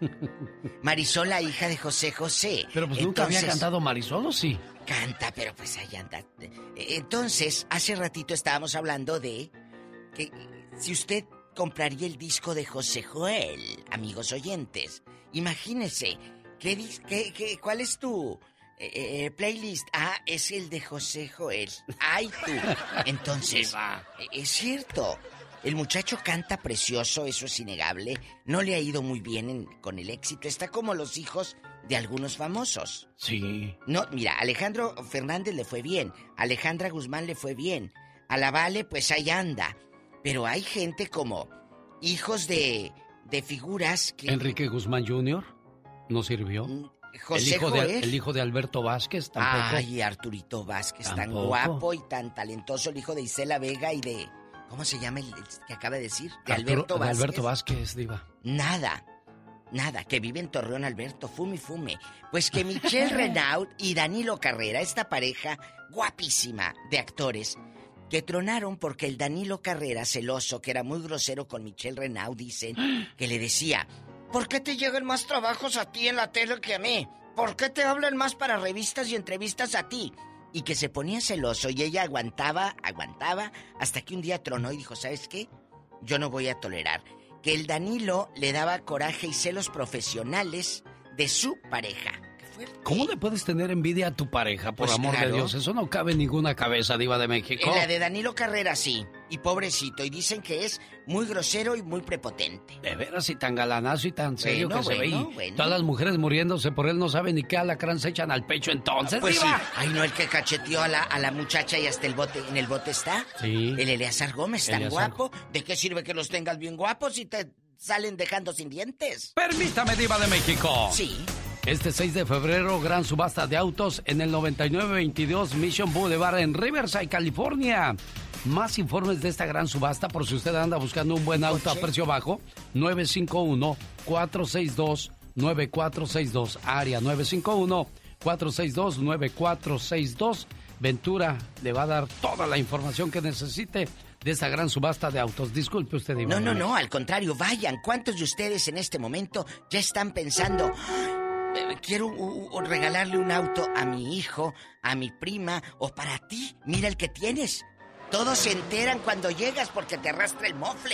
Marisol, la hija de José José. Pero pues nunca había Entonces, cantado Marisol, ¿o sí? Canta, pero pues ahí anda. Entonces, hace ratito estábamos hablando de que si usted compraría el disco de José Joel, amigos oyentes, imagínese, ¿qué, dis- qué, qué- ¿cuál es tu eh, eh, playlist? Ah, es el de José Joel. ¡Ay, tú! Entonces, eh, es cierto. El muchacho canta precioso, eso es innegable. No le ha ido muy bien en- con el éxito. Está como los hijos de algunos famosos. Sí. No, mira, Alejandro Fernández le fue bien. Alejandra Guzmán le fue bien. A la Vale, pues ahí anda. Pero hay gente como hijos de, de figuras que... Enrique Guzmán junior no sirvió. José el, hijo de, Joel. el hijo de Alberto Vázquez tampoco. Ay, Arturito Vázquez, tan Tampoco. guapo y tan talentoso, el hijo de Isela Vega y de... ¿Cómo se llama el, el que acaba de decir? De Arturo- Alberto de Vázquez. Alberto Vázquez, Diva. Nada, nada, que vive en Torreón, Alberto, fume, fume. Pues que Michelle Renaud y Danilo Carrera, esta pareja guapísima de actores, que tronaron porque el Danilo Carrera, celoso, que era muy grosero con Michelle Renaud, dicen, que le decía, ¿por qué te llegan más trabajos a ti en la tele que a mí? ¿Por qué te hablan más para revistas y entrevistas a ti? Y que se ponía celoso y ella aguantaba, aguantaba, hasta que un día tronó y dijo, ¿sabes qué? Yo no voy a tolerar que el Danilo le daba coraje y celos profesionales de su pareja. ¿Cómo le puedes tener envidia a tu pareja, por Pues amor claro. de Dios? Eso no cabe en ninguna cabeza, Diva de México. En la de Danilo Carrera sí, y pobrecito, y dicen que es muy grosero y muy prepotente. De veras, y tan galanazo y tan serio Bueno, que se ve. bueno, Y bueno. todas las mujeres muriéndose por él no saben ni qué alacrán se echan al pecho entonces, Pues sí. Diva. Ay, no, el que cacheteó a la, a la muchacha y hasta el bote, en el bote está. Sí. El Eleazar Gómez, tan Eleazar. guapo. ¿De qué sirve que los tengas bien guapos si te salen dejando sin dientes? Permítame, Diva de México. Sí. Este seis de febrero, gran subasta de autos en el noventa y nueve veintidós Mission Boulevard en Riverside, California. Más informes de esta gran subasta, por si usted anda buscando un buen auto a precio bajo, nueve cinco uno, cuatro seis dos, nueve cuatro seis dos, área nueve cinco uno, cuatro seis dos, nueve cuatro seis dos. Ventura le va a dar toda la información que necesite de esta gran subasta de autos. Disculpe usted, Diva. No, no, no, al contrario, vayan. ¿Cuántos de ustedes en este momento ya están pensando, "Eh, quiero uh, uh, regalarle un auto a mi hijo, a mi prima o para ti? Mira el que tienes. Todos se enteran cuando llegas porque te arrastra el mofle.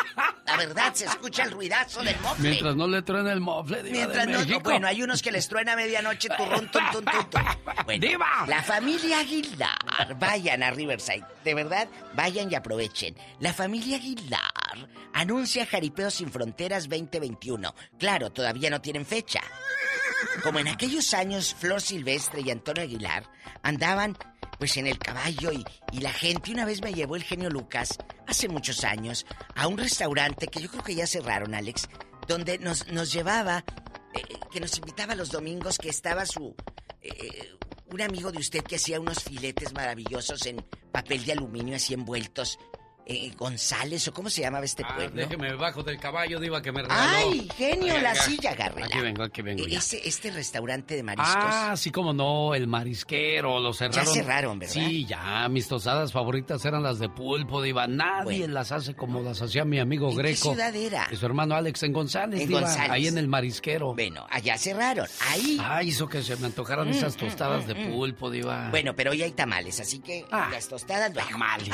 La verdad, se escucha el ruidazo del mofle. Mientras no le truene el mofle, Diva Mientras de no, México. bueno, hay unos que les truena a medianoche turrún, tun, tun, tun, tun. Bueno, ¡Diva! La familia Aguilar, vayan a Riverside, de verdad, vayan y aprovechen. La familia Aguilar anuncia Jaripeo Sin Fronteras veinte veintiuno. Claro, todavía no tienen fecha. como en aquellos años Flor Silvestre y Antonio Aguilar andaban pues en el caballo y, y la gente, una vez me llevó el genio Lucas, hace muchos años, a un restaurante que yo creo que ya cerraron, Alex, donde nos, nos llevaba, eh, que nos invitaba los domingos, que estaba su... Eh, un amigo de usted que hacía unos filetes maravillosos en papel de aluminio así envueltos. Eh, González, ¿o cómo se llamaba este ah, pueblo? Déjeme bajo del caballo, diva, que me regaló. ¡Ay, genio! Ay, la acá. silla, agárrela. Aquí vengo, aquí vengo ya. Ese, este restaurante de mariscos. Ah, sí, como no, el marisquero, lo cerraron. Ya cerraron, ¿verdad? Sí, ya, mis tostadas favoritas eran las de pulpo, diva. Nadie bueno. las hace como las hacía mi amigo ¿En Greco. qué ciudad era? Y su hermano Alex, en González, en diva, González. ahí en el marisquero. Bueno, allá cerraron, ahí. Ah, hizo que se me antojaran mm, esas tostadas mm, de mm, pulpo, diva. Bueno, pero hoy hay tamales, así que ah, las tostadas... Tamales.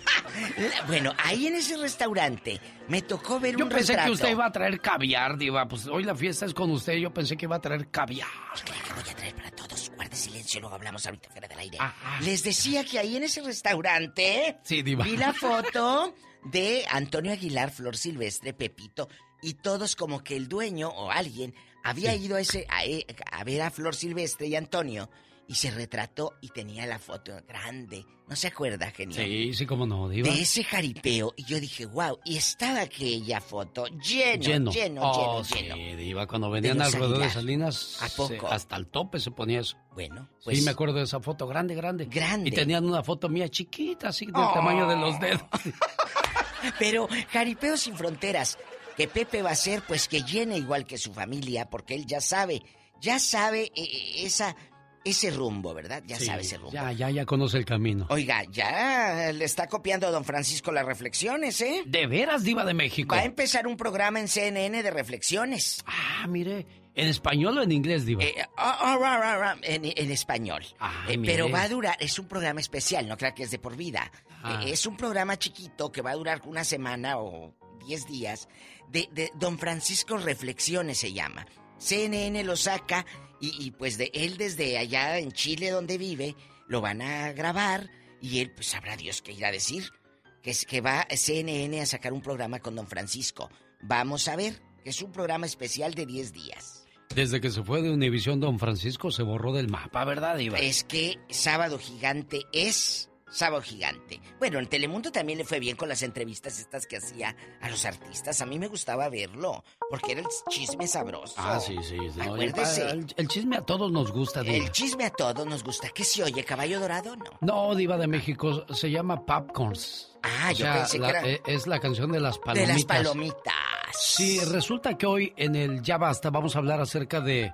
Bueno, ahí en ese restaurante me tocó ver yo un pensé retrato. que usted iba a traer caviar, diva. Pues hoy la fiesta es con usted. Yo pensé que iba a traer caviar. Claro que voy a traer para todos. Guarde silencio, luego hablamos ahorita fuera del aire. Ah, ah. Les decía que ahí en ese restaurante... Sí, diva. Vi la foto de Antonio Aguilar, Flor Silvestre, Pepito, y todos como que el dueño o alguien había sí. ido a, ese, a, a ver a Flor Silvestre y Antonio... Y se retrató y tenía la foto grande. ¿No se acuerda, genio? Sí, sí, cómo no, diva. De ese jaripeo. Y yo dije, wow. Y estaba aquella foto lleno, lleno, lleno, oh, lleno, sí, lleno. Diva, cuando venían al ruedo de Salinas... ¿A poco? Se, hasta el tope se ponía eso. Bueno, pues... Sí, me acuerdo de esa foto, grande, grande. Grande. Y tenían una foto mía chiquita, así, del oh. tamaño de los dedos. Pero jaripeo sin fronteras. Que Pepe va a ser, pues, que llene igual que su familia. Porque él ya sabe, ya sabe eh, esa... Ese rumbo, ¿verdad? Ya sí, sabe ese rumbo. Ya, ya, ya conoce el camino. Oiga, ya le está copiando a don Francisco las reflexiones, ¿eh? ¿De veras, diva de México? Va a empezar un programa en C N N de reflexiones. Ah, mire, ¿en español o en inglés, diva? Eh, oh, oh, oh, oh, oh, en, en español. Ah, eh, pero va a durar, es un programa especial, no crea que es de por vida. Ah. Eh, es un programa chiquito que va a durar una semana o diez días. De, de don Francisco Reflexiones se llama. C N N lo saca... Y, y pues de él desde allá en Chile donde vive, lo van a grabar y él, pues sabrá Dios qué irá a decir. Que es que va C N N a sacar un programa con don Francisco. Vamos a ver, que es un programa especial de diez días. Desde que se fue de Univisión, don Francisco se borró del mapa, ¿verdad, Iba? Es que Sábado Gigante es... Sábado Gigante. Bueno, en Telemundo también le fue bien con las entrevistas estas que hacía a los artistas. A mí me gustaba verlo, porque era el chisme sabroso. Ah, sí, sí. No, acuérdese. El, el chisme a todos nos gusta, Diva. El chisme a todos nos gusta. ¿Qué se oye, Caballo Dorado? No. No, Diva de México, se llama Popcorns. Ah, o yo sea, pensé la, que era... Es la canción de las palomitas. De las palomitas. Sí, resulta que hoy en el Ya Basta vamos a hablar acerca de...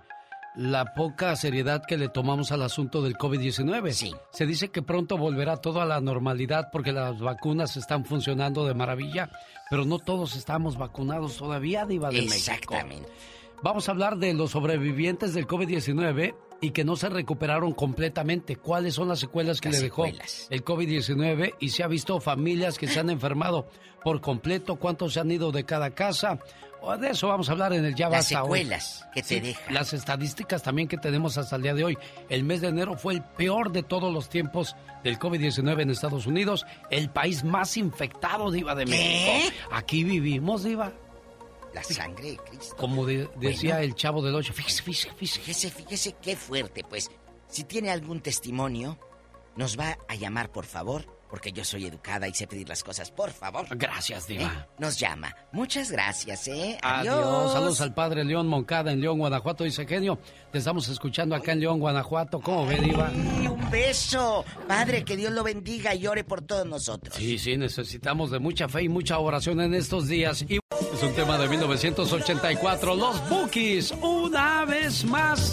la poca seriedad que le tomamos al asunto del COVID diecinueve. Sí. Se dice que pronto volverá todo a la normalidad porque las vacunas están funcionando de maravilla, pero no todos estamos vacunados todavía, Diva de México. Exactamente. Vamos a hablar de los sobrevivientes del COVID diecinueve y que no se recuperaron completamente. ¿Cuáles son las secuelas que las le dejó secuelas. el COVID diecinueve? Y se ha visto familias que se han enfermado por completo. ¿Cuántos se han ido de cada casa? De eso vamos a hablar en el Ya Basta. Las secuelas hoy. que te sí, dejan. Las estadísticas también que tenemos hasta el día de hoy. El mes de enero fue el peor de todos los tiempos del COVID diecinueve en Estados Unidos. El país más infectado, Diva de ¿Qué? México. Aquí vivimos, Diva. La sangre de Cristo. Como de, decía bueno, el Chavo del Ocho. Fíjese, fíjese, fíjese. Fíjese, fíjese qué fuerte. Pues, si tiene algún testimonio, nos va a llamar, por favor. Porque yo soy educada y sé pedir las cosas, por favor. Gracias, Diva. ¿Eh? Nos llama. Muchas gracias, ¿eh? Adiós. Adiós. Saludos al padre León Moncada en León, Guanajuato. Dice, genio, te estamos escuchando acá en León, Guanajuato. ¿Cómo ve, Diva? Y un beso. Padre, que Dios lo bendiga y ore por todos nosotros. Sí, sí, necesitamos de mucha fe y mucha oración en estos días. Y es un tema de mil novecientos ochenta y cuatro. Los Bukis, una vez más.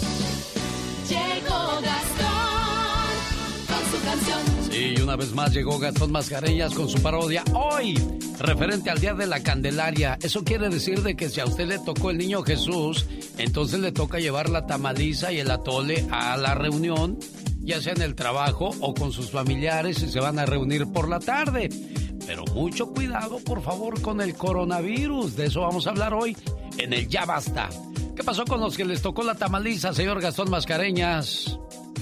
Llegó Gastón con su canción. Sí, y una vez más llegó Gastón Mascareñas con su parodia. Hoy, referente al Día de la Candelaria. Eso quiere decir de que si a usted le tocó el niño Jesús, entonces le toca llevar la tamaliza y el atole a la reunión, ya sea en el trabajo o con sus familiares y se van a reunir por la tarde. Pero mucho cuidado, por favor, con el coronavirus. De eso vamos a hablar hoy en el Ya Basta. ¿Qué pasó con los que les tocó la tamaliza, señor Gastón Mascareñas?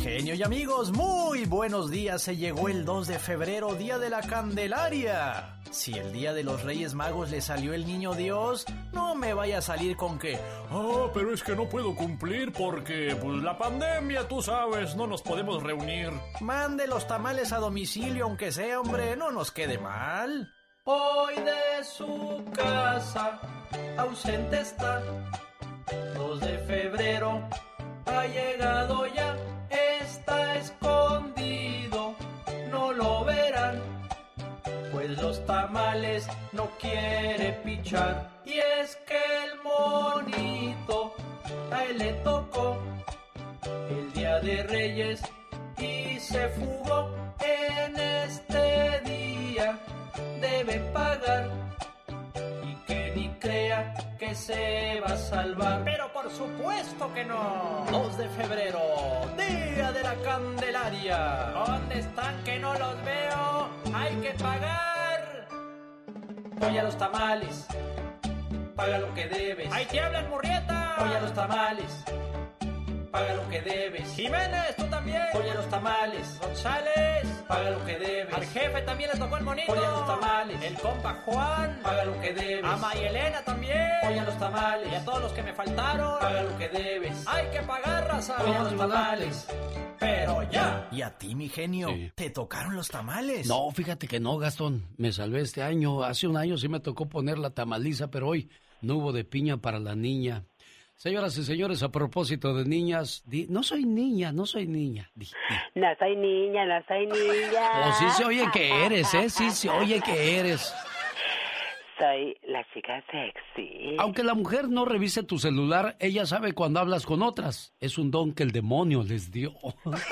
Genio y amigos, muy buenos días. Se llegó el dos de febrero, Día de la Candelaria. Si el Día de los Reyes Magos le salió el Niño Dios, no me vaya a salir con que ah, pero es que no puedo cumplir porque pues la pandemia, tú sabes, no nos podemos reunir. Mande los tamales a domicilio, aunque sea, hombre, no nos quede mal. Hoy de su casa ausente está, dos de febrero ha llegado ya, está escondido, no lo verán, pues los tamales no quiere pichar. Y es que el monito a él le tocó el Día de Reyes y se fugó. En este día debe pagar y que ni crea que se va a salvar. Pero por supuesto que no. dos de febrero, Día de la Candelaria. ¿Dónde están que no los veo? Hay que pagar. Voy a los tamales, paga lo que debes. ¡Ahí te hablan, Murrieta! Voy a los tamales, paga lo que debes. Jiménez, tú también. Voy a los tamales. González, paga lo que debes. al jefe también le tocó el monito. Voy a los tamales. El compa Juan, Paga lo que debes. a Mayelena también. Voy a los tamales. Y a todos los que me faltaron. Paga lo que debes. Hay que pagar, raza. Voy a los tamales. Pero ya. ¿Y a ti, mi genio? Sí. ¿Te tocaron los tamales? No, fíjate que no, Gastón. Me salvé este año. Hace un año sí me tocó poner la tamaliza, pero hoy no hubo de piña para la niña. Señoras y señores, a propósito de niñas, di, no soy niña, no soy niña. Di, di. No soy niña, no soy niña. Oh, sí se oye que eres, ¿eh? Sí se oye que eres. Soy la chica sexy. Aunque la mujer no revise tu celular, ella sabe cuando hablas con otras. Es un don que el demonio les dio. ¡Oh,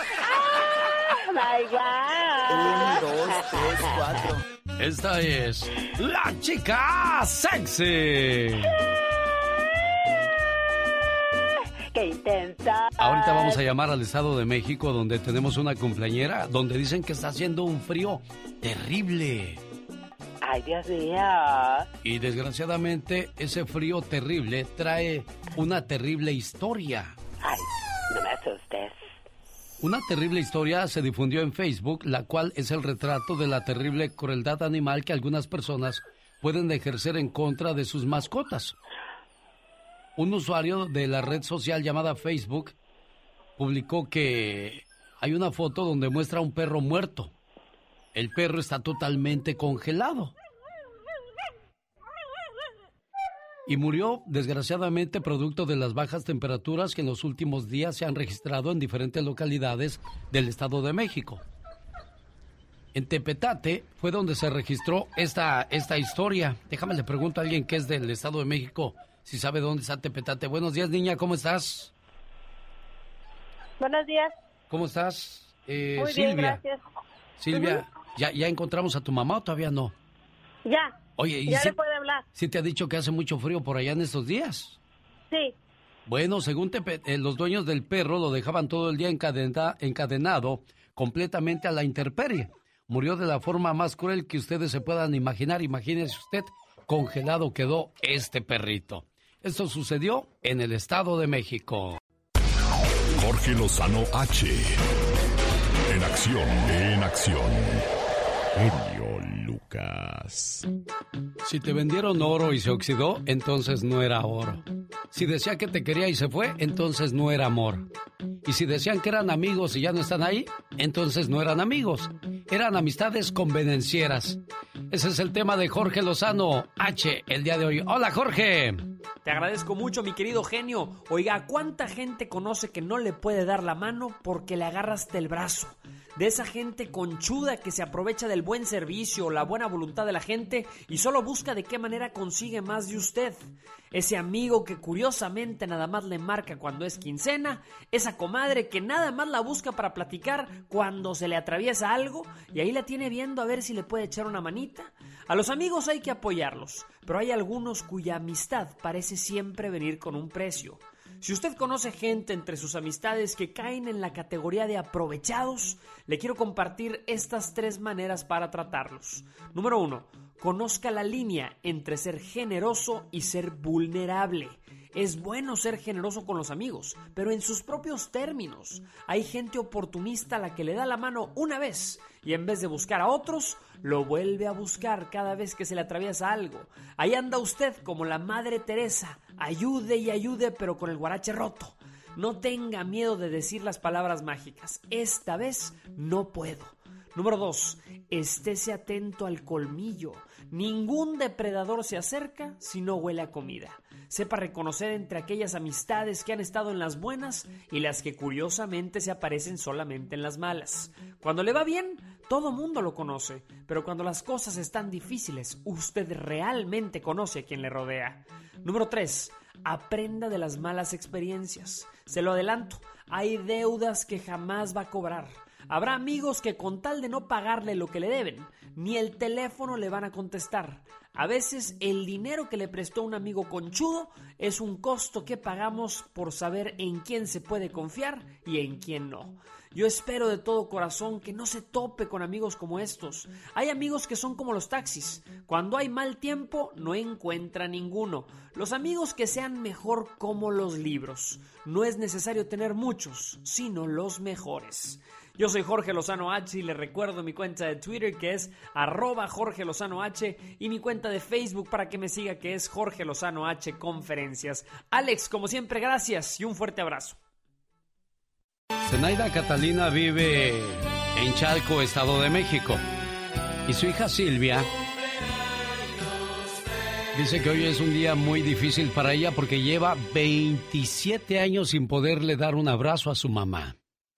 my God! Un, dos, tres, cuatro. Esta es la chica sexy. ¡Qué intensa! Ahorita vamos a llamar al Estado de México, donde tenemos una cumpleañera, donde dicen que está haciendo un frío terrible. ¡Ay, Dios mío! Y desgraciadamente ese frío terrible trae una terrible historia. ¡Ay, no me asustes! Una terrible historia se difundió en Facebook, la cual es el retrato de la terrible crueldad animal que algunas personas pueden ejercer en contra de sus mascotas. Un usuario de la red social llamada Facebook publicó que hay una foto donde muestra a un perro muerto. El perro está totalmente congelado. Y murió, desgraciadamente, producto de las bajas temperaturas que en los últimos días se han registrado en diferentes localidades del Estado de México. En Tepetate fue donde se registró esta, esta historia. Déjame le pregunto a alguien que es del Estado de México si sabe dónde está Tepetate. Buenos días, niña, ¿cómo estás? Buenos días. ¿Cómo estás? Eh, Muy Silvia. bien, gracias. Silvia, ¿ya, ¿ya encontramos a tu mamá o todavía no? Ya. Oye, ¿y ya si, le puede hablar. si te ha dicho que hace mucho frío por allá en estos días? Sí. Bueno, según Tepe, eh, los dueños del perro lo dejaban todo el día encadena, encadenado completamente a la intemperie. Murió de la forma más cruel que ustedes se puedan imaginar. Imagínese usted, congelado quedó este perrito. Esto sucedió en el Estado de México. Jorge Lozano H. En acción, en acción. Genio Lucas. Si te vendieron oro y se oxidó, entonces no era oro. Si decía que te quería y se fue, entonces no era amor. Y si decían que eran amigos y ya no están ahí, entonces no eran amigos. Eran amistades convenencieras. Ese es el tema de Jorge Lozano H el día de hoy. Hola, Jorge. Te agradezco mucho, mi querido genio. Oiga, ¿cuánta gente conoce que no le puede dar la mano porque le agarraste el brazo? De esa gente conchuda que se aprovecha del buen servicio, la buena voluntad de la gente y solo busca de qué manera consigue más de usted. Ese amigo que curiosamente nada más le marca cuando es quincena, esa comadre que nada más la busca para platicar cuando se le atraviesa algo y ahí la tiene viendo a ver si le puede echar una manita. A los amigos hay que apoyarlos, pero hay algunos cuya amistad parece siempre venir con un precio. Si usted conoce gente entre sus amistades que caen en la categoría de aprovechados, le quiero compartir estas tres maneras para tratarlos. Número uno, conozca la línea entre ser generoso y ser vulnerable. Es bueno ser generoso con los amigos, pero en sus propios términos. Hay gente oportunista a la que le da la mano una vez y en vez de buscar a otros, lo vuelve a buscar cada vez que se le atraviesa algo. Ahí anda usted como la Madre Teresa, ayude y ayude, pero con el guarache roto. No tenga miedo de decir las palabras mágicas. Esta vez no puedo. Número dos, estése atento al colmillo. Ningún depredador se acerca si no huele a comida. Sepa reconocer entre aquellas amistades que han estado en las buenas y las que curiosamente se aparecen solamente en las malas. Cuando le va bien, todo mundo lo conoce, pero cuando las cosas están difíciles, usted realmente conoce a quien le rodea. Número tres, aprenda de las malas experiencias. Se lo adelanto, hay deudas que jamás va a cobrar. Habrá amigos que con tal de no pagarle lo que le deben, ni el teléfono le van a contestar. A veces el dinero que le prestó un amigo conchudo es un costo que pagamos por saber en quién se puede confiar y en quién no. Yo espero de todo corazón que no se tope con amigos como estos. Hay amigos que son como los taxis. Cuando hay mal tiempo, no encuentra ninguno. Los amigos que sean mejor como los libros. No es necesario tener muchos, sino los mejores. Yo soy Jorge Lozano H y les recuerdo mi cuenta de Twitter que es arroba Jorge Lozano H y mi cuenta de Facebook para que me siga que es Jorge Lozano H Conferencias. Alex, como siempre, gracias y un fuerte abrazo. Zenaida Catalina vive en Chalco, Estado de México. Y su hija Silvia dice que hoy es un día muy difícil para ella porque lleva veintisiete años sin poderle dar un abrazo a su mamá.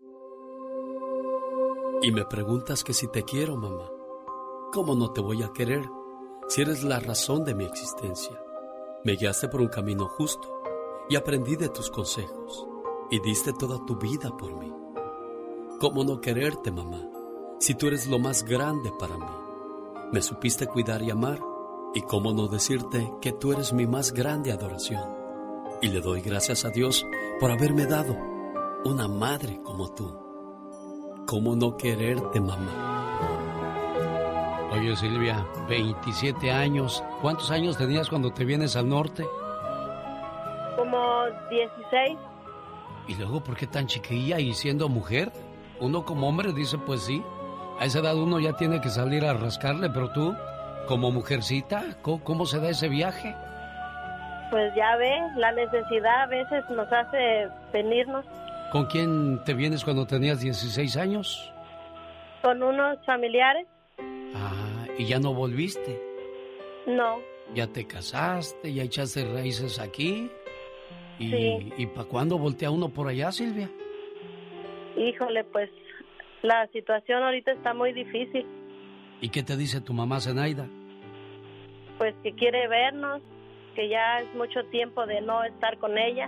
Y me preguntas que si te quiero, mamá. ¿Cómo no te voy a querer si eres la razón de mi existencia? Me guiaste por un camino justo y aprendí de tus consejos y diste toda tu vida por mí. ¿Cómo no quererte, mamá, si tú eres lo más grande para mí? Me supiste cuidar y amar, y cómo no decirte que tú eres mi más grande adoración. Y le doy gracias a Dios por haberme dado una madre como tú. ¿Cómo no quererte, mamá? Oye, Silvia, veintisiete años. ¿Cuántos años tenías cuando te vienes al norte? Como dieciséis. ¿Y luego por qué tan chiquilla y siendo mujer? Uno como hombre dice, pues sí, a esa edad uno ya tiene que salir a rascarle, pero tú, como mujercita, ¿cómo, cómo se da ese viaje? Pues ya ve, la necesidad a veces nos hace venirnos. ¿Con quién te vienes cuando tenías dieciséis años? Con unos familiares. Ah, ¿y ya no volviste? No. ¿Ya te casaste? ¿Ya echaste raíces aquí? ¿Y, sí. ¿y para cuándo voltea uno por allá, Silvia? Híjole, pues la situación ahorita está muy difícil. ¿Y qué te dice tu mamá, Zenaida? Pues que quiere vernos, que ya es mucho tiempo de no estar con ella.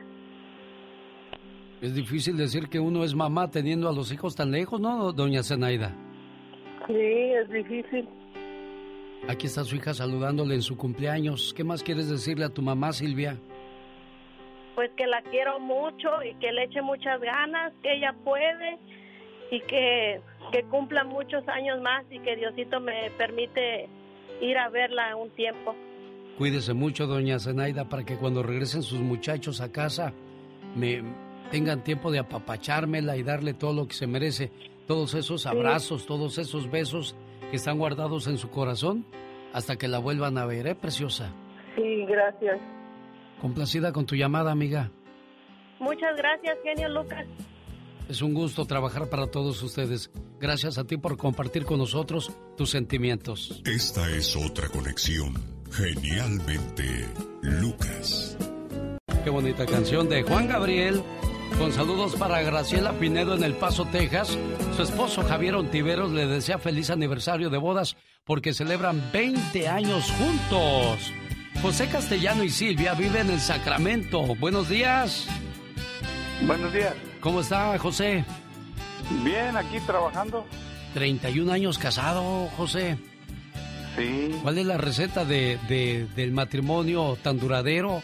Es difícil decir que uno es mamá teniendo a los hijos tan lejos, ¿no, doña Zenaida? Sí, es difícil. Aquí está su hija saludándole en su cumpleaños. ¿Qué más quieres decirle a tu mamá, Silvia? Pues que la quiero mucho y que le eche muchas ganas, que ella puede y que, que cumpla muchos años más y que Diosito me permite ir a verla un tiempo. Cuídese mucho, doña Zenaida, para que cuando regresen sus muchachos a casa me tengan tiempo de apapachármela y darle todo lo que se merece. Todos esos abrazos, sí. Todos esos besos que están guardados en su corazón hasta que la vuelvan a ver, ¿eh, preciosa? Sí, gracias. Complacida con tu llamada, amiga. Muchas gracias, genio Lucas. Es un gusto trabajar para todos ustedes. Gracias a ti por compartir con nosotros tus sentimientos. Esta es otra conexión. Genialmente, Lucas. Qué bonita canción de Juan Gabriel. Con saludos para Graciela Pinedo en El Paso, Texas. Su esposo Javier Ontiveros le desea feliz aniversario de bodas porque celebran veinte años juntos. José Castellano y Silvia viven en Sacramento. Buenos días. Buenos días. ¿Cómo está, José? Bien, aquí trabajando. treinta y un años casado, José. Sí. ¿Cuál es la receta de, de, del matrimonio tan duradero?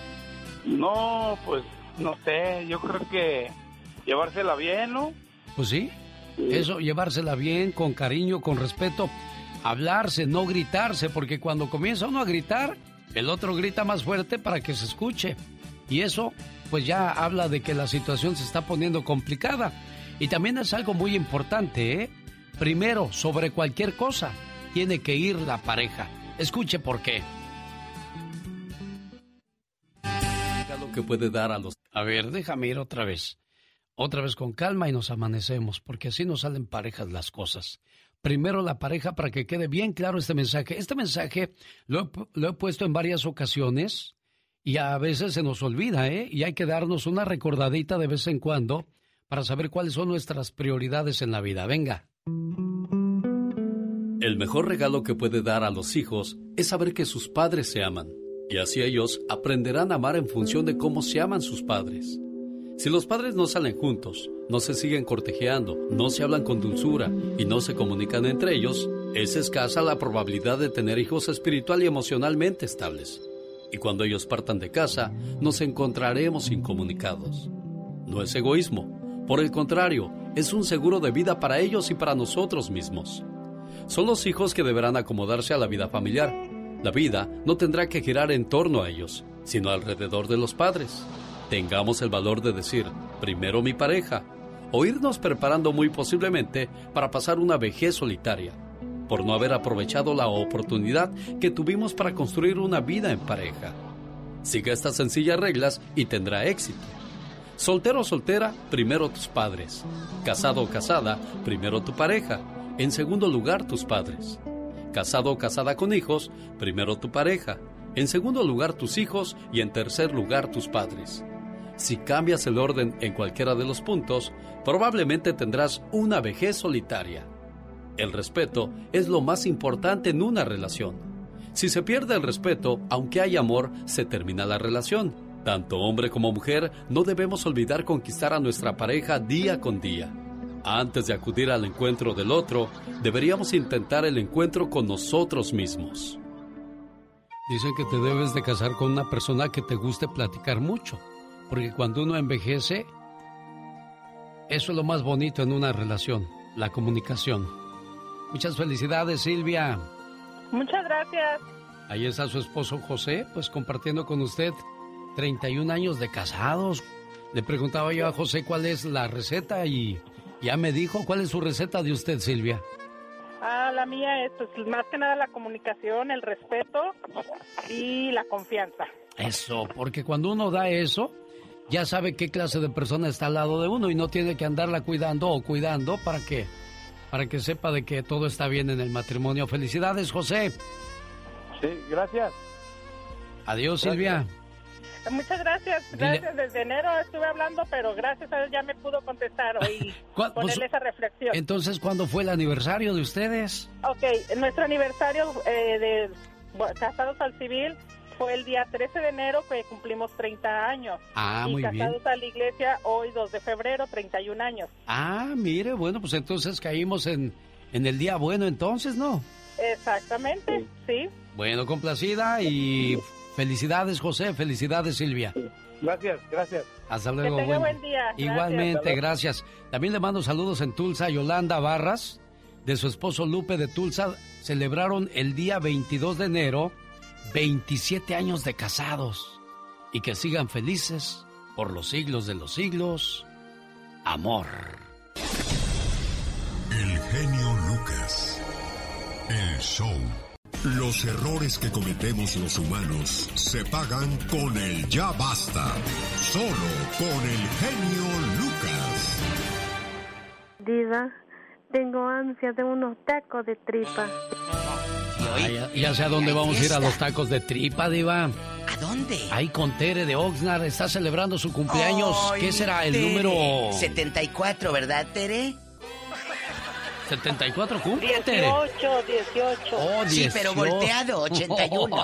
No, pues, no sé, yo creo que llevársela bien, ¿no? Pues sí, sí. Eso, llevársela bien, con cariño, con respeto, hablarse, no gritarse, porque cuando comienza uno a gritar, el otro grita más fuerte para que se escuche. Y eso, pues ya habla de que la situación se está poniendo complicada. Y también es algo muy importante, ¿eh? Primero, sobre cualquier cosa, tiene que ir la pareja. Escuche por qué. Lo que puede dar a los... A ver, déjame ir otra vez. Otra vez con calma y nos amanecemos, porque así nos salen parejas las cosas. Primero la pareja, para que quede bien claro este mensaje. Este mensaje lo he, lo he puesto en varias ocasiones y a veces se nos olvida, ¿eh? Y hay que darnos una recordadita de vez en cuando para saber cuáles son nuestras prioridades en la vida. Venga. El mejor regalo que puede dar a los hijos es saber que sus padres se aman. Y así ellos aprenderán a amar en función de cómo se aman sus padres. Si los padres no salen juntos, no se siguen cortejeando, no se hablan con dulzura y no se comunican entre ellos, es escasa la probabilidad de tener hijos espiritual y emocionalmente estables. Y cuando ellos partan de casa, nos encontraremos incomunicados. No es egoísmo, por el contrario, es un seguro de vida para ellos y para nosotros mismos. Son los hijos que deberán acomodarse a la vida familiar. La vida no tendrá que girar en torno a ellos, sino alrededor de los padres. Tengamos el valor de decir, primero mi pareja, o irnos preparando muy posiblemente para pasar una vejez solitaria, por no haber aprovechado la oportunidad que tuvimos para construir una vida en pareja. Siga estas sencillas reglas y tendrá éxito. Soltero o soltera, primero tus padres. Casado o casada, primero tu pareja. En segundo lugar, tus padres. Casado o casada con hijos, primero tu pareja. En segundo lugar, tus hijos. Y en tercer lugar, tus padres. Si cambias el orden en cualquiera de los puntos, probablemente tendrás una vejez solitaria. El respeto es lo más importante en una relación. Si se pierde el respeto, aunque haya amor, se termina la relación. Tanto hombre como mujer, no debemos olvidar conquistar a nuestra pareja día con día. Antes de acudir al encuentro del otro, deberíamos intentar el encuentro con nosotros mismos. Dicen que te debes de casar con una persona que te guste platicar mucho, porque cuando uno envejece, eso es lo más bonito en una relación, la comunicación. Muchas felicidades, Silvia. Muchas gracias. Ahí está su esposo José, pues compartiendo con usted treinta y un años de casados. Le preguntaba yo a José cuál es la receta y ya me dijo. ¿Cuál es su receta de usted, Silvia? Ah, la mía es pues, más que nada la comunicación, el respeto y la confianza. Eso, porque cuando uno da eso, ya sabe qué clase de persona está al lado de uno y no tiene que andarla cuidando o cuidando para que, para que sepa de que todo está bien en el matrimonio. Felicidades, José. Sí, gracias. Adiós, Silvia. Muchas gracias. Gracias. Dile... Desde enero estuve hablando, pero gracias a Dios ya me pudo contestar y ponerle pues, esa reflexión. Entonces, ¿cuándo fue el aniversario de ustedes? Ok, nuestro aniversario eh, de bueno, casados al civil fue el día trece de enero, que cumplimos treinta años. Ah, y muy bien. Y casados a la iglesia hoy, dos de febrero, treinta y un años. Ah, mire, bueno, pues entonces caímos en, en el día bueno entonces, ¿no? Exactamente, sí. sí. Bueno, complacida y felicidades, José, felicidades, Silvia. Gracias, gracias. Hasta luego. Que tenga buen, buen día. Igualmente, gracias. gracias. También le mando saludos en Tulsa a Yolanda Barras, de su esposo Lupe de Tulsa. Celebraron el día veintidós de enero veintisiete años de casados. Y que sigan felices por los siglos de los siglos. Amor. El genio Lucas. El show. Los errores que cometemos los humanos se pagan con el ya basta. Solo con el genio Lucas. Diva, tengo ansia de unos tacos de tripa. Ah, ya, ya sé a dónde vamos a ir a los tacos de tripa, Diva. ¿A dónde? Ahí con Tere de Oxnard, está celebrando su cumpleaños. Ay, ¿Qué será el Tere. número? setenta y cuatro, ¿verdad, Tere? setenta y cuatro cumple, Tere. dieciocho, dieciocho. Oh, sí, dieciocho. pero volteado, ochenta y uno.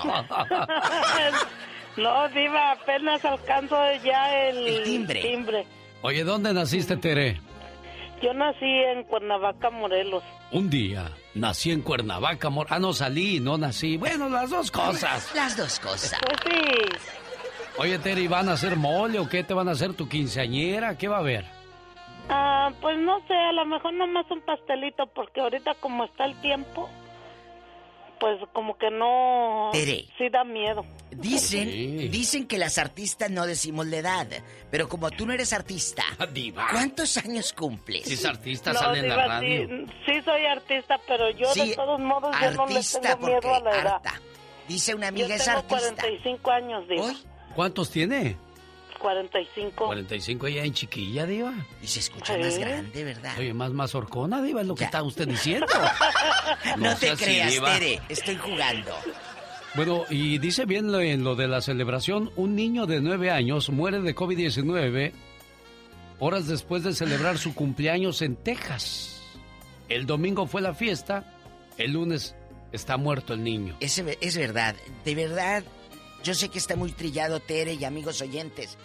No, Diva, apenas alcanzo ya el, el timbre. timbre. Oye, ¿dónde naciste, Tere? Yo nací en Cuernavaca, Morelos. Un día nací en Cuernavaca, Morelos. Ah, no salí, no nací. Bueno, las dos cosas. Las dos cosas. Pues sí. Oye, Tere, ¿y van a hacer mole o qué? ¿Te van a hacer tu quinceañera? ¿Qué va a haber? Ah, pues no sé, a lo mejor nomás un pastelito, porque ahorita como está el tiempo, pues como que no... Tere. Sí da miedo. Dicen, Sí. dicen que las artistas no decimos la edad, pero como tú no eres artista, Diva. ¿cuántos años cumples? Si es artista, No, sale en la Diva, radio. Sí, sí soy artista, pero yo Sí, de todos modos yo no le artista, tengo miedo porque a la edad. harta. Dice una amiga, yo es tengo artista. cuarenta y cinco años, Diva. ¿Cuántos tiene? cuarenta y cinco. cuarenta y cinco ya en chiquilla, Diva. Y se escucha Sí. más grande, ¿verdad? Oye, más más horcona, Diva, es lo que está usted diciendo. No, te sea así, creas, Diva. Tere, estoy jugando. Bueno, y dice bien lo, en lo de la celebración, un niño de nueve años muere de COVID diecinueve horas después de celebrar su cumpleaños en Texas. El domingo fue la fiesta, el lunes está muerto el niño. Es, es verdad, de verdad, yo sé que está muy trillado, Tere y amigos oyentes.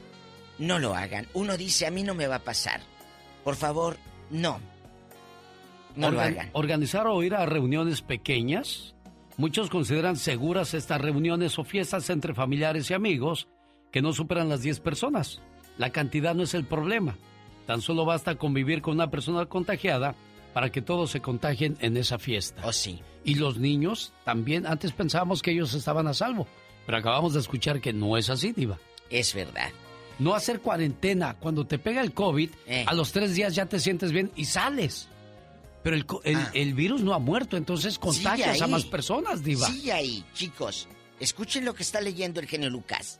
No lo hagan. Uno dice, a mí no me va a pasar. Por favor, no. No lo Organ- hagan. Organizar o ir a reuniones pequeñas. Muchos consideran seguras estas reuniones o fiestas entre familiares y amigos que no superan las diez personas. La cantidad no es el problema. Tan solo basta convivir con una persona contagiada para que todos se contagien en esa fiesta. Oh, sí. Y los niños también, antes pensábamos que ellos estaban a salvo, pero acabamos de escuchar que no es así, Diva. Es verdad. No hacer cuarentena. Cuando te pega el COVID, Eh. a los tres días ya te sientes bien y sales. Pero el, co- el, Ah. el virus no ha muerto, entonces contagias Sigue a ahí. más personas, Diva. Sigue ahí, chicos. Escuchen lo que está leyendo el genio Lucas.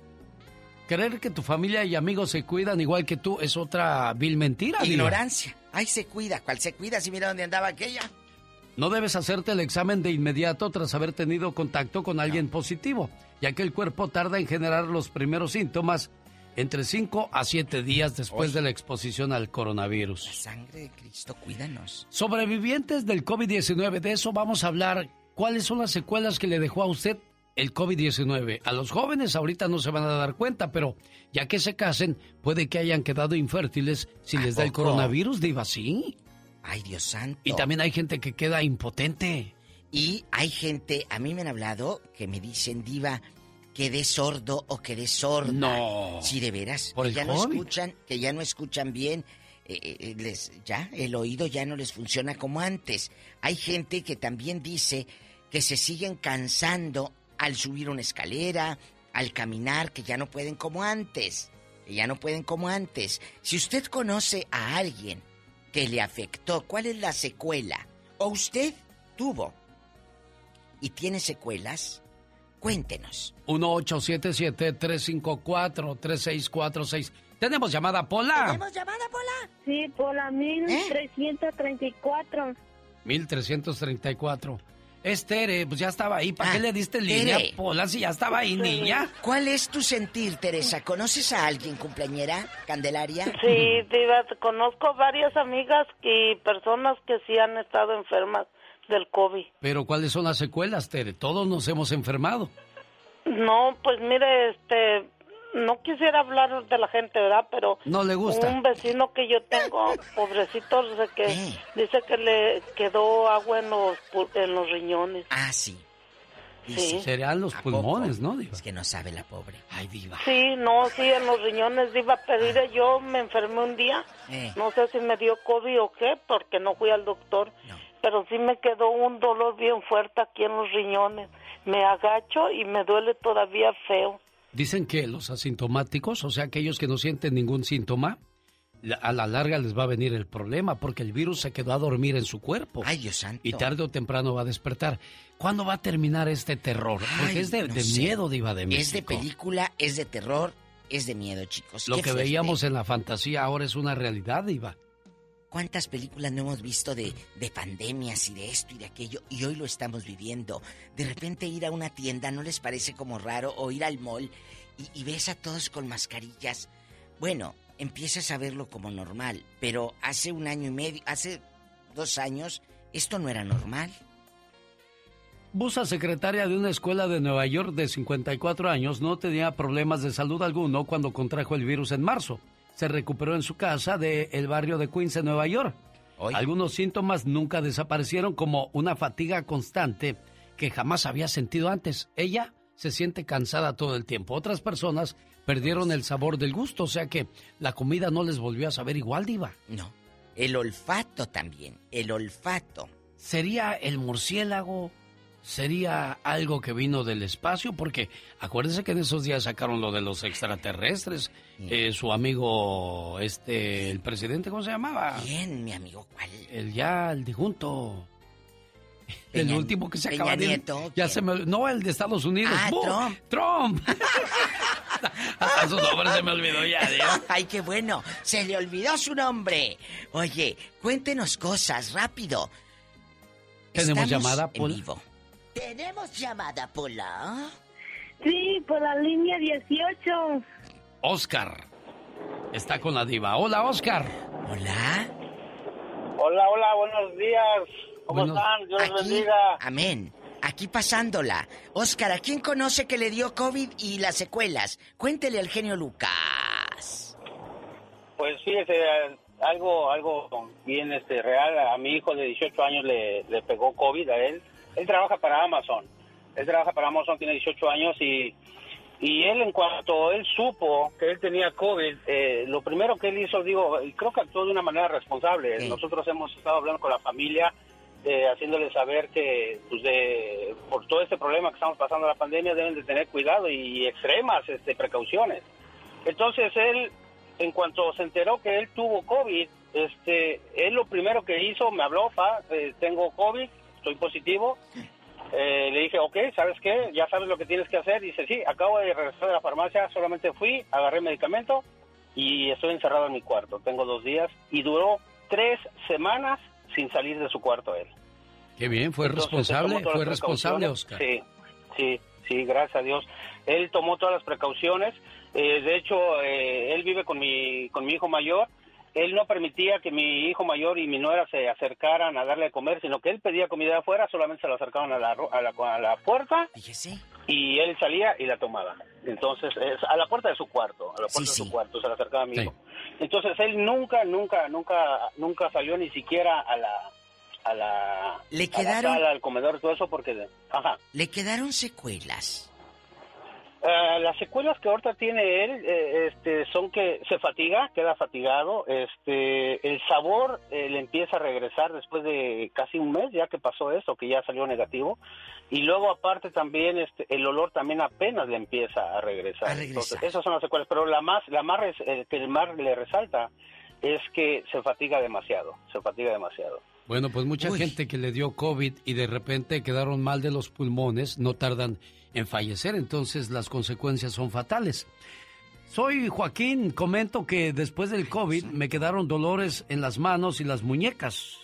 Creer que tu familia y amigos se cuidan igual que tú es otra vil mentira, Diva. Ignorancia. Ay, se cuida. ¿Cuál se cuida? Si mira dónde andaba aquella. No debes hacerte el examen de inmediato tras haber tenido contacto con alguien positivo, ya que el cuerpo tarda en generar los primeros síntomas entre cinco a siete días después Oye. de la exposición al coronavirus. La sangre de Cristo, cuídanos. Sobrevivientes del COVID diecinueve, de eso vamos a hablar. ¿Cuáles son las secuelas que le dejó a usted el COVID diecinueve? A los jóvenes ahorita no se van a dar cuenta, pero ya que se casen, puede que hayan quedado infértiles si les da el poco? coronavirus, Diva, sí. Ay, Dios santo. Y también hay gente que queda impotente. Y hay gente, a mí me han hablado, que me dicen, Diva, quedé sordo o quedé sorda. No. Sí, de veras. ¿Por que el ya no COVID? escuchan, que ya no escuchan bien. eh, eh, les, ya, el oído ya no les funciona como antes. Hay gente que también dice que se siguen cansando al subir una escalera, al caminar, que ya no pueden como antes. Que ya no pueden como antes. Si usted conoce a alguien que le afectó, ¿cuál es la secuela? ¿O usted tuvo y tiene secuelas? Cuéntenos. uno ocho siete siete, tres cinco cuatro, tres seis cuatro seis. ¿Tenemos llamada, Pola? ¿Tenemos llamada, Pola? Sí, por la mil trescientos treinta y cuatro. mil trescientos treinta y cuatro. Es Tere, pues ya estaba ahí. ¿Para Ah, qué le diste Tere. línea, Pola, si ya estaba ahí, niña? ¿Cuál es tu sentir, Teresa? ¿Conoces a alguien, cumpleañera, Candelaria? Sí, Diva, conozco varias amigas y personas que sí han estado enfermas del COVID. Pero ¿cuáles son las secuelas, Tere? Todos nos hemos enfermado. No, pues mire, este, no quisiera hablar de la gente, ¿verdad? Pero No le gusta. un vecino que yo tengo, pobrecito, dice que dice que le quedó agua en los pu- en los riñones. Ah, sí. Sí. Serían los pulmones, ¿no, Diva? Es que no sabe la pobre. Ay, Diva. Sí, no, sí, en los riñones, Diva, pero mire, yo me enfermé un día, Eh. no sé si me dio COVID o qué, porque no fui al doctor, pero sí me quedó un dolor bien fuerte aquí en los riñones. Me agacho y me duele todavía feo. Dicen que los asintomáticos, o sea, aquellos que no sienten ningún síntoma, la- a la larga les va a venir el problema porque el virus se quedó a dormir en su cuerpo. Ay, Dios santo. Y tarde o temprano va a despertar. ¿Cuándo va a terminar este terror? Porque Ay, es de, no de sé. miedo, Diva de México. Es de película, es de terror, es de miedo, chicos. Lo Qué que fuerte. veíamos en la fantasía ahora es una realidad, Diva. ¿Cuántas películas no hemos visto de, de pandemias y de esto y de aquello? Y hoy lo estamos viviendo. De repente ir a una tienda, ¿no les parece como raro? O ir al mall y, y ves a todos con mascarillas. Bueno, empiezas a verlo como normal. Pero hace un año y medio, hace dos años, esto no era normal. Busa, secretaria de una escuela de Nueva York de cincuenta y cuatro años, no tenía problemas de salud alguno cuando contrajo el virus en marzo. Se recuperó en su casa del barrio de Queens, en Nueva York. Algunos síntomas nunca desaparecieron, como una fatiga constante que jamás había sentido antes. Ella se siente cansada todo el tiempo. Otras personas perdieron el sabor del gusto, o sea que la comida no les volvió a saber igual, Diva. No, el olfato también, el olfato. ¿Sería el murciélago ¿Sería algo que vino del espacio? Porque acuérdense que en esos días sacaron lo de los extraterrestres. Sí. Eh, su amigo, este, el presidente, ¿cómo se llamaba? ¿Quién, mi amigo? ¿Cuál? El ya, el difunto. El Peña, último que se Peña acaba de... Nieto, ya se me... No, el de Estados Unidos. Ah, ¡Bum! Trump. Trump. Hasta su nombre se me olvidó ya, Dios. Ay, qué bueno. Se le olvidó su nombre. Oye, cuéntenos cosas, rápido. ¿Tenemos Estamos llamada, en Pola? vivo. ¿Tenemos llamada, Pola? Sí, por la línea dieciocho. Oscar está con la diva. Hola, Oscar. Hola. Hola, hola, buenos días. ¿Cómo Buenos- están? Dios les Aquí, bendiga. amén. Aquí pasándola. Oscar, ¿a quién conoce que le dio COVID y las secuelas? Cuéntele al genio Lucas. Pues fíjese, algo algo bien este real. A mi hijo de dieciocho años le, le pegó COVID a él. Él trabaja para Amazon. Él trabaja para Amazon, tiene dieciocho años y, y él en cuanto él supo que él tenía COVID, eh, lo primero que él hizo, digo, y creo que actuó de una manera responsable. Sí. Nosotros hemos estado hablando con la familia, eh, haciéndole saber que pues de por todo este problema que estamos pasando la pandemia deben de tener cuidado y extremas este precauciones. Entonces él, en cuanto se enteró que él tuvo COVID, este él lo primero que hizo, me habló, pa, eh, tengo COVID, estoy positivo. Eh, le dije, ok, ¿sabes qué? Ya sabes lo que tienes que hacer. Dice, sí, acabo de regresar de la farmacia, solamente fui, agarré medicamento y estoy encerrado en mi cuarto. Tengo dos días y duró tres semanas sin salir de su cuarto él. Qué bien, fue Entonces, responsable, él tomó todas fue las responsable, precauciones. Oscar. Sí, sí, sí, gracias a Dios. Él tomó todas las precauciones. Eh, de hecho, eh, él vive con mi, con mi hijo mayor. Él no permitía que mi hijo mayor y mi nuera se acercaran a darle de comer, sino que él pedía comida de afuera, solamente se la acercaban a la, ro- a la, a la puerta. Fíjese. Y él salía y la tomaba. Entonces, es a la puerta de su cuarto, a la puerta Sí, de sí. su cuarto, se la acercaba a mi Sí. hijo. Entonces, él nunca, nunca, nunca, nunca salió ni siquiera a la, a la, Le a la quedaron- sala, al comedor, todo eso, porque, ajá. Le quedaron secuelas. Eh, las secuelas que ahorita tiene él eh, este, son que se fatiga, queda fatigado, este, el sabor eh, le empieza a regresar después de casi un mes ya que pasó eso, que ya salió negativo, y luego aparte también este, el olor también apenas le empieza a regresar. A regresar. Entonces, esas son las secuelas, pero la más, la más res- eh, que el más le resalta es que se fatiga demasiado, se fatiga demasiado. Bueno, pues mucha Uy. gente que le dio COVID y de repente quedaron mal de los pulmones no tardan en fallecer, entonces las consecuencias son fatales. Soy Joaquín, comento que después del COVID me quedaron dolores en las manos y las muñecas.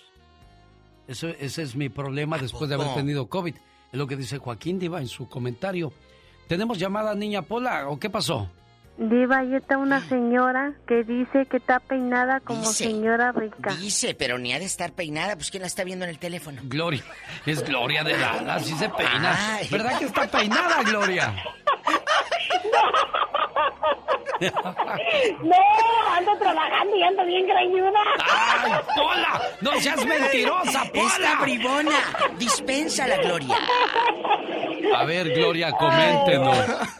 Eso, ese es mi problema ¿A después de haber poco? tenido COVID. Es lo que dice Joaquín Diva en su comentario. ¿Tenemos llamada, niña Pola, o qué pasó? Diva, ahí está una señora que dice que está peinada como Dice. señora rica. Dice, pero ni ha de estar peinada, pues ¿quién la está viendo en el teléfono? Gloria, es Gloria de Dallas, sí se peina. Ay. ¿Verdad que está peinada, Gloria? No, ando trabajando y ando bien greñuda. ¡Ay, Pola! ¡No seas mentirosa, Esta Pola! bribona, dispensa la Gloria. A ver, Gloria, coméntenos.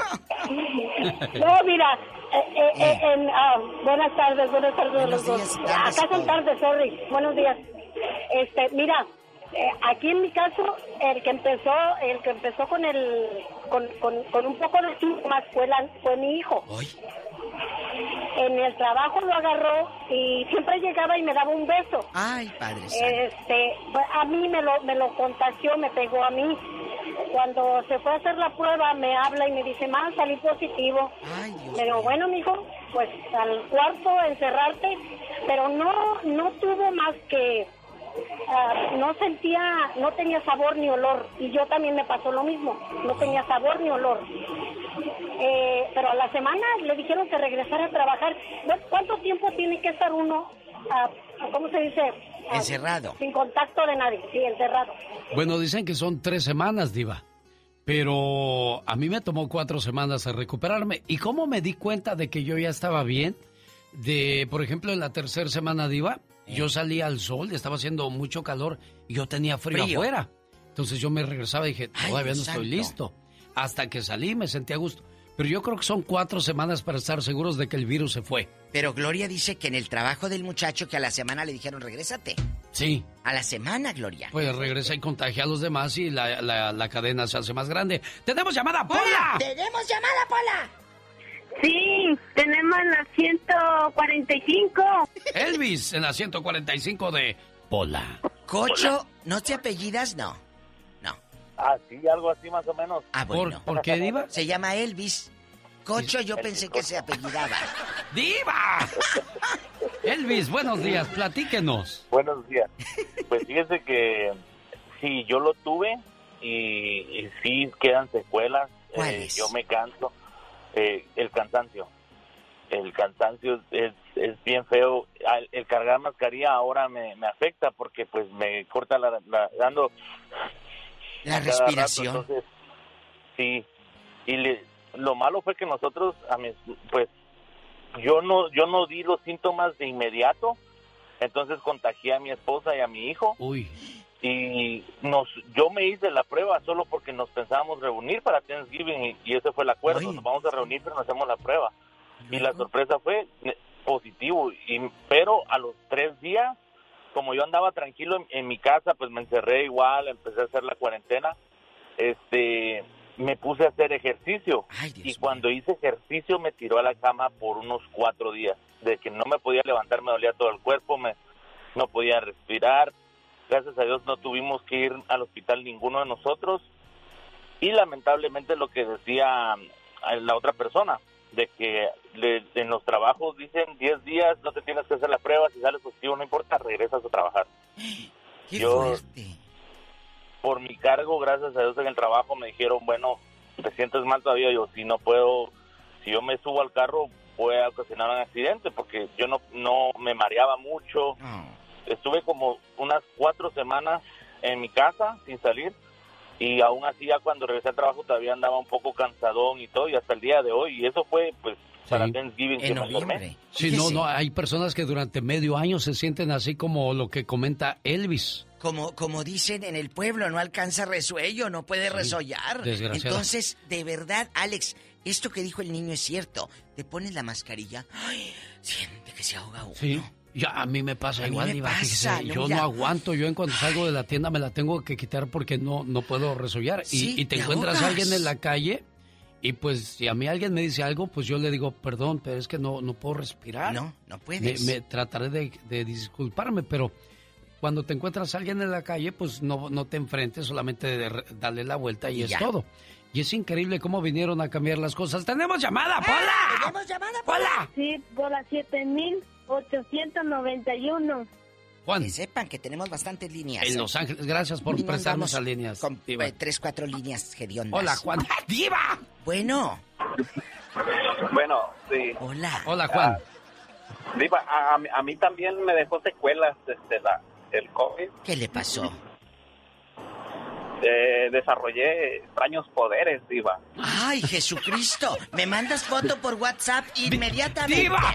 No, mira, eh, eh, eh, en, ah, buenas tardes, buenas tardes a los Buenos dos. días, tardes, Acá son Paula. tardes, sorry. Buenos días. Este, mira, eh, aquí en mi caso, el que empezó, el que empezó con el, con, con, con un poco de síntomas fue, la- fue mi hijo. Hoy, En el trabajo lo agarró y siempre llegaba y me daba un beso. ay, Padre Santo. Este, pues, a mí me lo, me lo contagió, me pegó a mí. Cuando se fue a hacer la prueba, me habla y me dice, ma, salí positivo. Ay, Dios Le digo, mío. bueno, mijo, pues al cuarto encerrarte, pero no, no tuvo más que, ah, no sentía, no tenía sabor ni olor, y yo también me pasó lo mismo, no tenía sabor ni olor. Eh, pero a la semana le dijeron que regresara a trabajar. Bueno, ¿cuánto tiempo tiene que estar uno, ah, cómo se dice? Ah, Encerrado. Sin contacto de nadie, sí, encerrado. Bueno, dicen que son tres semanas, Diva. Pero a mí me tomó cuatro semanas a recuperarme. ¿Y cómo me di cuenta de que yo ya estaba bien? De, por ejemplo, en la tercera semana, Diva, yo salía al sol, estaba haciendo mucho calor y yo tenía frío, Frío. afuera. Entonces yo me regresaba y dije, Ay, todavía no Dios estoy santo. listo. Hasta que salí me sentí a gusto. Pero yo creo que son cuatro semanas para estar seguros de que el virus se fue. Pero Gloria dice que en el trabajo del muchacho que a la semana le dijeron, regrésate. Sí. A la semana, Gloria. Pues regresa y contagia a los demás y la, la, la cadena se hace más grande. ¡Tenemos llamada, Pola! ¡Tenemos llamada, Pola! Sí, tenemos la ciento cuarenta y cinco. Elvis en la ciento cuarenta y cinco de Pola. Cocho, ¿no te apellidas? No. No. Ah, sí, algo así más o menos. Ah, bueno. ¿Por, ¿por qué, Diva? Se llama Elvis. Cocho, yo pensé que se apellidaba. ¡Diva! Elvis, buenos días, platíquenos. Buenos días. Pues fíjese que sí, yo lo tuve y, y sí quedan secuelas. Eh, yo me canso. Eh, el cansancio. El cansancio es, es bien feo. El, el cargar mascarilla ahora me, me afecta porque pues me corta la, la dando la respiración. Rato, entonces, sí. Y le, lo malo fue que nosotros, a mis, pues, yo no, yo no di los síntomas de inmediato, entonces contagié a mi esposa y a mi hijo. Uy. Y nos, yo me hice la prueba solo porque nos pensábamos reunir para Thanksgiving y, y ese fue el acuerdo. Uy. Nos vamos a reunir, pero nos hacemos la prueba. ¿Luego? Y la sorpresa fue positivo. Y, pero a los tres días, como yo andaba tranquilo en, en mi casa, pues me encerré igual, empecé a hacer la cuarentena. Este, me puse a hacer ejercicio. Ay, y cuando mío. hice ejercicio me tiró a la cama por unos cuatro días. De que no me podía levantar, me dolía todo el cuerpo, me no podía respirar. Gracias a Dios no tuvimos que ir al hospital ninguno de nosotros. Y lamentablemente lo que decía la otra persona, de que le, en los trabajos dicen diez días, no te tienes que hacer la prueba, si sales positivo no importa, regresas a trabajar. ¡Qué Yo, fuerte! Por mi cargo, gracias a Dios en el trabajo me dijeron, bueno, ¿te sientes mal todavía? Yo, si no puedo, si yo me subo al carro, voy a ocasionar un accidente, porque yo no, no me mareaba mucho. Oh. Estuve como unas cuatro semanas en mi casa sin salir y aún así ya cuando regresé al trabajo todavía andaba un poco cansadón y todo y hasta el día de hoy y eso fue pues sí. para Thanksgiving en noviembre. Sí, no, no, hay personas que durante medio año se sienten así como lo que comenta Elvis. Como, como dicen en el pueblo, no alcanza resuello, no puede sí, resollar. Entonces, de verdad, Alex, esto que dijo el niño es cierto. Te pones la mascarilla, ay, siente que se ahoga uno. Sí. Ya, a mí me pasa a igual, me Diva, pasa, fíjese, no, yo mira. no aguanto, yo en cuanto salgo de la tienda me la tengo que quitar porque no, no puedo resollar. Sí, y, y te, te encuentras ahogas. a alguien en la calle y pues si a mí alguien me dice algo, pues yo le digo, perdón, pero es que no, no puedo respirar. No, no puedes. Me, me trataré de, de disculparme, pero cuando te encuentras a alguien en la calle, pues no, no te enfrentes, solamente de darle la vuelta y, y es ya. todo. Y es increíble cómo vinieron a cambiar las cosas. ¡Tenemos llamada, Pola! ¡Ah! ¡Tenemos llamada, Pola! Sí, por la siete mil ochocientos noventa y uno. Juan. Que sepan que tenemos bastantes líneas. En Los Ángeles, gracias por prestarnos a líneas. Con eh, tres, cuatro líneas hediondas. Hola, Juan. ¡Diva! Bueno. Bueno, sí. Hola. Hola, Juan. Uh, Diva, a, a mí también me dejó secuelas desde la, el COVID. ¿Qué le pasó? Eh, desarrollé extraños poderes, Diva. ¡Ay, Jesucristo! Me mandas foto por WhatsApp inmediatamente. ¡Diva!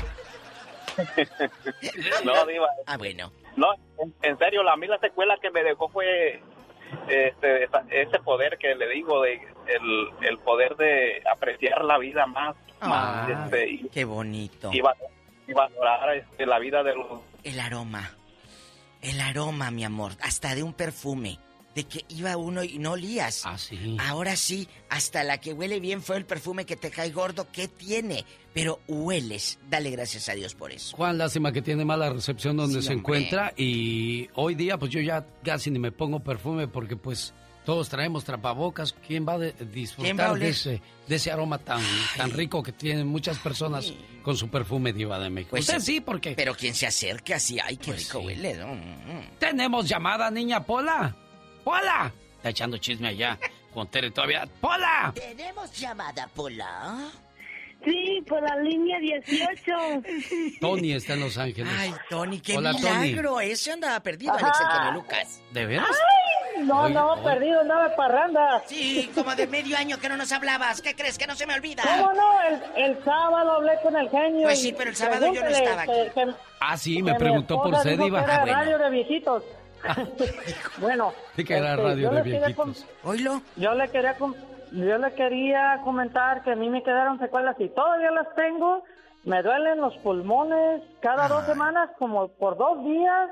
No, Diva. Ah, bueno. No, en, en serio, la, a mí la secuela que me dejó fue este, ese poder que le digo, de el, el poder de apreciar la vida más. Ah, más este, y, qué bonito. Y, y valorar este, la vida de los... El aroma. El aroma, mi amor. Hasta de un perfume. De que iba uno y no olías. Ah, sí. Ahora sí, hasta la que huele bien fue el perfume que te cae gordo. ¿Qué tiene? Pero hueles. Dale gracias a Dios por eso. Juan, lástima que tiene mala recepción donde sí, se hombre. encuentra. Y hoy día, pues yo ya casi ni me pongo perfume porque, pues, todos traemos trapabocas. ¿Quién va a de, disfrutar va a de, ese, de ese aroma tan, tan rico que tienen muchas personas Ay. con su perfume, Diva de México? Pues Usted sí, porque... Pero quien se acerque así, ay, qué Pues rico sí. huele, ¿no? Mm. Tenemos llamada, niña Pola. ¡Pola! Está echando chisme allá con Tere todavía. ¡Pola! ¿Tenemos llamada, Pola? Sí, por la línea dieciocho. Tony está en Los Ángeles. Ay, Tony, qué Hola, milagro. Tony. Ese andaba perdido, Ajá. Alex Eugenio Lucas. ¿De veras? Ay, no, Oye, no, oye. perdido, andaba de parranda. Sí, como de medio año que no nos hablabas. ¿Qué crees? Que no se me olvida. ¿Cómo no? El, el sábado hablé con el genio. Pues y sí, pero el sábado yo no pregúntele, estaba aquí. que- que- Ah, sí, que me mi preguntó por esposa usted, dijo Diva. que era Ah, bueno. radio de viejitos. Bueno. Sí que era este, radio yo de le quería viejitos. Oílo. Yo le quería com- yo le quería comentar que a mí me quedaron secuelas y todavía las tengo. Me duelen los pulmones cada Ah. dos semanas, como por dos días.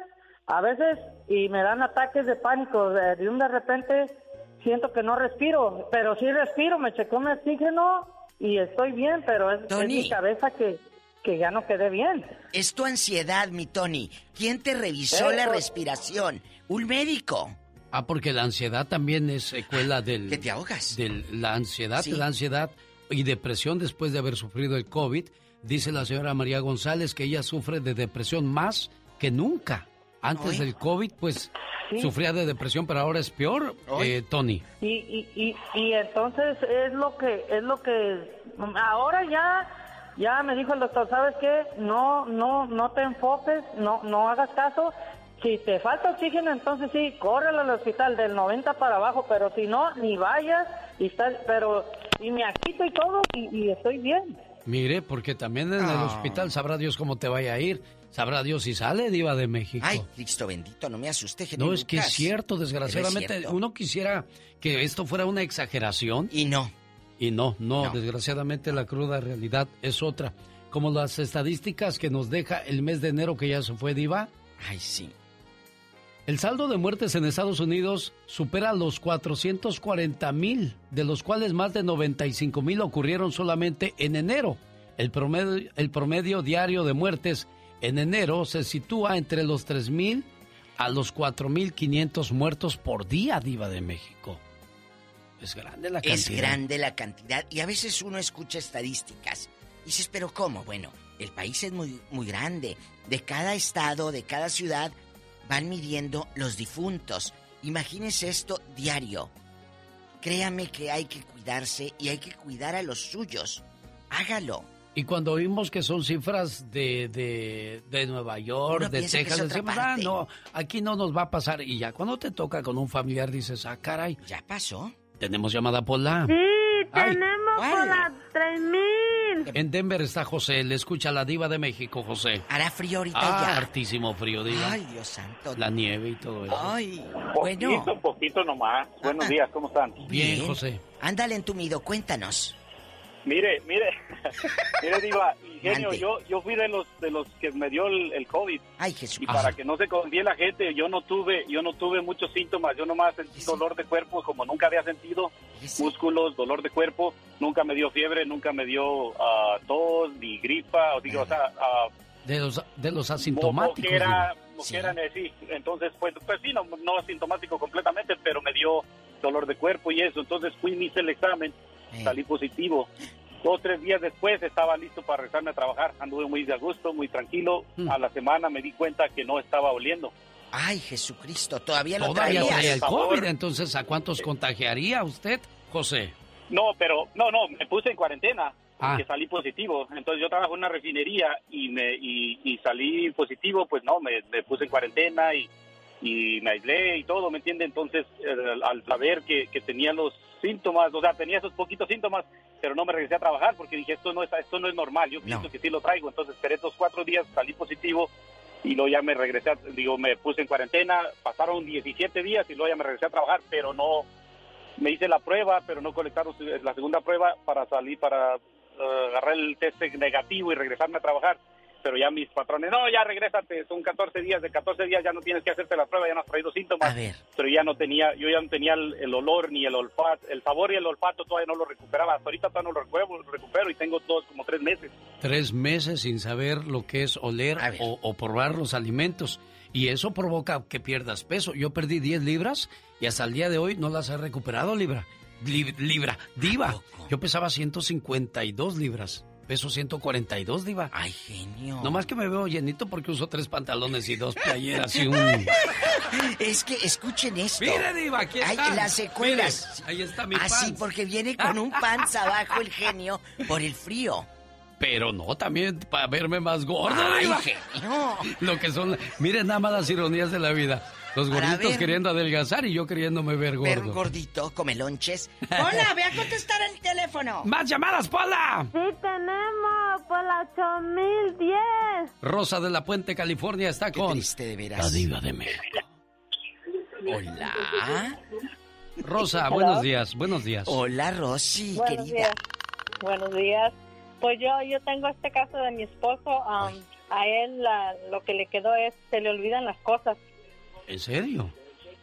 a veces, y me dan ataques de pánico, de, de un de repente siento que no respiro, pero sí respiro, me checó mi oxígeno y estoy bien, pero es, es mi cabeza que, que ya no quedé bien. Es tu ansiedad, mi Tony. ¿Quién te revisó Eso. la respiración? ¿Un médico? Ah, porque la ansiedad también es secuela del... Que te ahogas. De la ansiedad, Sí. la ansiedad y depresión después de haber sufrido el COVID. Dice la señora María González que ella sufre de depresión más que nunca. Antes del COVID, pues, Sí. sufría de depresión, pero ahora es peor, eh, Tony. Y, y, y, y entonces es lo que, es lo que, ahora ya, ya me dijo el doctor, ¿sabes qué? No, no, no te enfoques, no, no hagas caso. Si te falta oxígeno, entonces sí, córrele al hospital del noventa para abajo, pero si no, ni vayas, y estás, pero, y me agito y todo, y, y estoy bien. Mire, porque también en el Ah. hospital sabrá Dios cómo te vaya a ir. Sabrá Dios si sale, diva de México. Ay, Cristo bendito, no me asusté, genio No, es que es Lucas. cierto, desgraciadamente. Pero es cierto. Uno quisiera que esto fuera una exageración. Y no. Y no, no, No. desgraciadamente la cruda realidad es otra. Como las estadísticas que nos deja el mes de enero que ya se fue, diva. Ay, sí. El saldo de muertes en Estados Unidos supera los cuatrocientos cuarenta mil, de los cuales más de noventa y cinco mil ocurrieron solamente en enero. El promedio, el promedio diario de muertes en enero se sitúa entre los tres mil a los cuatro mil quinientos muertos por día, diva de México. Es grande la cantidad. Es grande la cantidad y a veces uno escucha estadísticas. Y dices, ¿pero cómo? Bueno, el país es muy, muy grande. De cada estado, de cada ciudad, van midiendo los difuntos. Imagínese esto diario. Créame que hay que cuidarse y hay que cuidar a los suyos. Hágalo. Y cuando oímos que son cifras de, de, de Nueva York, Uno de piensa que Texas, es otra decimos, ah, parte. no, aquí no nos va a pasar. Y ya cuando te toca con un familiar dices, ah, caray. Ya pasó. Tenemos llamada Pola. Sí, Ay. tenemos por las tres mil. En Denver está José, le escucha la diva de México, José. Hará frío ahorita Ah, ya. hartísimo frío, diva. Ay, Dios santo. La nieve y todo eso. Ay, Poquito, bueno. poquito nomás. Buenos días, ¿cómo están? Bien, José. Ándale, entumido, cuéntanos. Mire, mire, mire, diva, y genio, Mande. yo, yo fui de los de los que me dio el, el COVID. Ay, Jesús. Y para que no se confíe la gente, yo no tuve, yo no tuve muchos síntomas, yo nomás sentí dolor de cuerpo como nunca había sentido, músculos, dolor de cuerpo, nunca me dio fiebre, nunca me dio ah, tos, ni gripa, o, digo, o sea, ah, De los, de los asintomáticos. moquera, diva. moquera, eh, sí, entonces pues, pues sí, no, no asintomático completamente, pero me dio dolor de cuerpo y eso, entonces fui, me hice el examen, salí positivo. Dos o tres días después estaba listo para regresarme a trabajar, anduve muy de a gusto, muy tranquilo, a la semana me di cuenta que no estaba oliendo. Ay, Jesucristo, todavía lo Todavía traías. traía el Sabor. COVID, entonces ¿a cuántos contagiaría usted, José? No, pero, no, no, me puse en cuarentena, Ah. porque salí positivo. Entonces yo trabajo en una refinería y me y, y salí positivo, pues no, me, me puse en cuarentena y, y me aislé y todo, ¿me entiende? Entonces, al, al saber que, que tenía los síntomas, o sea, tenía esos poquitos síntomas, pero no me regresé a trabajar porque dije, esto no es, esto no es normal, yo pienso que sí lo traigo. Entonces esperé estos cuatro días, salí positivo y luego ya me regresé, a- digo, me puse en cuarentena, pasaron diecisiete días y luego ya me regresé a trabajar, pero no, me hice la prueba, pero no colectaron la segunda prueba para salir, para eh, agarrar el test negativo y regresarme a trabajar. Pero ya mis patrones, no, ya regrésate, son catorce días, de catorce días ya no tienes que hacerte la prueba, ya no has traído síntomas. A ver. Pero ya no tenía, yo ya no tenía el, el olor ni el olfato, el sabor y el olfato todavía no lo recuperaba. Hasta ahorita todavía no lo recupero, lo recupero y tengo todos como tres meses. Tres meses sin saber lo que es oler o, o probar los alimentos. Y eso provoca que pierdas peso. Yo perdí diez libras y hasta el día de hoy no las he recuperado, Libra. Lib- libra, diva. Yo pesaba ciento cincuenta y dos libras. Peso ciento cuarenta y dos, diva. Ay, genio. Nomás que me veo llenito porque uso tres pantalones y dos playeras y un... Es que escuchen esto. Mire, diva, aquí Ay, está. las secuelas. Mire, ahí está mi Así, pants. porque viene con un pants abajo el genio por el frío. Pero no, también para verme más gordo, Ay, diva. genio. Lo que son... Miren nada más las ironías de la vida. Los Para gorditos ver. queriendo adelgazar y yo queriéndome ver gordo. Ver gordito, come lonches. Hola, ve a contestar el teléfono. ¡Más llamadas, Pola! Sí, tenemos por la ocho mil diez. Rosa de la Puente, California, está con... triste, de veras. La diva de México. Hola. Rosa, Hello. buenos días, buenos días. Hola, Rosy, Buenos querida. días. Buenos días. Pues yo yo tengo este caso de mi esposo. um, a él la- lo que le quedó es, se le olvidan las cosas. ¿En serio?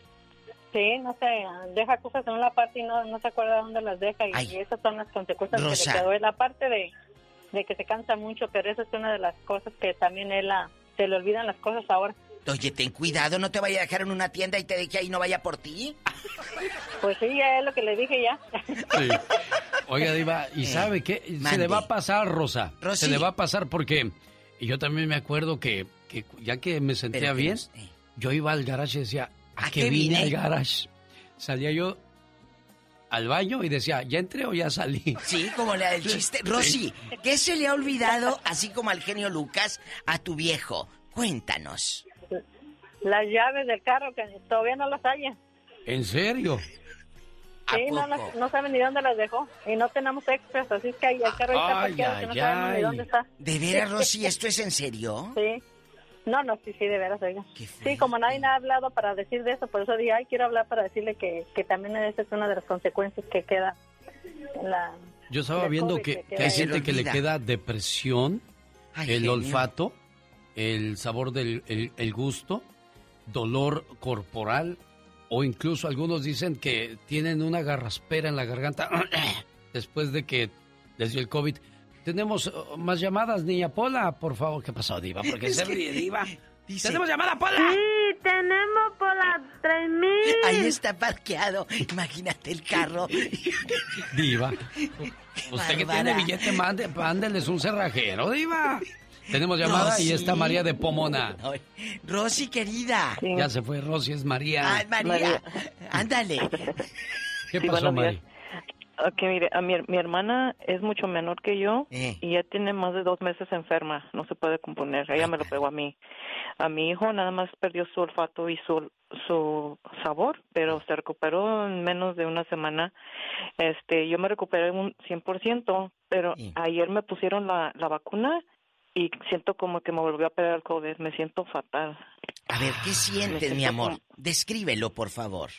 Sí, no sé, deja cosas en una parte y no, no se acuerda dónde las deja y, y esas son las consecuencias Rosa. que le quedó. Es la parte de, de que se cansa mucho, pero esa es una de las cosas que también él la, se le olvidan las cosas ahora. Oye, ten cuidado, no te vaya a dejar en una tienda y te deje ahí y no vaya por ti. Pues sí, ya es lo que le dije ya. Sí. Oiga, Diva, ¿y sabe qué? Se mande. le va a pasar, Rosa. Rosy. Se le va a pasar porque... Y yo también me acuerdo que, que ya que me sentía Pero que bien, nos- eh. yo iba al garage y decía, ¿a, ¿A qué qué vine vine? al garage? Salía yo al baño y decía, ¿ya entré o ya salí? Sí, como la del chiste. Rosy, ¿qué se le ha olvidado, así como al genio Lucas, a tu viejo? Cuéntanos. Las llaves del carro que todavía no las haya. ¿En serio? Sí, no, las- no saben ni dónde las dejó. Y no tenemos extras, así es que ahí el carro está Ay, parqueado que no ay, sabemos ni ay. dónde está. ¿De veras, Rosy, esto es en serio? Sí. No, no, sí, sí, de veras, oiga. Sí, como nadie ha hablado para decir de eso, por eso dije, ay, quiero hablar para decirle que, que también esa es una de las consecuencias que queda en la... Yo estaba del viendo COVID que, que que hay queda gente ahí. que le queda depresión, Ay, el genio. olfato, el sabor del el, el gusto, dolor corporal, o incluso algunos dicen que tienen una garraspera en la garganta después de que les dio el COVID. Tenemos uh, más llamadas, niña Pola, por favor. ¿Qué pasó, Diva? ¿Por qué Es se que ríe, Diva? dice- ¡Tenemos llamada, Pola! Sí, tenemos por las tres mil. Ahí está parqueado. Imagínate el carro. Diva, usted que bárbara. tiene billete, mande, mándeles un cerrajero, Diva. Tenemos llamada Rosy. y está María de Pomona. Ay, Rosy, querida. Ya se fue Rosy, es María. Ay, María, ándale. ¿Qué Sí, pasó, buenos Mari? días. Ok, mire, a mi, mi hermana es mucho menor que yo y ya tiene más de dos meses enferma, no se puede componer, ella me lo pegó a mí. A mi hijo nada más perdió su olfato y su su sabor, pero se recuperó en menos de una semana. Este, yo me recuperé un cien por ciento, pero ayer me pusieron la, la vacuna y siento como que me volvió a pegar el COVID, me siento fatal. A ver, ¿qué sientes, Me mi siento amor? como- Descríbelo, por favor.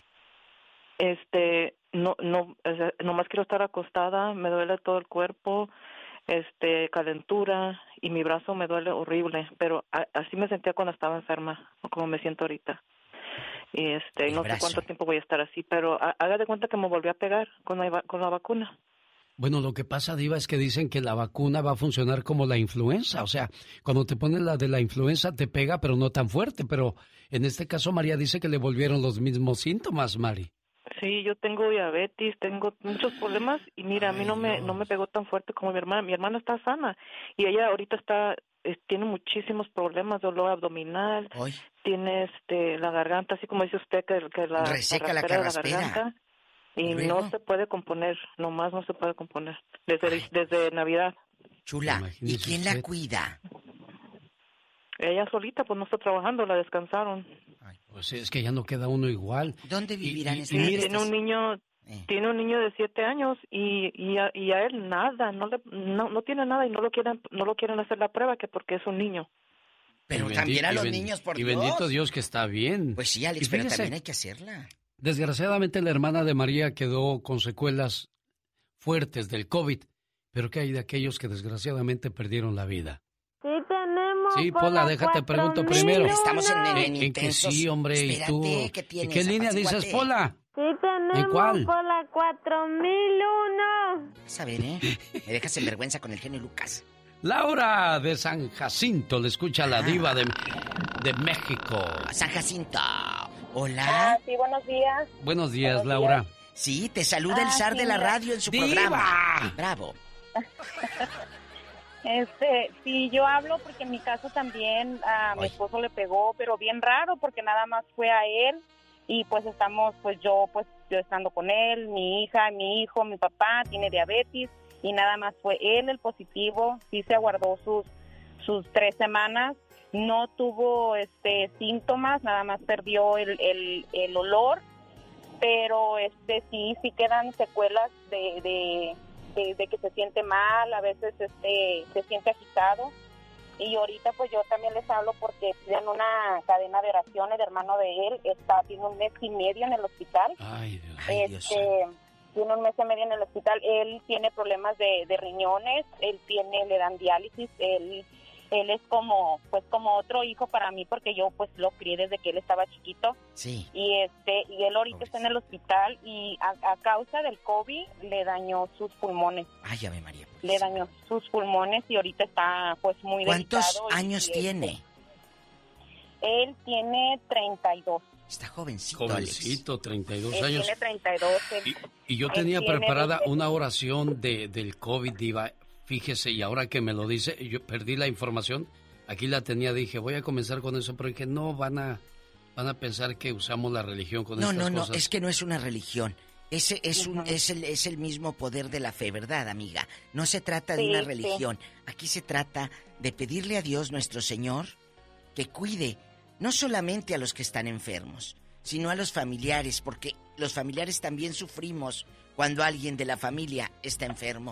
Este, no, no, o sea, nomás quiero estar acostada, me duele todo el cuerpo, este, calentura y mi brazo me duele horrible, pero a- así me sentía cuando estaba enferma, como me siento ahorita. Y este, El no brazo. sé cuánto tiempo voy a estar así, pero ha- haga de cuenta que me volvió a pegar con la, va- con la vacuna. Bueno, lo que pasa, Diva, es que dicen que la vacuna va a funcionar como la influenza. O sea, cuando te ponen la de la influenza te pega, pero no tan fuerte. Pero en este caso, María dice que le volvieron los mismos síntomas, Mari. Sí, yo tengo diabetes, tengo muchos problemas y mira, a mí no me no me pegó tan fuerte como mi hermana. Mi hermana está sana y ella ahorita está eh, tiene muchísimos problemas, dolor abdominal, tiene este la garganta, así como dice usted que, que la Reseca la carraspera de carraspera. garganta, y Luego. no se puede componer, nomás no se puede componer desde desde Navidad. Chula, ¿y quién la cuida? Ella solita, pues no está trabajando, la descansaron. Pues es que ya no queda uno igual. ¿Dónde vivirán y- y estas mire- Tiene un niño, Eh. tiene un niño de siete años y, y, a, y a él nada, no le, no, no tiene nada y no lo quieren, no lo quieren hacer la prueba que porque es un niño. Pero Y también a bendi- y los ben- niños, por Y Dios. bendito Dios que está bien. Pues sí, Y Alex, pero fíjese, también hay que hacerla. Desgraciadamente la hermana de María quedó con secuelas fuertes del COVID. Pero ¿qué hay de aquellos que desgraciadamente perdieron la vida? Sí, tenemos. Sí, por Pola, las déjate pregunto cuatro mil primero. Estamos en- en- en En que intensos. sí, hombre, y tú. Espérate, ¿qué ¿En tienes, qué línea dices, apaciguate? Pola? Sí, tenemos cuál? por la cuatro mil uno. Vas a ver, ¿eh? Me dejas en vergüenza con el genio Lucas. Laura de San Jacinto, le escucha la Ah. diva de, de México. San Jacinto. Hola. Sí, buenos días. Buenos días, Buenos Laura. Sí, te saluda el Ah, zar sí, de la mira. radio en su ¡Diva! programa. Bravo. Este, sí, yo hablo porque en mi caso también a mi esposo le pegó, pero bien raro porque nada más fue a él y pues estamos, pues yo, pues yo estando con él, mi hija, mi hijo, mi papá tiene diabetes y nada más fue él el positivo, sí se aguardó sus sus tres semanas, no tuvo este síntomas, nada más perdió el, el, el olor, pero este sí, sí quedan secuelas de, de De, de que se siente mal, a veces este se siente agitado y ahorita pues yo también les hablo porque tienen una cadena de oración, el hermano de él está tiene un mes y medio en el hospital. Ay, Dios. Ay, Dios. este tiene un mes y medio en el hospital, él tiene problemas de, de riñones, él tiene le dan diálisis, él él es como, pues como otro hijo para mí, porque yo pues lo crié desde que él estaba chiquito. Sí. Y este, y él ahorita está en el hospital y a, a causa del COVID le dañó sus pulmones. Ay, Ave María. Le dañó sus pulmones y ahorita está pues muy ¿Cuántos delicado. años y, tiene? Este, él tiene treinta y dos. Está jovencito, Jovencito, Alex. treinta y dos Él años. tiene treinta y dos. Él, Y yo él tenía tiene preparada veinte. una oración de, del COVID, Diva. Fíjese, y ahora que me lo dice, yo perdí la información. Aquí la tenía, dije, voy a comenzar con eso, pero dije, no, van a, van a pensar que usamos la religión con No, estas no, no, cosas. es que no es una religión. Ese es un es el es el mismo poder de la fe, ¿verdad, amiga? No se trata de Sí, una sí. religión. Aquí se trata de pedirle a Dios, nuestro Señor, que cuide no solamente a los que están enfermos, sino a los familiares, porque los familiares también sufrimos cuando alguien de la familia está enfermo.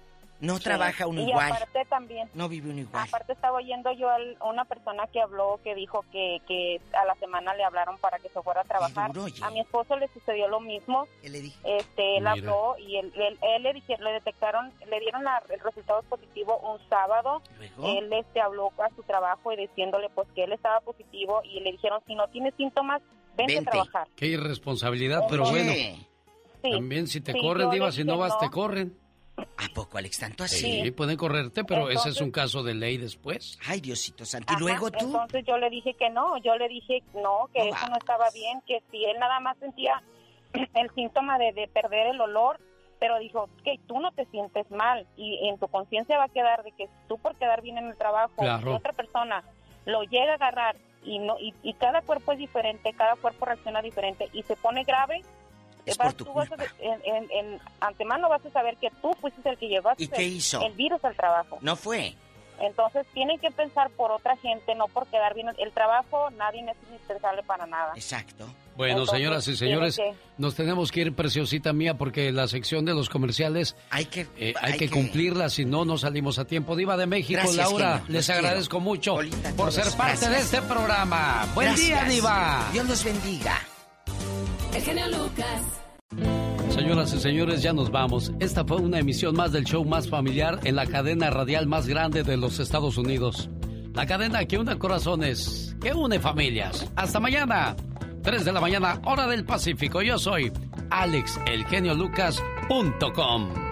No Sí. trabaja uno y igual. aparte también, No vive uno igual. aparte estaba oyendo yo a una persona que habló que dijo que, que a la semana le hablaron para que se fuera a trabajar. duro, oye. A mi esposo le sucedió lo mismo. ¿Qué le dije? Este, él Mira. habló y él, él, él le dijeron, le detectaron, le dieron la- el resultado positivo un sábado. ¿Luego? Él este habló a su trabajo y diciéndole pues que él estaba positivo y le dijeron si no tienes síntomas vente, Vente. a trabajar. Qué irresponsabilidad, pero Oye. bueno. Sí. También si te Sí, corren, yo Diva, le si no dije vas, no. te corren. ¿A poco, Alex, tanto Sí, así? pueden correrte, pero ese es Entonces- un caso de ley después. Ay, Diosito santo. ¿Y Ajá, luego tú? Entonces yo le dije que no, yo le dije no, que No eso no estaba bien, que si él nada más sentía el síntoma de, de perder el olor, pero dijo que tú no te sientes mal y en tu conciencia va a quedar de que tú por quedar bien en el trabajo, Claro. si otra persona lo llega a agarrar y no y, y cada cuerpo es diferente, cada cuerpo reacciona diferente y se pone grave. Es vas- por tu tú vas a- en, en, en antemano vas a saber que tú fuiste el que llevaste ¿Y qué hizo? el virus al trabajo. No fue. Entonces tienen que pensar por otra gente, no por quedar bien. El trabajo nadie es indispensable para nada. Exacto. Bueno, Entonces, señoras y señores, tiene que- nos tenemos que ir, preciosita mía, porque la sección de los comerciales hay que, eh, hay hay que que- cumplirla, si no, no salimos a tiempo. Diva de México, Gracias, Laura, genio, les los agradezco mucho Polita, por todos, ser parte gracias. de este programa. Buen día, Gracias. Diva. Dios los bendiga. El genio Lucas. Señoras y señores, ya nos vamos. Esta fue una emisión más del show más familiar en la cadena radial más grande de los Estados Unidos. La cadena que une corazones, que une familias. Hasta mañana, tres de la mañana, hora del Pacífico. Yo soy Alex, el genio Lucas punto com.